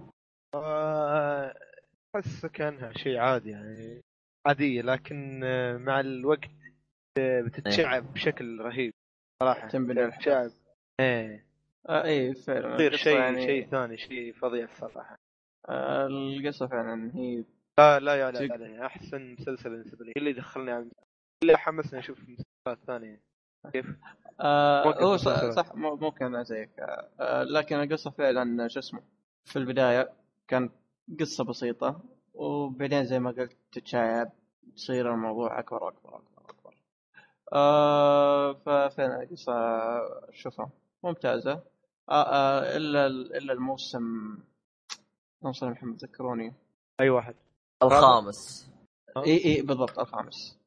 أحس كأنها شيء عادي يعني عادية، لكن مع الوقت بتتشعب بشكل رهيب صراحة. تتشعب. ايه فعلا تصير شيء ثاني، شيء فظيع الصراحة. القصة فعلا هي لا أحسن مسلسل بالنسبة لي، اللي دخلني على اللي حمسني أشوف مسلسلات ثانية. كيف؟ هو صح ممكن زيك. لكن القصة فعلا شو اسمه في البداية كان قصة بسيطة، وبعدين زي ما قلت تتشعب، تصير الموضوع أكبر. ففعلا القصة شوفها ممتازة. إلا الموسم محمد ذكروني أي واحد. الخامس. اي بالضبط الخامس.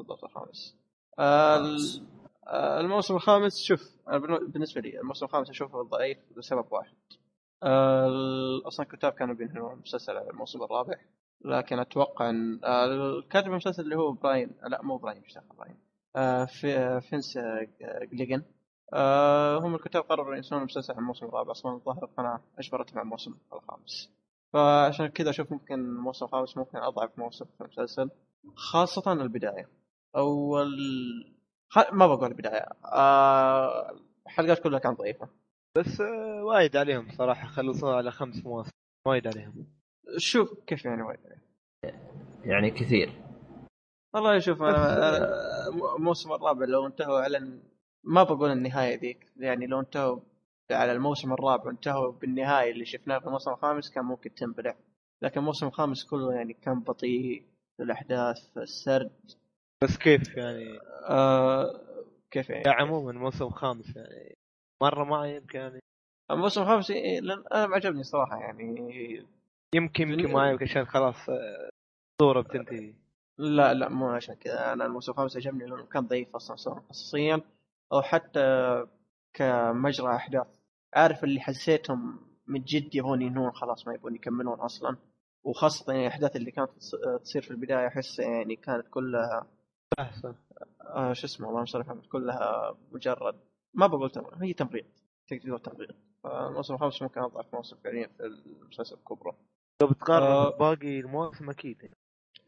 الموسم الخامس شوف بالنسبه لي الموسم الخامس اشوفه ضعيف لسبب واحد. اصلا الكتاب كانوا بينهوا المسلسل على الموسم الرابع، لكن اتوقع ان الكاتب المسلسل اللي هو براين، لا مو براين، مش براين، في فينس جليجن، هم الكتاب قرروا ينسون المسلسل على الموسم الرابع. اصلا الظاهر القناه اجبرتهم على الموسم الخامس، فعشان كذا اشوف ممكن الموسم الخامس ممكن اضعف موسم في المسلسل، خاصه البدايه. اول ما بقول البدايه، الحلقات كلها كانت ضعيفه. بس وايد عليهم صراحه، خلصوا على 5 مواسم، وايد عليهم. شوف كيف يعني وايد يعني كثير والله. شوف انا الموسم الرابع لو انتهوا على، ما بقول النهايه ذيك، يعني لو انتهوا على الموسم الرابع انتهوا بالنهايه اللي شفناها في الموسم الخامس كان ممكن تنبلع، لكن الموسم الخامس كله يعني كان بطيء في الاحداث، السرد. بس كيف يعني؟ كيف يعني؟ عموما الموسم الخامس يعني مره ما يمكن يعني. الموسم الخامس لأن انا ما عجبني صراحه يعني. يمكن ما يمكن عشان خلاص الصوره بتنتهي. لا مو عشان كذا. انا الموسم الخامس عجبني لانه كان ضعيف اصلا سواء قصصيا او حتى كمجرى احداث. عارف اللي حسيتهم من جد يبغون ينهون خلاص، ما يبغون يكملون اصلا. وخاصه يعني الاحداث اللي كانت تصير في البدايه احس يعني كانت كلها احسن شو اسمه، الله يصلح، كلها مجرد، ما بقول هي تمريض، تقدر تمريض. فالموسم الخامس ممكن اضعف موسم فعليا في المسلسل الكبرى. لو بتقارن باقي المواسم اكيد يعني.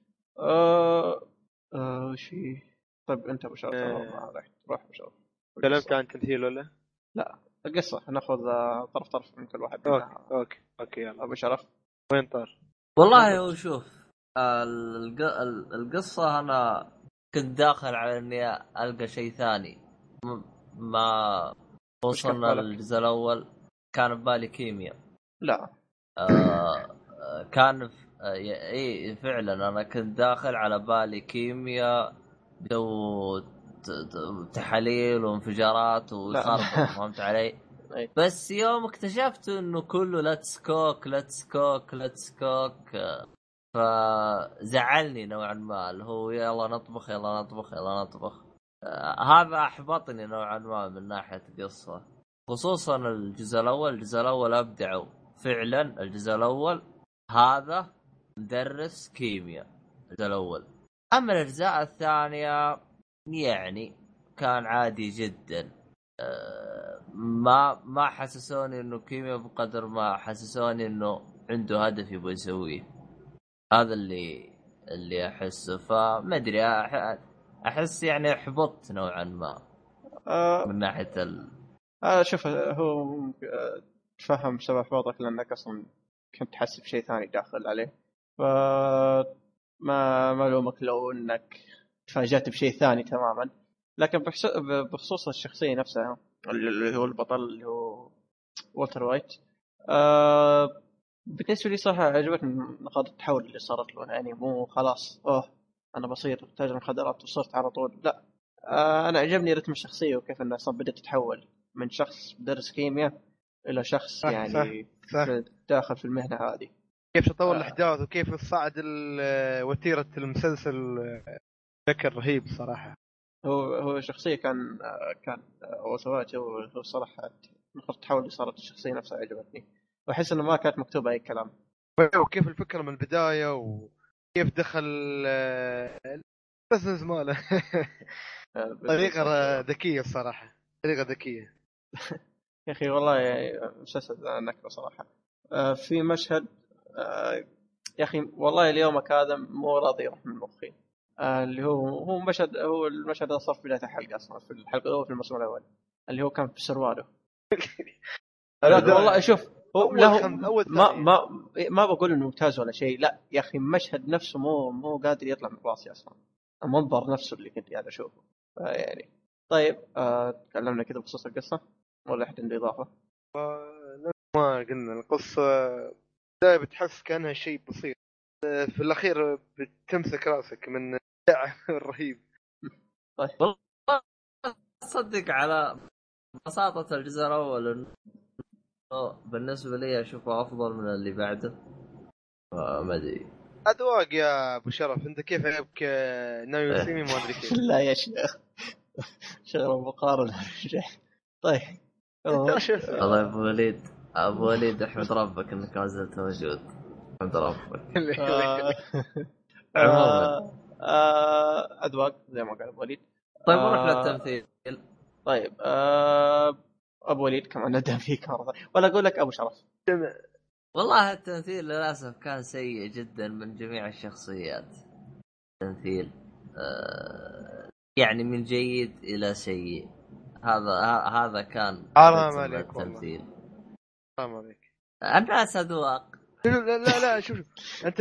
شيء. طيب انت بشرط روح بشرط. تكلمت عن تمثيل ولا؟ لا القصة ناخذ طرف من كل واحد منها. اوكي يلا. ابو شرف وين طار؟ والله هو شوف القصة أنا كنت داخل على إني ألقى شيء ثاني، ما وصلنا للجزء الأول كان ببالي كيمياء. لا كان اي فعلا انا كنت داخل على بالي كيمياء جو تحاليل وانفجارات ويخربط، فهمت علي؟ بس يوم اكتشفت انه كله لتس كوك فزعلني نوعا ما، اللي هو يلا نطبخ هذا احبطني نوعا ما من ناحية قصة، خصوصا الجزء الاول ابدعوا فعلا. الجزء الاول هذا مدرس كيمياء الجزء الاول. اما الاجزاء الثانية يعني كان عادي جدا، ما حسسوني انه كيمياء بقدر ما حسسوني انه عنده هدف يبغى يسويه. هذا اللي احسه، فما ادري احس يعني احبطت نوعا ما من ناحيه شوف هو تفهم سبب احباطك لانك اصلا كنت تحس بشيء ثاني داخل عليه، ف ما لومك لو انك تفاجأت بشيء ثاني تماما. لكن بخصوص الشخصيه نفسها اللي هو البطل اللي هو والتر وايت، بالنسبه لي صراحه عجبتني نقاط التحول اللي صارت له. يعني مو خلاص انا بصير تاجر مخدرات وصرت على طول، لا. انا عجبني رتم الشخصيه وكيف انها بدات تتحول من شخص درس كيمياء الى شخص يعني صح. داخل في المهنه هذه. كيف تطور الاحداث وكيف صعد وتيره المسلسل ذكر رهيب صراحه. هو شخصيه كان وسواته هو صراحه نقطه التحول اللي صارت الشخصيه نفسها عجبتني، واحس انه ما كانت مكتوبه اي كلام. وكيف الفكره من البدايه وكيف دخل البزنس ماله طريقه ذكيه الصراحه، طريقه ذكيه. يا اخي والله مسلسل نكره صراحه. في مشهد يا اخي والله اليومك هذا مو راضي يروح من مخي. اللي هو مشهد، هو المشهد اللي صار في بدايه الحلقه اصلا، في الحلقه الاولى في الموسم الاول، اللي هو كان في سرواله. والله شوف هو له ما بقول انه ممتاز ولا شيء، لا يا اخي المشهد نفسه مو قادر يطلع من راسي اصلا، المنظر نفسه اللي كنت قاعد اشوفه يعني. طيب تكلمنا كذا بخصوص القصه ولا احد عنده اضافه؟ ما قلنا القصه بداية بتحس كأنها شيء بسيط، في الأخير بتمسك راسك من الدعم الرهيب. طيب والله أصدق على بساطة الجزء الأول إنه بالنسبة لي أشوفه أفضل من اللي بعده. ما أدري اذواق يا ابو شرف. انت كيف عيبك ناوي يسمي ما ادري كيف. لا يا شيخ شغل مقارنة. طيب انت شو والله ابو وليد احمد ربك انك ما زلت موجود. احمد ربك. آه، عموما أذواق زي ما قال أبو وليد. طيب نروح للتمثيل. طيب أبو وليد كمان ندم فيك مرة، ولا أقول لك أبو شرف؟ والله التمثيل للاسف كان سيء جدا من جميع الشخصيات. تمثيل يعني من جيد الى سيء. هذا كان حرام رتم عليك والله، التمثيل. حرام عليك. الناس اذواق. لا شوف، انت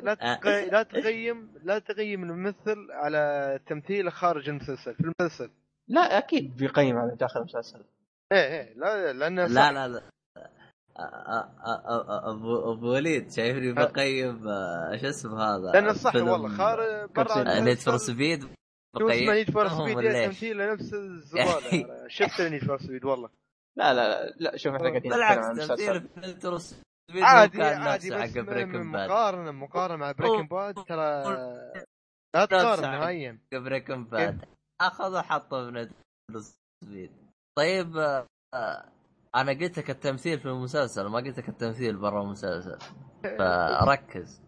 لا تقيم الممثل على تمثيله خارج المسلسل. في المسلسل لا أكيد بيقيم على داخل المسلسل. ايه لا لانه صح. لا ابو وليد شايفني بقيم شو اسمه هذا لانه صح فيلم والله. برا نيد فور المسلسل سبيد شو اسمه نيد فور بقيمهم سبيد، ليش؟ تمثيله نفس الزباله. شفت نيد فور سبيد والله. لا شوف احنا قاعدين نتكلم بالعكس عن تمثيل المسلسل. في نيد فور سبيد عادي كان عادي، نفسه بس حق بريكن باد. مقارنه مع بريكن باد ترى لا تقارن نهائيا. بريكن كيف؟ باد اخذ وحطه في نيد فور سبيد. طيب انا قلت لك التمثيل في المسلسل، ما قلت لك التمثيل برا المسلسل، فركز.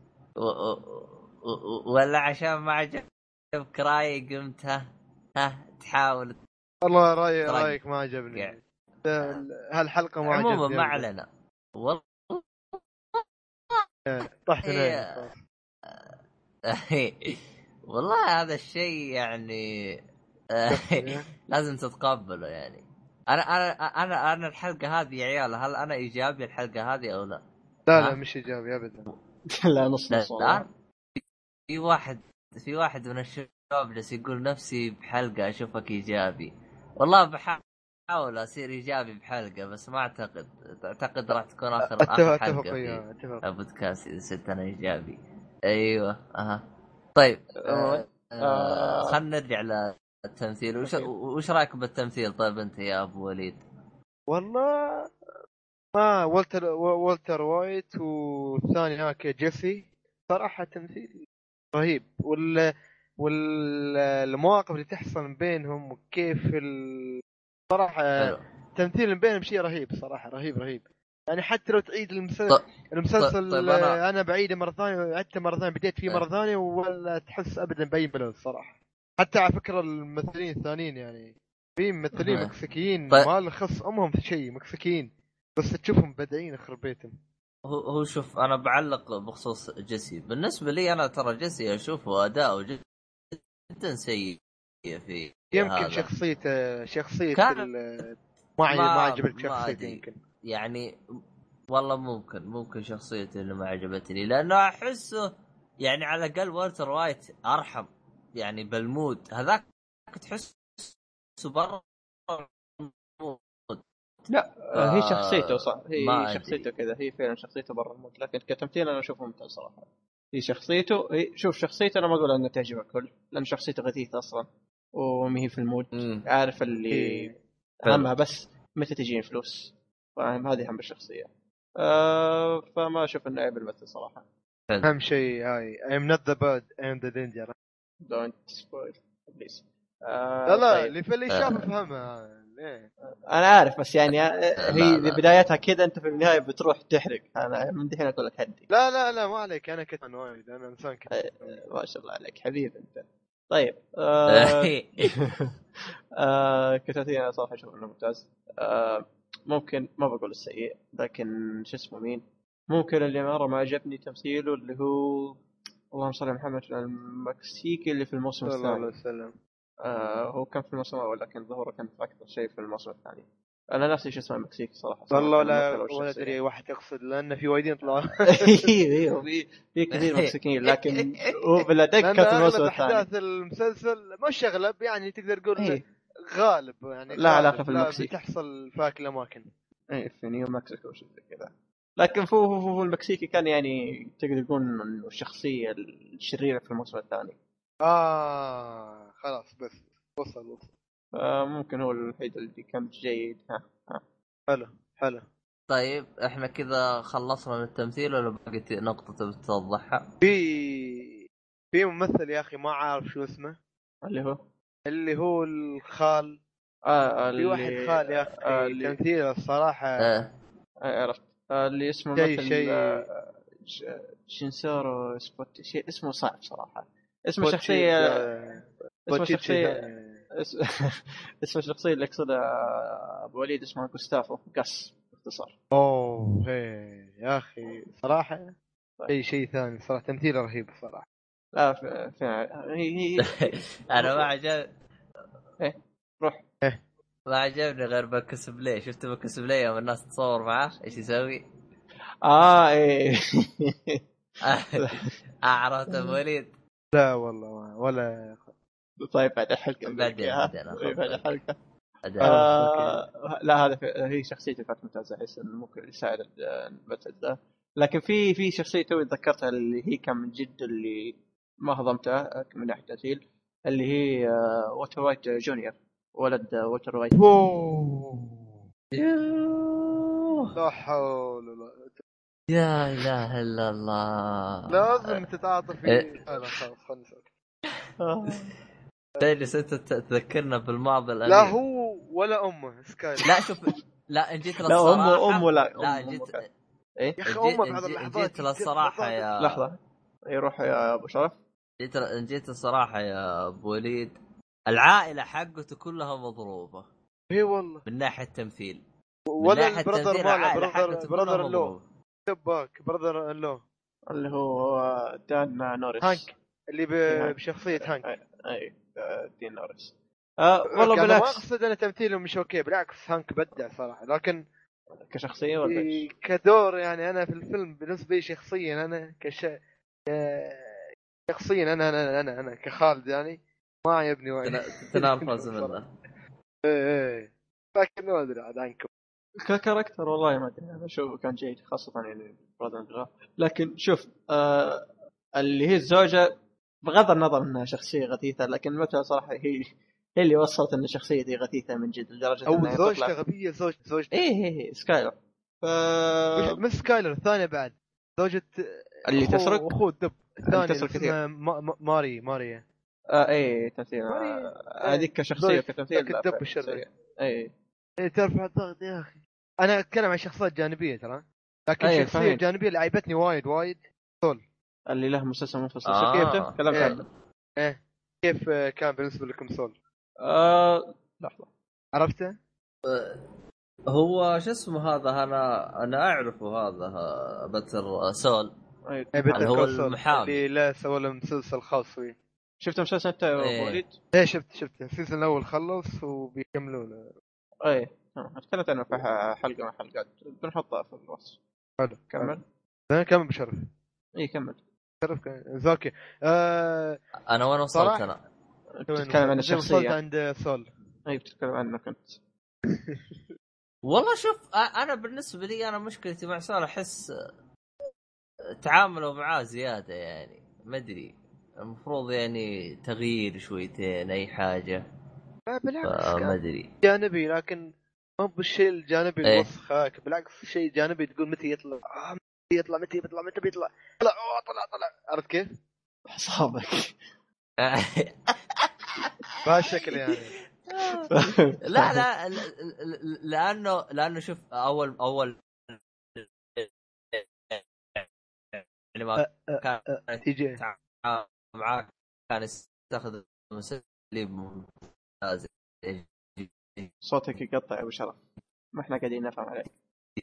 ولا عشان ما عجبك رايي قمت تحاول والله ترقع. رايك ما عجبني. هالحلقه ما عموما عجبني ما أبداً. علينا. والله طحت نايم. والله هذا الشيء يعني لازم تتقبله يعني. انا الحلقه هذه يا عيال، هل انا ايجابي الحلقه هذه او لا؟ لا مش ايجابي ابدا. لا نص الان في واحد من الشباب جالس يقول نفسي بحلقه اشوفك ايجابي. والله بحاول اصير ايجابي بحلقه، بس ما اعتقد راح تكون اخر حلقه في البودكاست اذا صرت انا ايجابي. ايوه طيب خلينا نرجع للتمثيل. وش رايك بالتمثيل طيب انت يا ابو وليد؟ والله والتر وايت والثاني هاك جيسي صراحه تمثيل رهيب. والمواقف اللي تحصل بينهم وكيف صراحه تمثيل بينهم شيء رهيب صراحه. رهيب يعني. حتى لو تعيد المسلسل طيب انا بعيده مره ثانيه وعدته مره ثانيه بديت فيه مره ثانيه ولا تحس ابدا باي ملل صراحه. حتى على فكره الممثلين الثانيين يعني في ممثلين مكسيكيين ما له خص امهم في شيء، مكسيكيين بس تشوفهم بدعين يخرب بيتهم. هو شوف انا بعلق بخصوص جيسي. بالنسبه لي انا ترى جيسي اشوفه اداؤه جدا سيء في يمكن هذا. شخصيه ما عجبتك شخصيته يمكن يعني. والله ممكن شخصيته اللي ما عجبتني، لانه احسه يعني على الاقل والتر وايت ارحم يعني بالمود هذاك تحسه برا. لا هي شخصيته صح، هي شخصيته أدري. كذا، هي فعلا شخصيته برا المود، لكن كتمثيل انا اشوفه ممتاز صراحه. هي شخصيته شوف شخصيته انا ما اقول انها تعجب الكل، لان شخصيته غثيثه اصلا وما هي في المود. عارف اللي همها بس متى تجيني فلوس، فاهم؟ هذه هم الشخصيه. فما اشوف انه عيب الممثل صراحه. اهم شيء هاي I'm not the bad I'm the danger. don't spoil please. لا اللي شاف فهمها. انا عارف بس يعني هي بدايتها كذا، انت في النهايه بتروح تحرق. انا من دحين اقول لك هدي. لا ما عليك، انا كتمان وايد، انا انسان ما شاء الله عليك حبيبي انت. طيب كتاتي انا صراحه اشوف انه ممتاز. ممكن ما بقول السيء، لكن شو اسمه مين ممكن اللي مره ما عجبني تمثيله اللي هو اللهم صل على محمد المكسيكي اللي في الموسم الثاني صلى الله عليه وسلم. هو كان في الموسم الأول لكن ظهوره كان في أكثر شيء في الموسم الثاني. أنا نفسي إيش اسمه المكسيكي صراحة والله ولا أدري واحد يقصد، لأن في وايدين طلعوا. إيه في كثير مكسيكيين، لكن هو بلا دقة في الموسم الثاني. أحداث المسلسل مش أغلب يعني تقدر تقول غالب يعني لا علاقة في المكسيك، بتحصل فاك الأماكن في نيو مكسيكو وشيء كذا. لكن فو المكسيكي كان يعني تقدر تقول إنه الشخصية الشريرة في الموسم الثاني. خلاص بس وصل. ممكن هو الوحيد اللي كان جيد. حلو طيب احنا كذا خلصنا من التمثيل ولا باقي نقطة بتوضحها؟ في ممثل يا اخي ما عارف شو اسمه، اللي هو الخال. في واحد خال يا اخي تمثيله الصراحة عرفت. اللي اسمه شيء شينسورو سبوت، شيء اسمه صعب صراحة. اسم شخصية اسم الشخصية اللي أقصدها أبو وليد اسمه جوستافو قص باختصار. اوه هي يا اخي صراحة شيء ثاني صراحة، تمثيله رهيب صراحة. لا هي انا ما عجب روح ما عجبني غير بكسبلي. شفت بكسبلي يوم الناس تصور معاه ايش يسوي؟ ايه عرفت ابو وليد؟ لا والله ولا. طيب بعد الحلقة بعدين بعد الحلقة. لا هذا هي شخصيته كانت ممتازة، احس انه ممكن يساعد الممثل ده. لكن في شخصية توي تذكرتها اللي هي كان من جد اللي ما هضمتها من ناحية تمثيل، اللي هي ووتر وايت جونيور، ولد ووتر وايت. لا حول ولا يا اله الا الله، لازم تتعاطف فيه. لا خلاص خلص. تجلس انت تذكرنا بالماضي الأليم. لا هو ولا امه سكاي. لا شوف، لا ان جيت للصراحه لا امه لا ان جيت ايه يا اخي امه بعض اللحظات جيت للصراحه يا لحظه يروح يا ابو شرف. جيت الصراحه يا ابو وليد، العائله حقته كلها مضروبه. اي والله من ناحيه التمثيل، ولا البرادر ماله برادر اللو تباك برادر اللو اللي هو دان نوريس، هانك اللي بشخصيه هانك. اي دين نوريس. والله بالعكس، ما اقصد انا تمثيله مش اوكي، بالعكس هانك بدع صراحه، لكن كشخصيه ولا كدور يعني انا في الفيلم بالنسبه لي شخصيا انا شخصيا انا كخالد يعني ما عجبني وايد. تنرفز منه. ايه لكن ما ادري عاد عنكم ككاركتر والله ما ادري، انا اشوفه كان جيد خاصه يعني برادر. لكن شوف اللي هي الزوجه بغض النظر انها شخصيه غثيثه، لكن متى صراحه هي اللي وصلت ان شخصيتي غثيثه من جد لدرجه انها زوجته غبيه. زوجته ايه سكايلر مش سكايلر الثانيه بعد زوجة اللي تسرق اخوه الدب الثاني اسمها ماريا. ايه تمثيل هذيك كشخصيه كتمثيل الدب الشرير. ايه ترفع الضغط يا اخي. انا اتكلم عن شخصيات جانبيه ترى، لكن شخصيه جانبيه اللي عيبتني وايد سول اللي له مسلسل منفصل. كيف تكلمت عنه؟ كيف كان بالنسبه لكم سول؟ لحظه عرفته؟ هو شو اسمه هذا؟ انا اعرفه هذا بتر سول. اللي هو المحامي اللي لا سوى له مسلسل خاص فيه. شفت مسلسل انت وليد؟ ايه شفت السيزون الاول خلص وبيكملونه. ايه اتكلمت عنه في حلقه من حلقات بنحطها في الوصف. حلو كمل بشرف. اي كمل شرف زوكي. انا وين وصلت؟ انا بتتكلم عن الشخصيه. وصلت عند سول. اي بتتكلم عنه كنت. والله شوف انا بالنسبه لي انا مشكلتي مع سول احس تعاملوا معاه زياده، يعني ما ادري المفروض يعني تغيير شويتين اي حاجه. بالعكس ما ادري جانبي، لكن مو بالشيء الجانبي الوسخ. بالعكس شيء جانبي تقول متى يطلع متى بيطلع طلع عرفت كيف حسابك بهالشكل يعني. لا لانه شوف اول يعني ما كان تيجي معاك كان يستخدم اساليب ممتازه. صوتك يقطع يا ابو شرف، ما احنا قاعدين نفهم عليك.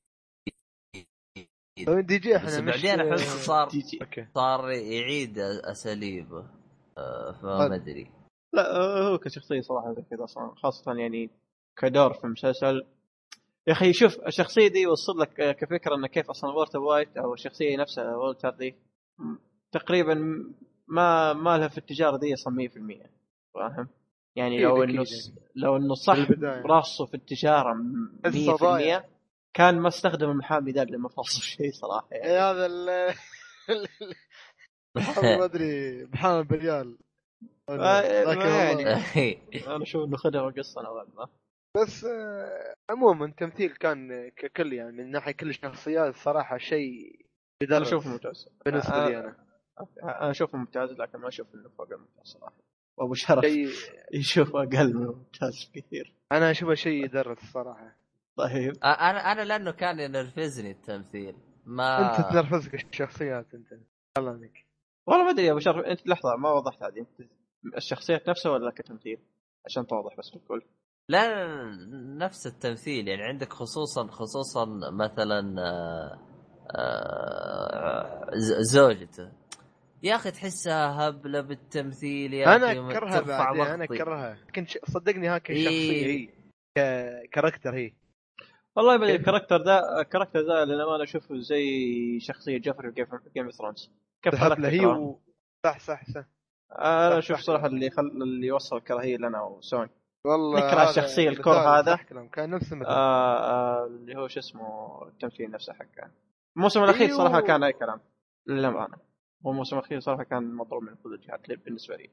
دي جي احنا مش بعدين احس صار يعيد اساليبه، فما ادري. لا هو كشخصيه صراحه زي كذا اصلا، خاصه يعني كدور في مسلسل. يا اخي شوف الشخصيه دي يوصل لك كفكره انه كيف اصلا وولتر وايت او الشخصيه نفسها وولتر دي تقريبا ما لها في التجاره دي اصلا 100%. فاهم يعني لو انه صح راسه في التجاره 100% كان ما استخدم المحامي ذا لما فصل شيء صراحه يعني. هذا ما ادري محامي بريال يعني انا اشوف انه خدها قصه نوعا ما. بس عموما التمثيل كان ككل يعني من ناحيه كل الشخصيات صراحه شيء انا اشوفه ممتاز بالنسبه لي انا اشوفه ممتاز لكن ما اشوف انه فوق الممتاز صراحه. وابو شرف يشوف اقل من ممتاز كثير. انا اشوفه شيء يدرس الصراحه. طيب انا لانه كان ينرفزني التمثيل. ما انت تنرفزك الشخصيات انت الله عنك. والله ما ادري يا ابو شرف انت لحظه ما وضحت عادي انت الشخصيات نفسها ولا كتمثيل عشان توضح بس بالكل. لا نفس التمثيل يعني عندك خصوصا مثلا زوجته يا اخي تحسها هبله بالتمثيل يا انا اخي اكرهها بعدين انا اكرهها كنت صدقني هاك الشخصيه هي كاركتر هي والله بدي الكاركتر ذا لان انا اشوفه زي شخصيه جيفري في جيم اوف ثرونز كيف هبله هي صح انا اشوف صراحه اللي وصل الكراهيه لنا وسون والله نكره الشخصيه الكره هذا كان نفس اللي هو شو اسمه التمثيل نفسه حقه. الموسم الاخير صراحه كان اي كلام للامانه. هو الموسم الاخير صراحه كان مضروب من كل الجهات بالنسبه لي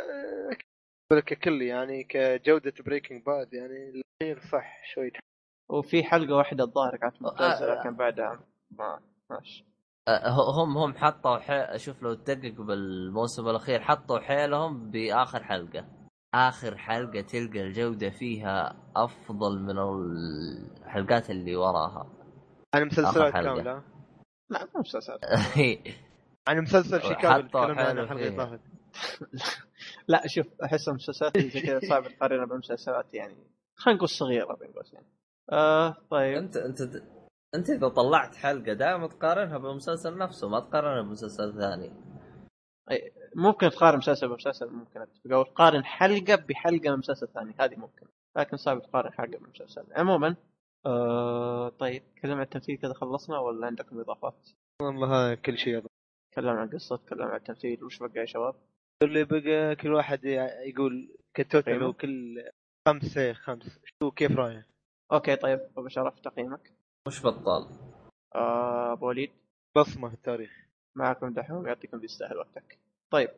ككل يعني كجوده بريكنج باد يعني الاخير صح شوي. وفي حلقه واحده الظاهر كانت ممتازه لكن بعدها ماشي. هم حطوا شوف لو تدقق بالموسم الاخير حطوا حيلهم باخر حلقه تلقى الجوده فيها افضل من الحلقات اللي وراها. عن مسلسلات كامله لا مو مسلسلات عن مسلسل شيكاغو تكلمنا عنه حلقه ضاغط لا شوف احس المسلسلات زي كذا صعب تقارنها بمسلسلات يعني خلينا نقول صغيره بين قوسين. طيب انت اذا طلعت حلقه دائما تقارنها بالمسلسل نفسه ما تقارنها بمسلسل ثاني. ممكن تقارن مسلسل بمسلسل ممكن تقول تقارن حلقه بحلقه من مسلسل ثاني هذه ممكن لكن صعب تقارن حلقه بمسلسل عموما. طيب تكلم عن التمثيل كذا خلصنا ولا عندكم اضافات؟ والله كل شيء تكلم عن قصه تكلم عن التمثيل وش بقى يا شباب؟ اللي بقى كل واحد يقول كتوتل وكل 5 شو كيف رايك؟ اوكي طيب ابو شرف تقييمك مش بطال. ابو وليد بصمه في التاريخ معكم دحوم يعطيكم بيستاهل وقتك. طيب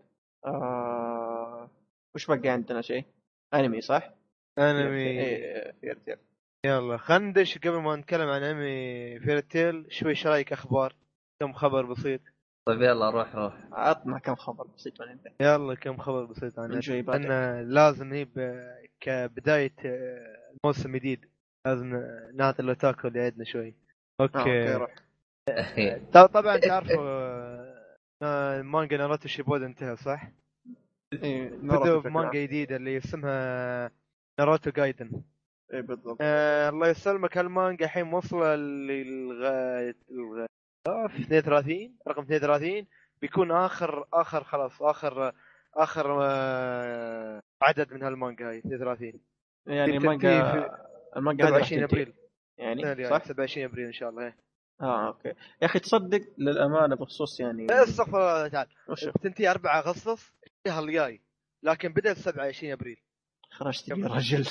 وش بقى عندنا شيء انمي صح؟ انمي فيرتيل. يلا خندش قبل ما نتكلم عن انمي فيرتيل شوي ايش رايك اخبار كم خبر بسيط. طيب يلا روح عطنا كم خبر بسيط من عندك. يلا كم خبر بسيط عن أن لازم نجيب كبداية الموسم الجديد لازم نعطي الأوتاكو اللي عندنا شوي. أوكي روح. طبعا تعرفوا مانجا ناروتو شيبودن انتهى صح؟ بدأوا بمانجا جديدة اللي اسمها ناروتو جايدن. اي بالضبط. الله يسلمك هالمانجا الحين موصلة للغاية 32 رقم 32 بيكون اخر خلاص اخر عدد من هالمانجا هاي 32 يعني المانجا 27 ابريل يعني صح 27 ابريل ان شاء الله. اوكي يا اخي تصدق للامانه بخصوص يعني استغفر الله تعالى تنتهي 4 اغسطس الشهر الجاي لكن بدأت 27 ابريل خرجت يا رجل.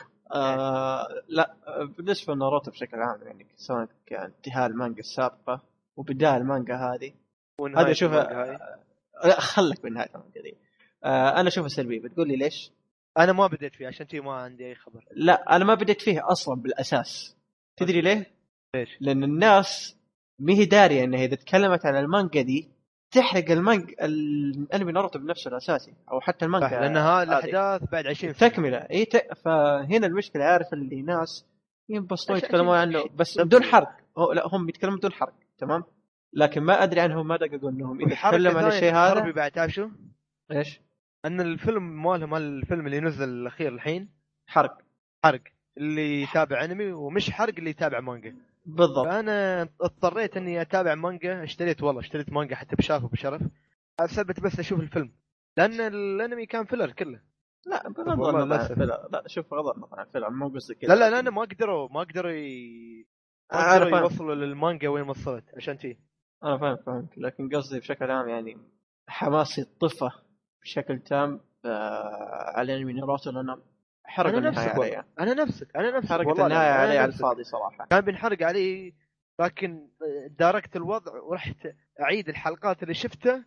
لا بالنسبه لناروتو بشكل عام يعني سواء كان انتهاء المانجا السابقه وبدايه المانجا هذه اشوفها لا خلك بنهايه المانجا دي. انا اشوفها سلبيه. بتقول لي ليش؟ انا ما بديت فيه عشان ما عندي اي خبر. لا انا ما بديت فيه اصلا بالاساس. تدري ليه؟ ليش؟ لان الناس ما هي داريه انها اذا تكلمت عن المانجا دي تحرق المانجا الانمي ناروتو بنفسه الاساسي او حتى المانجا لانها الاحداث بعد 20 سنه تكمله. فهنا المشكله عارف اللي ناس ينبسطون يتكلمون عنه بس بدون حرق. لا هم يتكلمون بدون حرق تمام لكن ما ادري عنهم ما دققوا انهم اذا تكلم عن الشيء هذا بعد تعرف شو ايش ان الفيلم مالهم الفيلم اللي نزل الاخير الحين حرق اللي يتابع انمي ومش حرق اللي يتابع مانجا بالضبط. فانا اضطريت اني اتابع مانجا اشتريت مانجا حتى بشافه بشرف اثبت بس اشوف الفيلم لان الانمي كان فيلر كله. لا بغض لا شوف بغض النظر عن فيلم مو قصدي كذا. لا انا ما قدروا يوصلوا للمانجا وين وصلت عشان تي. انا فهمت لكن قصدي بشكل عام يعني حماسي طفى بشكل تام على انمي ناروتو لانه حرق النهايه علي. انا نفسك حرقت النهايه علي على الفاضي صراحه. كان بنحرق علي لكن داركت الوضع ورحت اعيد الحلقات اللي شفتها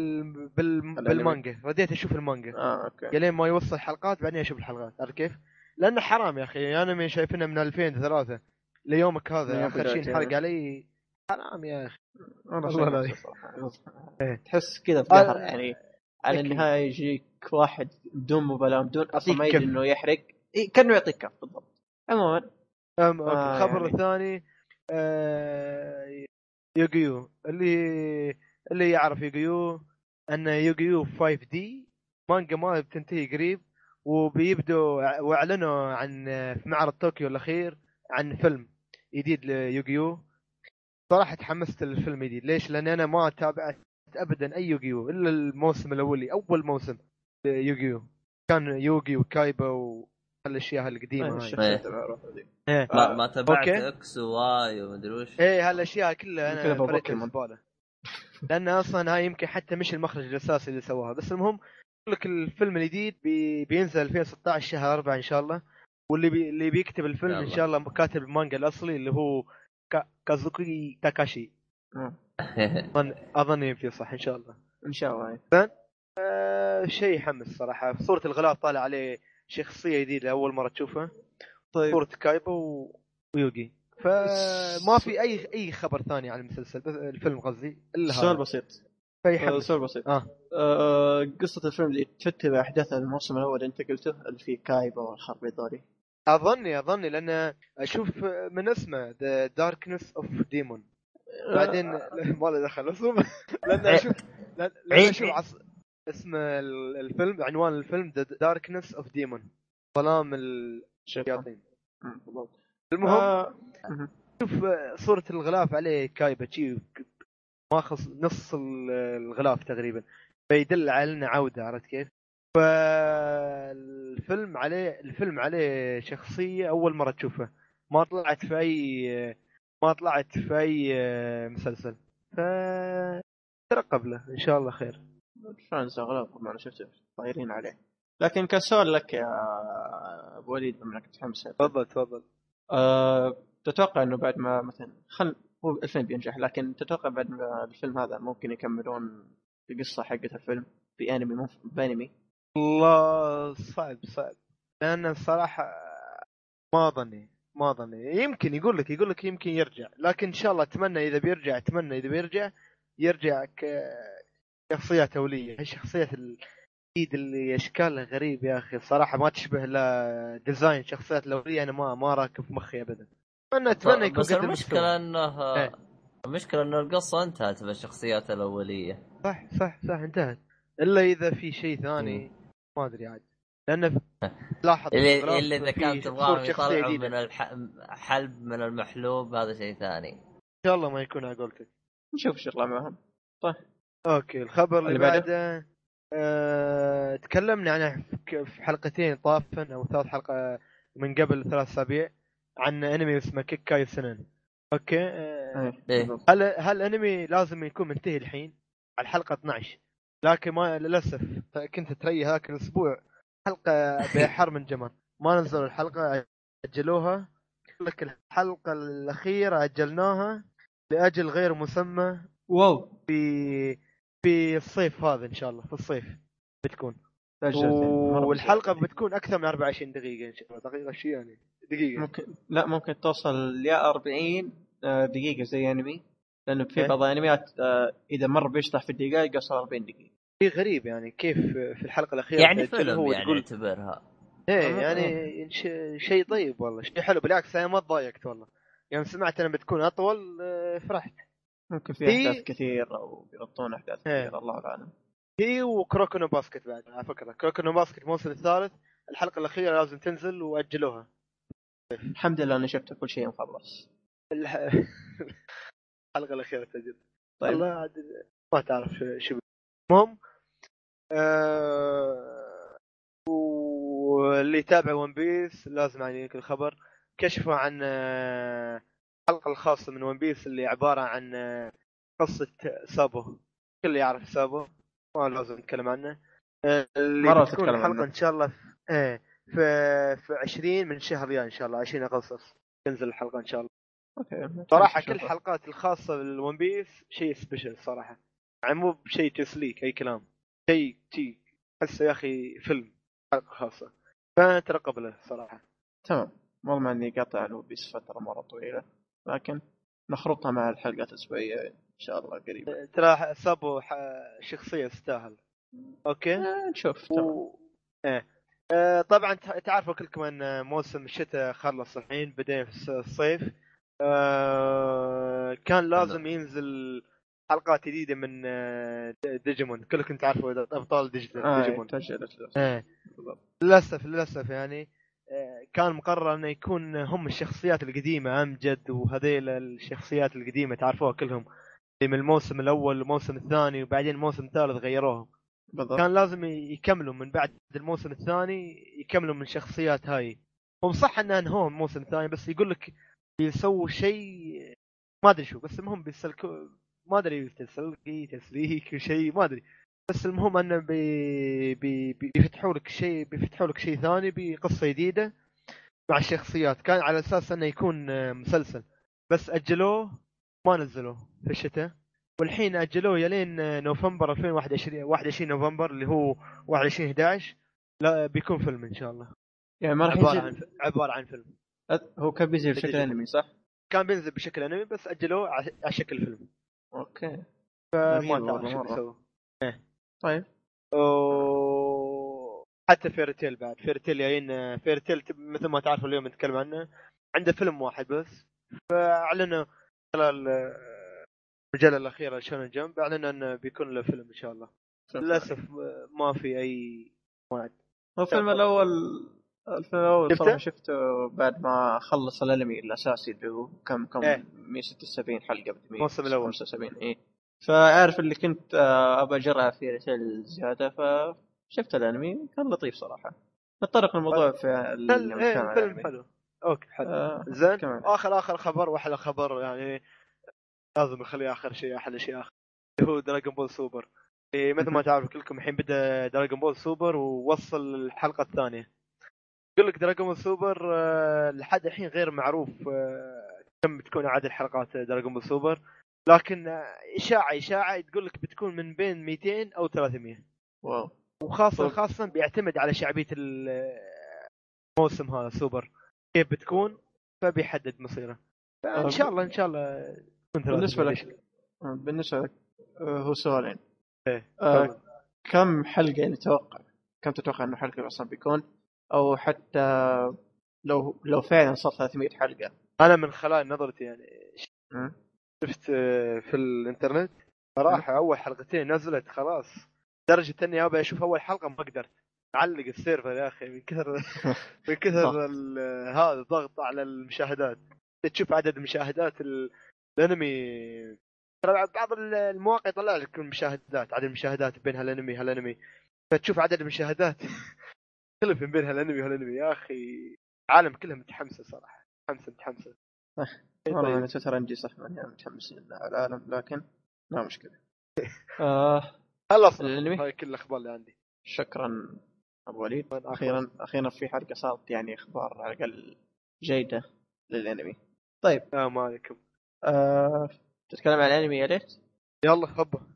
بالمانجا. رديت اشوف المانجا اوكي لين ما يوصل الحلقات بعدين اشوف الحلقات. عارف كيف لانه حرام يا اخي. انا من شايفينه من 2003 ليومك هذا اخر شيء انحرق علي. حرام يا اخي والله لا صراحه. تحس كذا في قهر يعني على النهايه يجيك واحد بدون مبالاه بدون اصلا ما يدري انه يحرق كانه يعطيك كف بالضبط. عموما الخبر يعني. الثاني يوغيو اللي يعرف يوغيو ان يوغيو 5 دي مانجا ما بتنتهي قريب، وبيبدوا واعلنوا عن في معرض طوكيو الاخير عن فيلم جديد ليوغيو. صراحه تحمست للفيلم الجديد. ليش؟ لان انا ما تابعت ابدا اي يوغيو الا الموسم الاولي، اول موسم يوغيو كان يوغي وكايبا والاشياء القديمه هاي. ما تابعت اكس وواي ومدري وش. ايه هالاشياء كلها انا فريتها الزباله. لان اصلا هاي يمكن حتى مش المخرج الاساسي اللي سواها. بس المهم اقول لك الفيلم الجديد بينزل 2016 شهر 4 ان شاء الله. واللي اللي بيكتب الفيلم ان شاء الله كاتب المانجا الاصلي اللي هو كازوكي تاكاشي. اظن يمشي صح ان شاء الله. ان شاء الله. شيء يحمس صراحه. صوره الغلاف طالع عليه شخصيه جديده اول مره تشوفها. طيب. صوره كايبا ويوغي. فما في اي خبر ثاني عن المسلسل بس الفيلم قصدي الا هذا. سؤال بسيط. سؤال بسيط. قصة الفيلم اللي تتبع أحداث الموسم الأول أنت قلته اللي فيه كايبا والحرب ذولي. أظني لأن أشوف من اسمه The Darkness of Demon. بعدين ما له دخل اسمه. لأن أشوف اسم الفيلم، عنوان الفيلم The Darkness of Demon، ظلام الشياطين. المهم شوف صورة الغلاف عليه كايبا شي ماخذ نص الغلاف تقريبا، فيدل على انه عوده. عرفت كيف؟ فالفيلم عليه شخصيه اول مره تشوفها، ما طلعت في اي مسلسل. ف ترقب له ان شاء الله خير. فرانز اغلب ما انا شفته طايرين عليه. لكن كسؤال لك يا ابو وليد بما انك متحمس. تفضل. تتوقع انه بعد ما مثلا هو الفيلم بينجح، لكن تتوقع بعد ما الفيلم هذا ممكن يكملون القصة حقة الفيلم في انمي بانمي؟ والله صعب لان الصراحه ما ظني يمكن يقول لك يمكن يرجع، لكن ان شاء الله اتمنى اذا بيرجع يرجع كشخصيات اوليه. الشخصيات الجديد اللي اشكالها غريب يا اخي الصراحه ما تشبه لا ديزاين شخصيات الاوليه. انا ما راكب في مخي ابدا. اتمنى يكون بس المشكله انه المشكله انه القصه انتهت بالشخصيات الاوليه. صح انتهت، الا اذا في شيء ثاني ما ادري عاد. لأنه لاحظ اللي إذا كانت تبغاهم يطلعوا من الحلب من المحلوب هذا شيء ثاني. إن شاء الله ما يكون على قولتك. نشوف إيش يطلع معهم. طيب أوكي الخبر اللي بعده تكلمنا عنه في حلقتين طافا أو 3 حلقة من قبل 3 أسابيع عن أنمي اسمه كيكاي سنن. أوكي هل أنمي لازم يكون منتهي الحين على الحلقة 12، لكن ما للأسف كنت تري هاك الأسبوع حلقة بحر من جمر ما نزلوا الحلقة، أجلوها. لك الحلقة الأخيرة أجلناها لأجل غير مسمى. واو في الصيف هذا إن شاء الله في الصيف بتكون. والحلقة بتكون أكثر من 24 دقيقة إن شاء الله. دقيقة شيء يعني دقيقة ممكن توصل يا 40 دقيقة زي أنمي، لأنه في بعض الأنميات إذا مر بيشطح في الدقائق يصل 40 دقيقة. شيء غريب يعني كيف في الحلقة الأخيرة يعني فيلم يعني اعتبرها يعني شيء طيب والله شيء حلو. بالعكس أنا ما تضايقت والله يعني سمعت أنا بتكون أطول فرحت. ممكن في أحداث كثير أو بيغطون أحداث كثير الله أعلم. هي وكروكونو باسكت بعد على فكرة كروكونو باسكت الموسم الثالث الحلقة الأخيرة لازم تنزل وأجلوها. الحمد لله أنا شفت كل شيء مخلص. الحلقة الأخيرة تجد. طيب الله ما تعرف شو المهم. واللي يتابع ون بيس لازم يعطيك الخبر. كشفوا عن الحلقة الخاصة من ون بيس اللي عبارة عن قصة سابو. كل يعرف سابو ما لازم نتكلم عنه. اللي بتكون الحلقة إن شاء الله في 20 من شهر ريال إن شاء الله 20 أغسطس تنزل الحلقة إن شاء الله. صراحة كل الحلقات الخاصة بالون بيس شيء سبيشل صراحة، يعني مو بشيء تسليك أي كلام، شيء تحسه يا أخي فيلم حلقة خاصة، فترقب له صراحة. تمام. والله ما اني قاطع له بس فتره مره طويله، لكن نخرطها مع الحلقات الاسبوعيه ان شاء الله قريبا. ترى سابو شخصيه تستاهل. اوكي نشوف. تمام. ايه طبعا تعرفوا كلكم ان موسم الشتاء خلص الحين، بدينا في الصيف. كان لازم ينزل حلقات جديده من ديجيمون. كلكم تعرفوا ابطال ديجيمون. تجلت للاسف يعني كان مقرر انه يكون هم الشخصيات القديمه امجد وهذيل الشخصيات القديمه تعرفوها كلهم، اللي من الموسم الاول والموسم الثاني وبعدين الموسم الثالث غيروهم. بالضبط. كان لازم يكملوا من بعد الموسم الثاني، يكملوا من الشخصيات هاي. هم صح انه انهوا الموسم الثاني، بس يقول لك بيسووا شيء ما ادري شو، بس المهم بيسلكوا ما ادري تسليك وشيء ما ادري. بس المهم انه بيفتحوا لك شيء ثاني بقصه جديده مع الشخصيات. كان على اساس انه يكون مسلسل، بس اجلوه ما نزلوه في الشتاء، والحين اجلوه يلين نوفمبر 2021. 21 نوفمبر اللي هو 21/11 لا بيكون فيلم ان شاء الله. يعني ما راح عباره عن فيلم. هو كان بينزل بشكل انمي صح؟ كان بينزل بشكل انمي بس اجلوه على شكل فيلم. اوكي. فما تعرف شو بيسوي. طيب. حتى فيرتيل بعد فيرتيل جايين. فيرتيل مثل ما تعرفوا اليوم نتكلم عنه، عنده فيلم واحد بس. فاعلنوا خلال المجله الاخيره شونن جمب اعلنوا انه بيكون له فيلم ان شاء الله. للاسف ما في اي موعد. الفيلم الاول صراحه شفته بعد ما خلص الانمي الاساسي اللي هو كم 176 حلقه ب 175. ايه فعارف اللي كنت ابى اجرها في رسائل زياده، فشفت الانمي كان لطيف صراحه. نتطرق الموضوع في الفيلم حلو. اوكي حلو. زين اخر خبر واحلى خبر يعني لازم نخليه اخر شيء، احلى شيء اخر، اللي هو دراغون بول سوبر. مثل ما تعرفوا كلكم الحين بدا دراغون بول سوبر ووصل الحلقه الثانيه. يقول لك دراغون بول سوبر لحد الحين غير معروف كم بتكون عدد الحلقات دراغون بول سوبر، لكن اشاعه تقول لك بتكون من بين 200 او 300. واو. وخاصه بيعتمد على شعبيه الموسم هذا سوبر كيف بتكون، فبيحدد مصيره. ان شاء الله بالنسبه لك هو سؤالين. ايه كم حلقه نتوقع؟ كم تتوقع انه حلقه اصلا بيكون، او حتى لو فعلا صار 300 حلقه؟ انا من خلال نظرتي يعني شفت في الانترنت صراحه اول حلقتين نزلت خلاص، درجه اني ابي اشوف اول حلقه ما قدرت اعلق السيرفر يا اخي من كثر هذا ضغط على المشاهدات. تشوف عدد مشاهدات الانمي، ترى بعض المواقع يطلع لك المشاهدات، عدد المشاهدات بين هالانمي فتشوف عدد المشاهدات تختلف بين هالانمي يا اخي. العالم كله متحمس صراحه، متحمسه. والله انا تترنجي صح ماني متحمس على العالم، لكن ما مشكله. خلص هاي كل الاخبار اللي عندي. شكرا ابو وليد. اخيرا في حلقه صارت يعني اخبار على الاقل جيده للانمي. طيب السلام عليكم. تتكلم عن الانمي يا ليت. يلا هبه.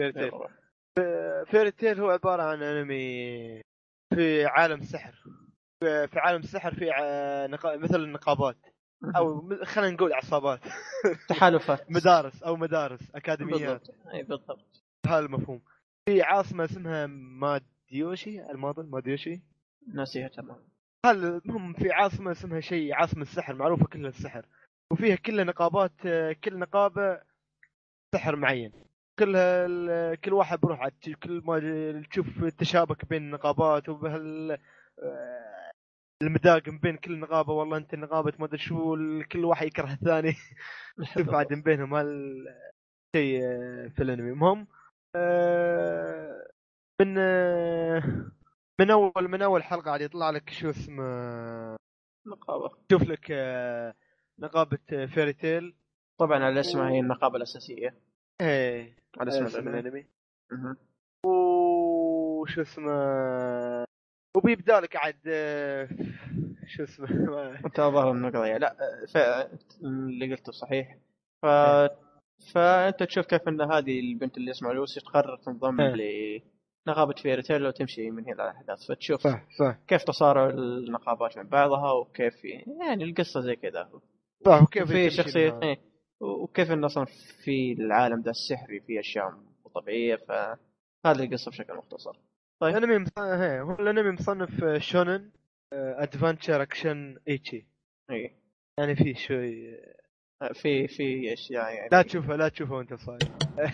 فيرتيل هو عباره عن انمي في عالم سحر. في عالم السحر في مثل النقابات او خلينا نقول عصابات تحالفات مدارس اكاديميات. اي بالضبط هذا المفهوم. في عاصمه اسمها ماديوشي ماديوشي ناسيها تمام. هم في عاصمه اسمها شيء عاصمه السحر معروفه كلها السحر، وفيها كل نقابات، كل نقابه سحر معين. كل واحد بروح عاد كل ما تشوف التشابك بين النقابات وبهال المداقم بين كل نقابه. والله انت نقابه ما ادري شو، كل واحد يكره الثاني شوف عاد بينهم هالشيء في الانمي. المهم من اول حلقه عاد يطلع لك شو اسمه نقابه، شوف لك نقابه فيريتيل طبعا على اسمها هي النقابه الاساسيه. ايه على اسم الانمي. وشو اسمه وبيبدا لك عاد شو اسمه انت ظهر النقضيه. لا اللي قلته صحيح. فانت تشوف كيف ان هذه البنت اللي اسمها لوسي تقرر تنضم نقابة فيريتيل وتمشي من هنا الأحداث فتشوف صح. كيف تصارع النقابات من بعضها وكيف يعني القصة زي كذا. صح. وكيف في شخصية وكيف إن أصلا في العالم ده السحري في أشياء مو طبيعية. فهذه القصة بشكل مختصر. طيب هو الانمي مصنف شونن ادفنتشر اكشن ايتشي. إيه. يعني في شوي في اشياء يعني لا تشوفه وانت صاير.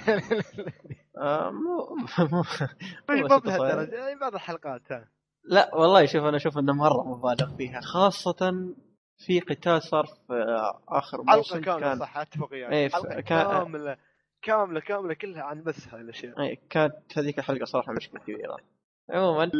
مو مش بهالدرجه يعني بعض الحلقات لا والله شوف انا اشوف انه مره مبالغ فيها خاصه في قتال صار في اخر موسم كان صح اتفق يعني ايه حلقه كامله كلها عن بس هاي الاشياء. ايه كانت هذيك الحلقه صراحه مشكله كبيره. عموما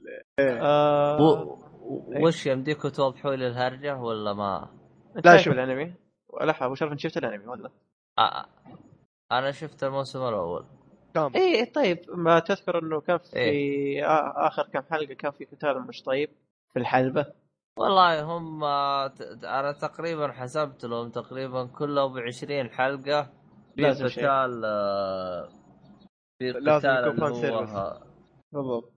وش يمديكوا توضحوا لي الهرجه ولا ما؟ لا شوف الانمي ولا ابو شرف شفت الانمي ولا؟ انا شفت الموسم الاول كامل. ايه طيب ما تذكر انه كان في اخر كم حلقه كان في قتال مش طيب في الحلبه؟ والله هم انا تقريبا حسبت لهم تقريبا كله ب20 حلقه في قتال في قتال اللي هو بالضبط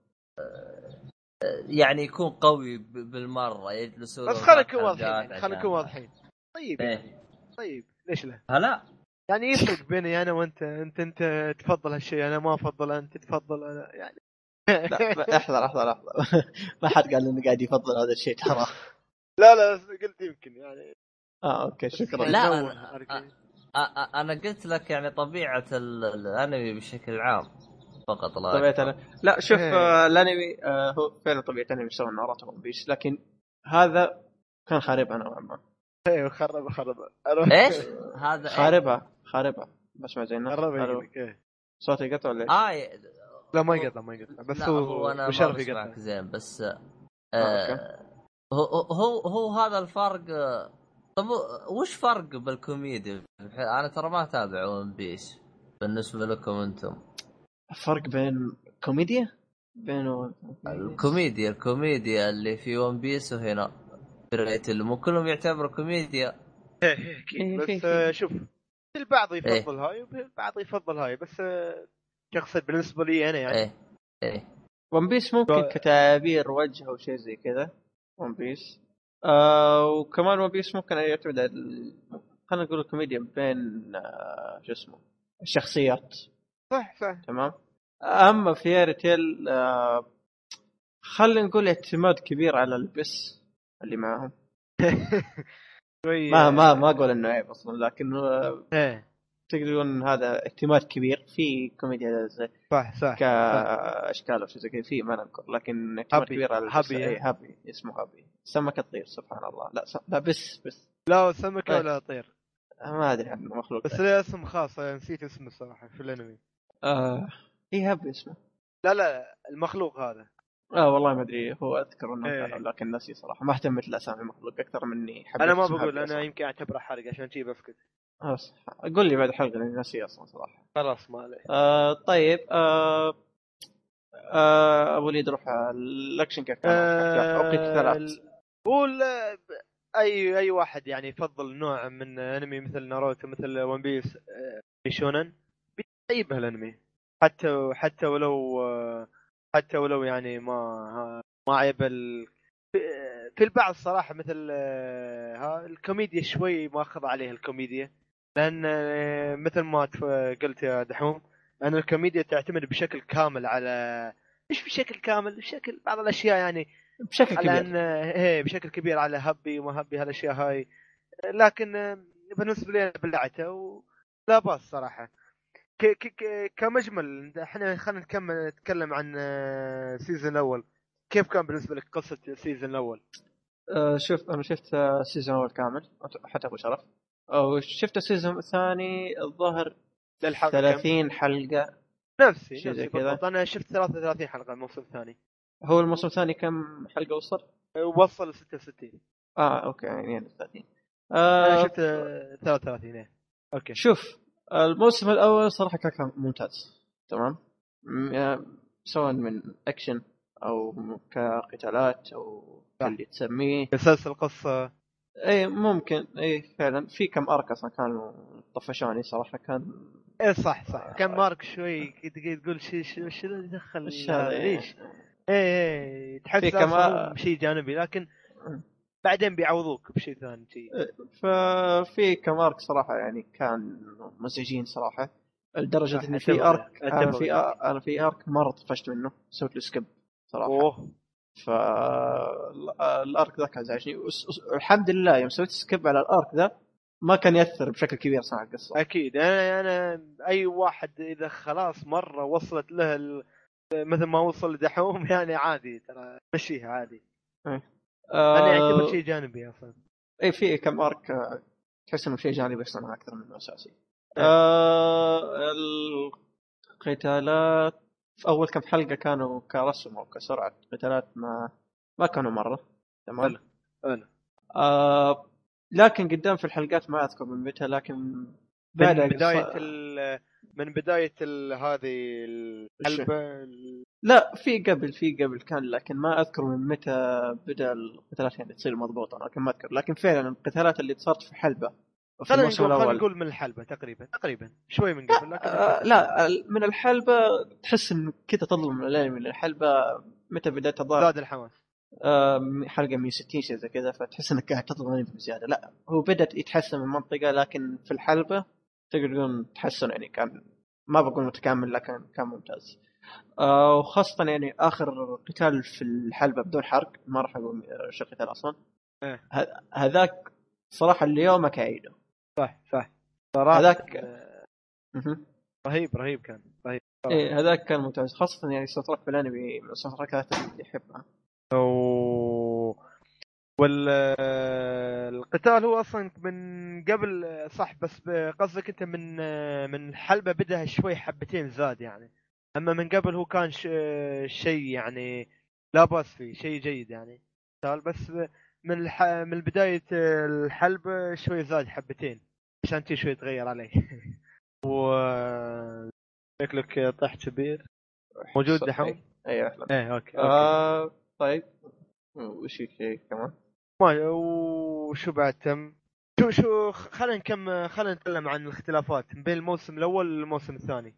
يعني يكون قوي بالمره يجلسوا بس خلينا نكون واضحين طيب يعني طيب ليش لا هلا يعني يفرق بيني انا وانت انت تفضل هالشيء انا ما افضل انت تفضل انا يعني لا احذر ما حد قال انه قاعد يفضل هذا الشيء ترى. لا قلت يمكن يعني اوكي شكرا. لا انا قلت لك يعني طبيعه الانمي بشكل عام فقط لا طبيعه لا شوف الانمي هو فعلا طبيعه الانمي سوى ناروتو ون بيس لكن هذا كان خاربها نوعا ما. ايوه خرب ايش هذا خاربها بس ما زين صوتي يقطع ولا ايش؟ لا ما يقطع بس هو انا بشرف يقطع زين بس أوكي. هو هذا الفرق. طب وش فرق بالكوميديا؟ انا ترى ما اتابع ون بيس بالنسبه لكم انتم. فرق بين كوميديا بينه الكوميديا اللي في ون بيس وهنا بريتل مو كلهم يعتبروا كوميديا. بس شوف البعض يفضل هاي والبعض يفضل هاي بس شخصيا بالنسبه لي انا يعني ايه ون بيس ممكن كتعابير وجه او شيء زي كذا ون بيس وكمان ون بيس ممكن يعتمد على خلينا نقول الكوميديا بين شو اسمه الشخصيات. صح تمام. اما في ريتيل خلينا نقول اعتماد كبير على البس اللي معهم. ما اقول انه عيب اصلا لكن تقدرون هذا اعتماد كبير في كوميديا زي صح كاشكال وشيء زي كذا في ما نذكر لكن اعتماد كبير على هابي اسمه هابي سمكة تطير سبحان الله. لا بس لا سمكة ولا طير ما ادري عنه مخلوق بس له اسم خاص نسيت اسمه الصراحة في الانمي. ايه هابي اسمه. لا المخلوق هذا والله ما ادري هو اذكر انه لكن ناسي صراحه ما اهتمت لاسامي المخلوق اكثر مني حبيت. انا ما بقول انا يمكن اعتبره حرق عشان شيء بسكت. قول لي بعد حلقه لاني ناسي اصلا صراحه. خلاص ما عليه. طيب ابو ليد روح الاكشن كيف كان قتالات قول اي واحد يعني يفضل نوع من انمي مثل ناروتو مثل ون بيس شونن بيعيب هالانمي حتى ولو يعني ما عيب في البعض صراحة مثل الكوميديا شوي ما أخذ عليها الكوميديا لأن مثل ما قلت يا دحوم أن الكوميديا تعتمد بشكل كامل على مش بشكل كامل بشكل بعض الأشياء يعني بشكل كبير بشكل كبير على هبي وما هبي هالأشياء هاي لكن بالنسبة لي بلعته ولا باس صراحة كمجمل. احنا خلينا نتكلم عن السيزون الأول. كيف كان بالنسبة لك قصة السيزون الأول؟ شوف أنا شفت السيزون الأول كامل حتى أبو شرف وشفت السيزون الثاني الظاهر 30 حلقة نفسي بالضبط. أنا شفت 33 حلقة الموسم الثاني. هو الموسم الثاني كم حلقة وصل 66. أوكي يعني 30. أنا شفت 33. أوكي شوف الموسم الأول صراحة كان ممتاز تمام سواء من أكشن أو كقتالات أو اللي تسميه تسلسل قصة اي ممكن اي فعلا في كم ارك اصلا كانوا طفشوني صراحه كان ايه صح كان مارك شوي تقول شنو يدخل ليش ايه تحس اصلا شيء جانبي، لكن بعدين بيعوضوك بشيء ثاني شيء. ففي كمارك صراحه يعني كان مزعجين صراحه، لدرجه ان في ارك انا في ارك مره طفشت منه، سويت له سكيب صراحه. فالارك ذاك ازعجني، والحمد لله يوم سويت سكيب على الارك ذا ما كان يأثر بشكل كبير صنع القصة. أكيد أنا أي واحد إذا خلاص مرة وصلت له مثل ما وصل دحوم يعني عادي ترى مشيها عادي. أنا يعتبر شيء جانبي أصلا. أي في كم أرك تحس إنه شيء جانبي أصلا أكثر من أساسي. القتالات في أول كم حلقة كانوا كرسم أو كسرعة قتالات ما كانوا مرة تمام. لكن قدام في الحلقات ما أذكر من متى، لكن من بداية هذه الحلبة لا في قبل كان، لكن ما أذكر من متى بدأ القتالات يعني تصير مضبوطة، لكن ما أذكر. لكن فعلا القتالات اللي صارت في حلبة خلينا نقول من الحلبة تقريبا شوي من قبل، لكن لا من الحلبة تحس إن كده تظلم من الحلبة. متى بدأت تظهر زاد الحماس حلقة 160 شيء زي كذا، فتحس إنك قاعد تظلم بزيادة. لا هو بدأت يتحسن من المنطقة، لكن في الحلبة تقدرون تحسن يعني. كان ما بقول متكامل لكن كان ممتاز. وخاصة يعني آخر قتال في الحلبة بدون حرق، ما راح أقول شو القتال أصلا. هذاك صراحة اليوم أكيده صح صراحة هذاك رهيب كان رهيب. إيه هذاك كان ممتاز، خاصة يعني سوتراك في الأنمي من السوتراكات اللي أحبها. والقتال هو أصلا من قبل صح، بس قصدك أنت من الحلبة بدأ شوي حبتين زاد يعني، أما من قبل هو كان شيء يعني لا بأس فيه، شيء جيد يعني. بس من بداية الحلبة شوي زاد حبتين عشان تي شوي تغير عليه. و شكلك طحت كبير موجود دحوم. اي اهلا. اوكي طيب وش شيء كمان ما وشو بعد تم شو خلينا نتكلم عن الاختلافات بين الموسم الاول والموسم الثاني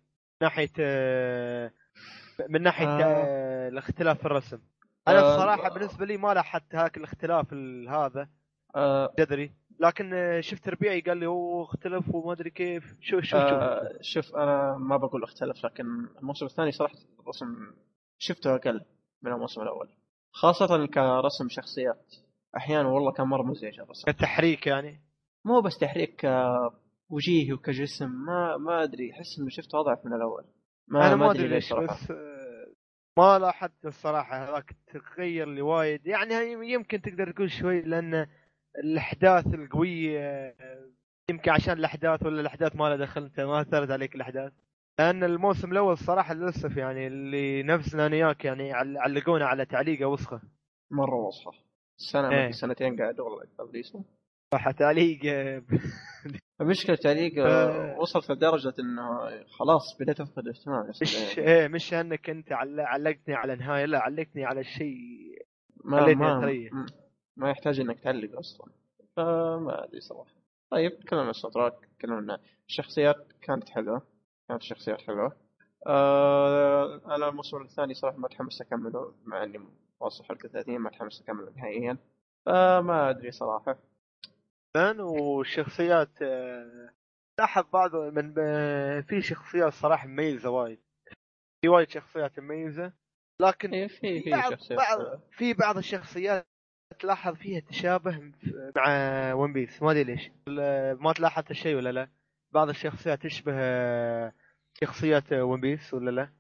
من ناحيه الاختلاف في الرسم. انا الصراحه بالنسبه لي ما لاحظت هاك الاختلاف هذا تدري، لكن شفت ربيعي قال لي هو اختلف وما ادري كيف. شوف انا ما بقول اختلف، لكن الموسم الثاني صراحه الرسم شفته اقل من الموسم الاول، خاصه كرسم شخصيات. احيانا والله كان مره مزعج الرسم، التحريك يعني مو بس تحريك، وجيه وكجسم ما ادري، احس انه شفته اضعف من الاول. انا ما ادري ليش بس ما لاحظت الصراحه هذاك تغير لي وايد يعني. يمكن تقدر تقول شوي لان الاحداث القويه، يمكن عشان الاحداث ولا الاحداث ما لها دخل، انت ما اثرت عليك الاحداث. لان الموسم الاول الصراحه للاسف يعني اللي نفسنا نياك يعني علقونا على تعليقه وسخه مره وسخه. سنه سنتين قاعد والله ابليسه صح تعليق. المشكله تعليق وصلت لدرجه انه خلاص بديت افقد اهتمام. مش انك انت علقتني على نهايه، لا علقتني على الشيء ما يحتاج انك تعلق اصلا، فما ادري صراحه. طيب تكلمنا عن السطرات، تكلمنا الشخصيات كانت حلوه، الشخصيات حلوه. انا الموسم الثاني صراحه ما تحمست اكمله، مع اني واصل حلقه 30 ما تحمست اكمله نهائيا، فما ادري صراحه. والشخصيات لاحظ بعض من في شخصيات صراحه مميزه وايد، في وايد شخصيات مميزه، لكن في بعض الشخصيات تلاحظ فيها تشابه مع ون بيس، ما ادري ليش. ما تلاحظت الشيء ولا لا؟ بعض الشخصيات تشبه شخصيات ون بيس ولا لا؟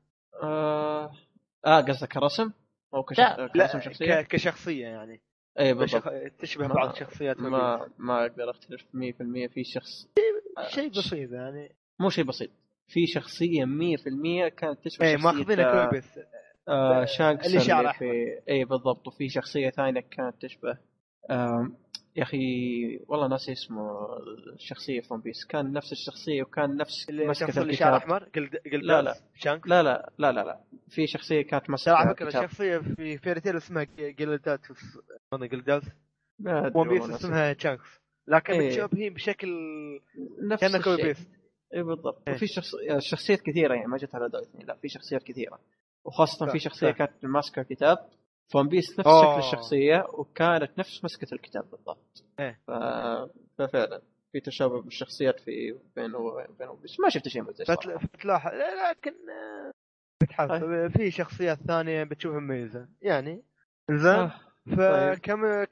قصدك كرسم او كرسم شخصيه؟ كشخصيه يعني. اي بالضبط تشبه بعض الشخصيات. ما اقدر اختلف 100%. في شخص شيء بسيط يعني، مو شيء بسيط، في شخصية 100% كانت تشبه شخصية ماخذينها كويس شانكس اللي شعره في اي بالضبط. وفي شخصية ثانية كانت تشبه يا اخي والله ناسي اسمه الشخصية في ون بيس، كان نفس الشخصية وكان نفس مسكة اللي شعره احمر لا شانكس لا في شخصية كانت مسكة على فكرة شخصية في فيرتيل اسمها جلداتوس جلداز، ون بيس اسمها شانكس، لكن متشابهين بشكل نفس الشيء. اي بالضبط. وفي شخصيات كثيره يعني ما جت على داي 2 لا في شخصيات كثيره وخاصه في شخصيه كانت ماسكه كتاب فون بيس نفس شكل الشخصيه وكانت نفس مسكه الكتاب بالضبط. ففعلا في تشابه بالشخصيات في بينه بس ما شفت شيء مزعج صراحه. بتلاحظ لكن بتحس في شخصيات ثانيه بتشوفها مميزه يعني زين. فكم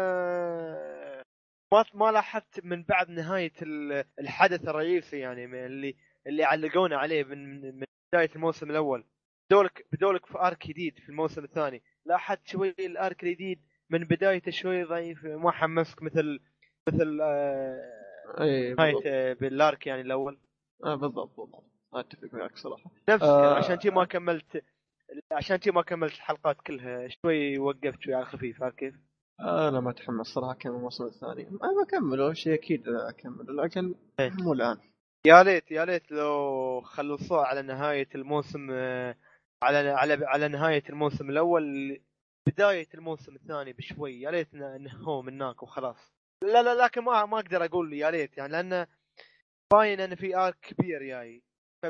ما لاحظت من بعد نهايه الحدث الرئيسي يعني اللي علقونا عليه من بدايه الموسم الاول بدولك في ارك جديد في الموسم الثاني. لاحظت شوي الارك الجديد من بدايته شوي ضعيف ما حمسك مثل نهايه بالارك يعني الاول. بالضبط اتفق معك صراحه نفس عشان تي ما كملت الحلقات كلها شوي وقفت شوي على خفيف عارف كيف. انا ما اتحمس صراحه كم الموسم الثاني ما بكمله شيء اكيد اكمله لكن مو الان. يا ليت لو خلصوه على نهايه الموسم على نهايه الموسم الاول بدايه الموسم الثاني بشوي. يا ليت نهوه من هناك وخلاص. لا لكن ما اقدر اقول يا ليت يعني لان باين ان في ارك كبير جاي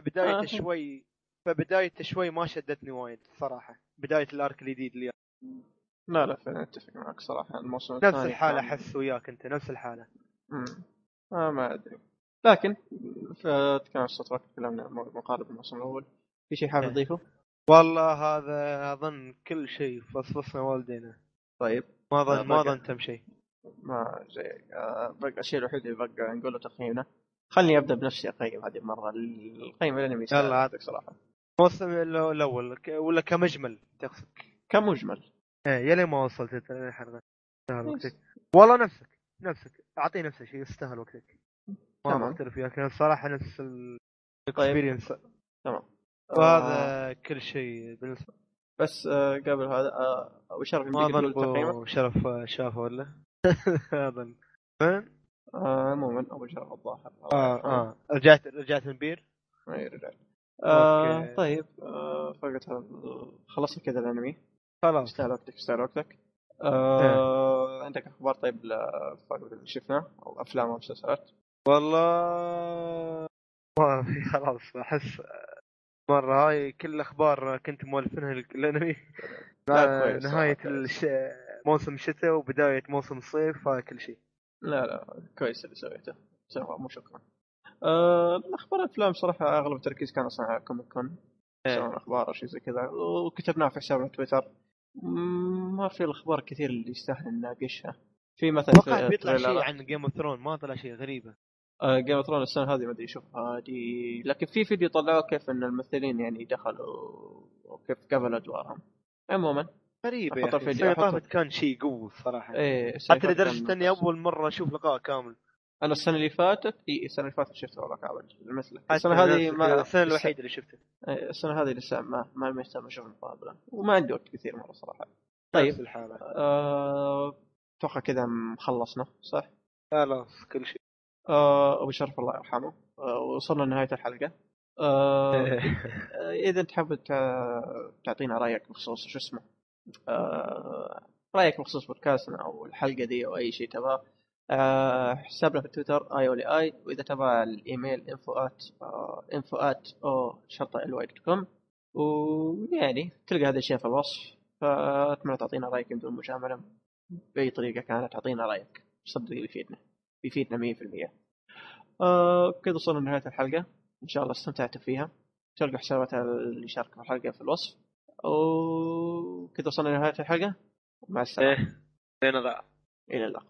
فبدايته شوي ما شدتني وايد صراحه بدايه الارك الجديد اللي لا فعلا اتفق معك صراحه الموسم نفس الثاني الحاله احس وياك انت نفس الحاله. ما ادري لكن كان الصوت تكلمنا مقارب الموسم الاول. في شيء حابب تضيفه؟ والله هذا اظن كل شيء فصفصنا والدينا. طيب ما اظن تم شيء ما زي بقى الشيء الوحيد اللي بقى نقول له تقييمنا. خلني ابدا بنفسي اقيم هذه المره القيم الانمي يلا عادك صراحه. الموسم الاول ولا كمجمل تقصد؟ كمجمل يلي ما وصلت الحلقه يستاهل وقتك والله نفسك اعطي نفسه شيء يستاهل وقتك ما اختلف وياك الصراحه نفس الاكسبيرينس. تمام وهذا كل شيء بالنسبه بس قبل هذا ابو شرف ما اظن ابو شرف شافه ولا اظن عموما ابو شرف الظاهر رجعت من بير. اي رجعت. طيب فقط خلصنا كذا الانمي خلاص استاهل وقتك. عندك اخبار طيب فقط اللي شفناه او افلام او مسلسلات؟ والله ما في خلاص احس مرة هاي كل الأخبار كنت مولفينها الأنمي نهاية موسم الشتاء وبداية موسم الصيف هاي كل شيء. لا كويس اللي سويته سواء مو شكرا. الأخبار الأفلام صراحة أغلب التركيز كان أصلا على كوميك كون سواء أخبار أو شيء زي كذا وكتبناه في حسابنا تويتر. ما في الأخبار كثير اللي يستاهل نناقشها. في مثلا بيطلع شيء عن جيم اوف ثرون ما طلع شيء غريبة. جيم اوف ثرون السنة هذه ما أدري شوفها دي لكن في فيديو طلعوا كيف إن الممثلين يعني دخلوا وكيف قبل أدوارهم. عموما غريبة يا أخي كان شيء قوي صراحة. حتى لدرجة أني أول مرة أشوف لقاء كامل. أنا السنة اللي فاتت السنة اللي فاتت شفته والله كامل مثل السنة هذه السنة الوحيدة اللي شفته. السنة هذه لسه ما مهتم أشوف مقابلة وما عندي وقت كثير مرة صراحة. طيب أتوقع كذا مخلصنا صح؟ خلاص كل شيء. أبو شرف الله يرحمه. وصلنا لنهاية الحلقة. إذا تحب تعطينا رأيك بخصوص شو اسمه رأيك بخصوص بودكاستنا أو الحلقة دي أو أي شيء تبغاه حسابنا في تويتر IOLI وإذا تبغى الإيميل info@o@ly.com ويعني تلقى هذا الشيء في الوصف. فأتمنى تعطينا رأيك بدون مجاملة بأي طريقة كانت تعطينا رأيك صدق بيفيدنا 100%. كذا وصلنا لنهاية الحلقة إن شاء الله استمتعتوا فيها. تلقى حسابات اللي شاركوا في الحلقة في الوصف وكذا وصلنا لنهاية الحلقة. مع السلامة. إلى اللقاء.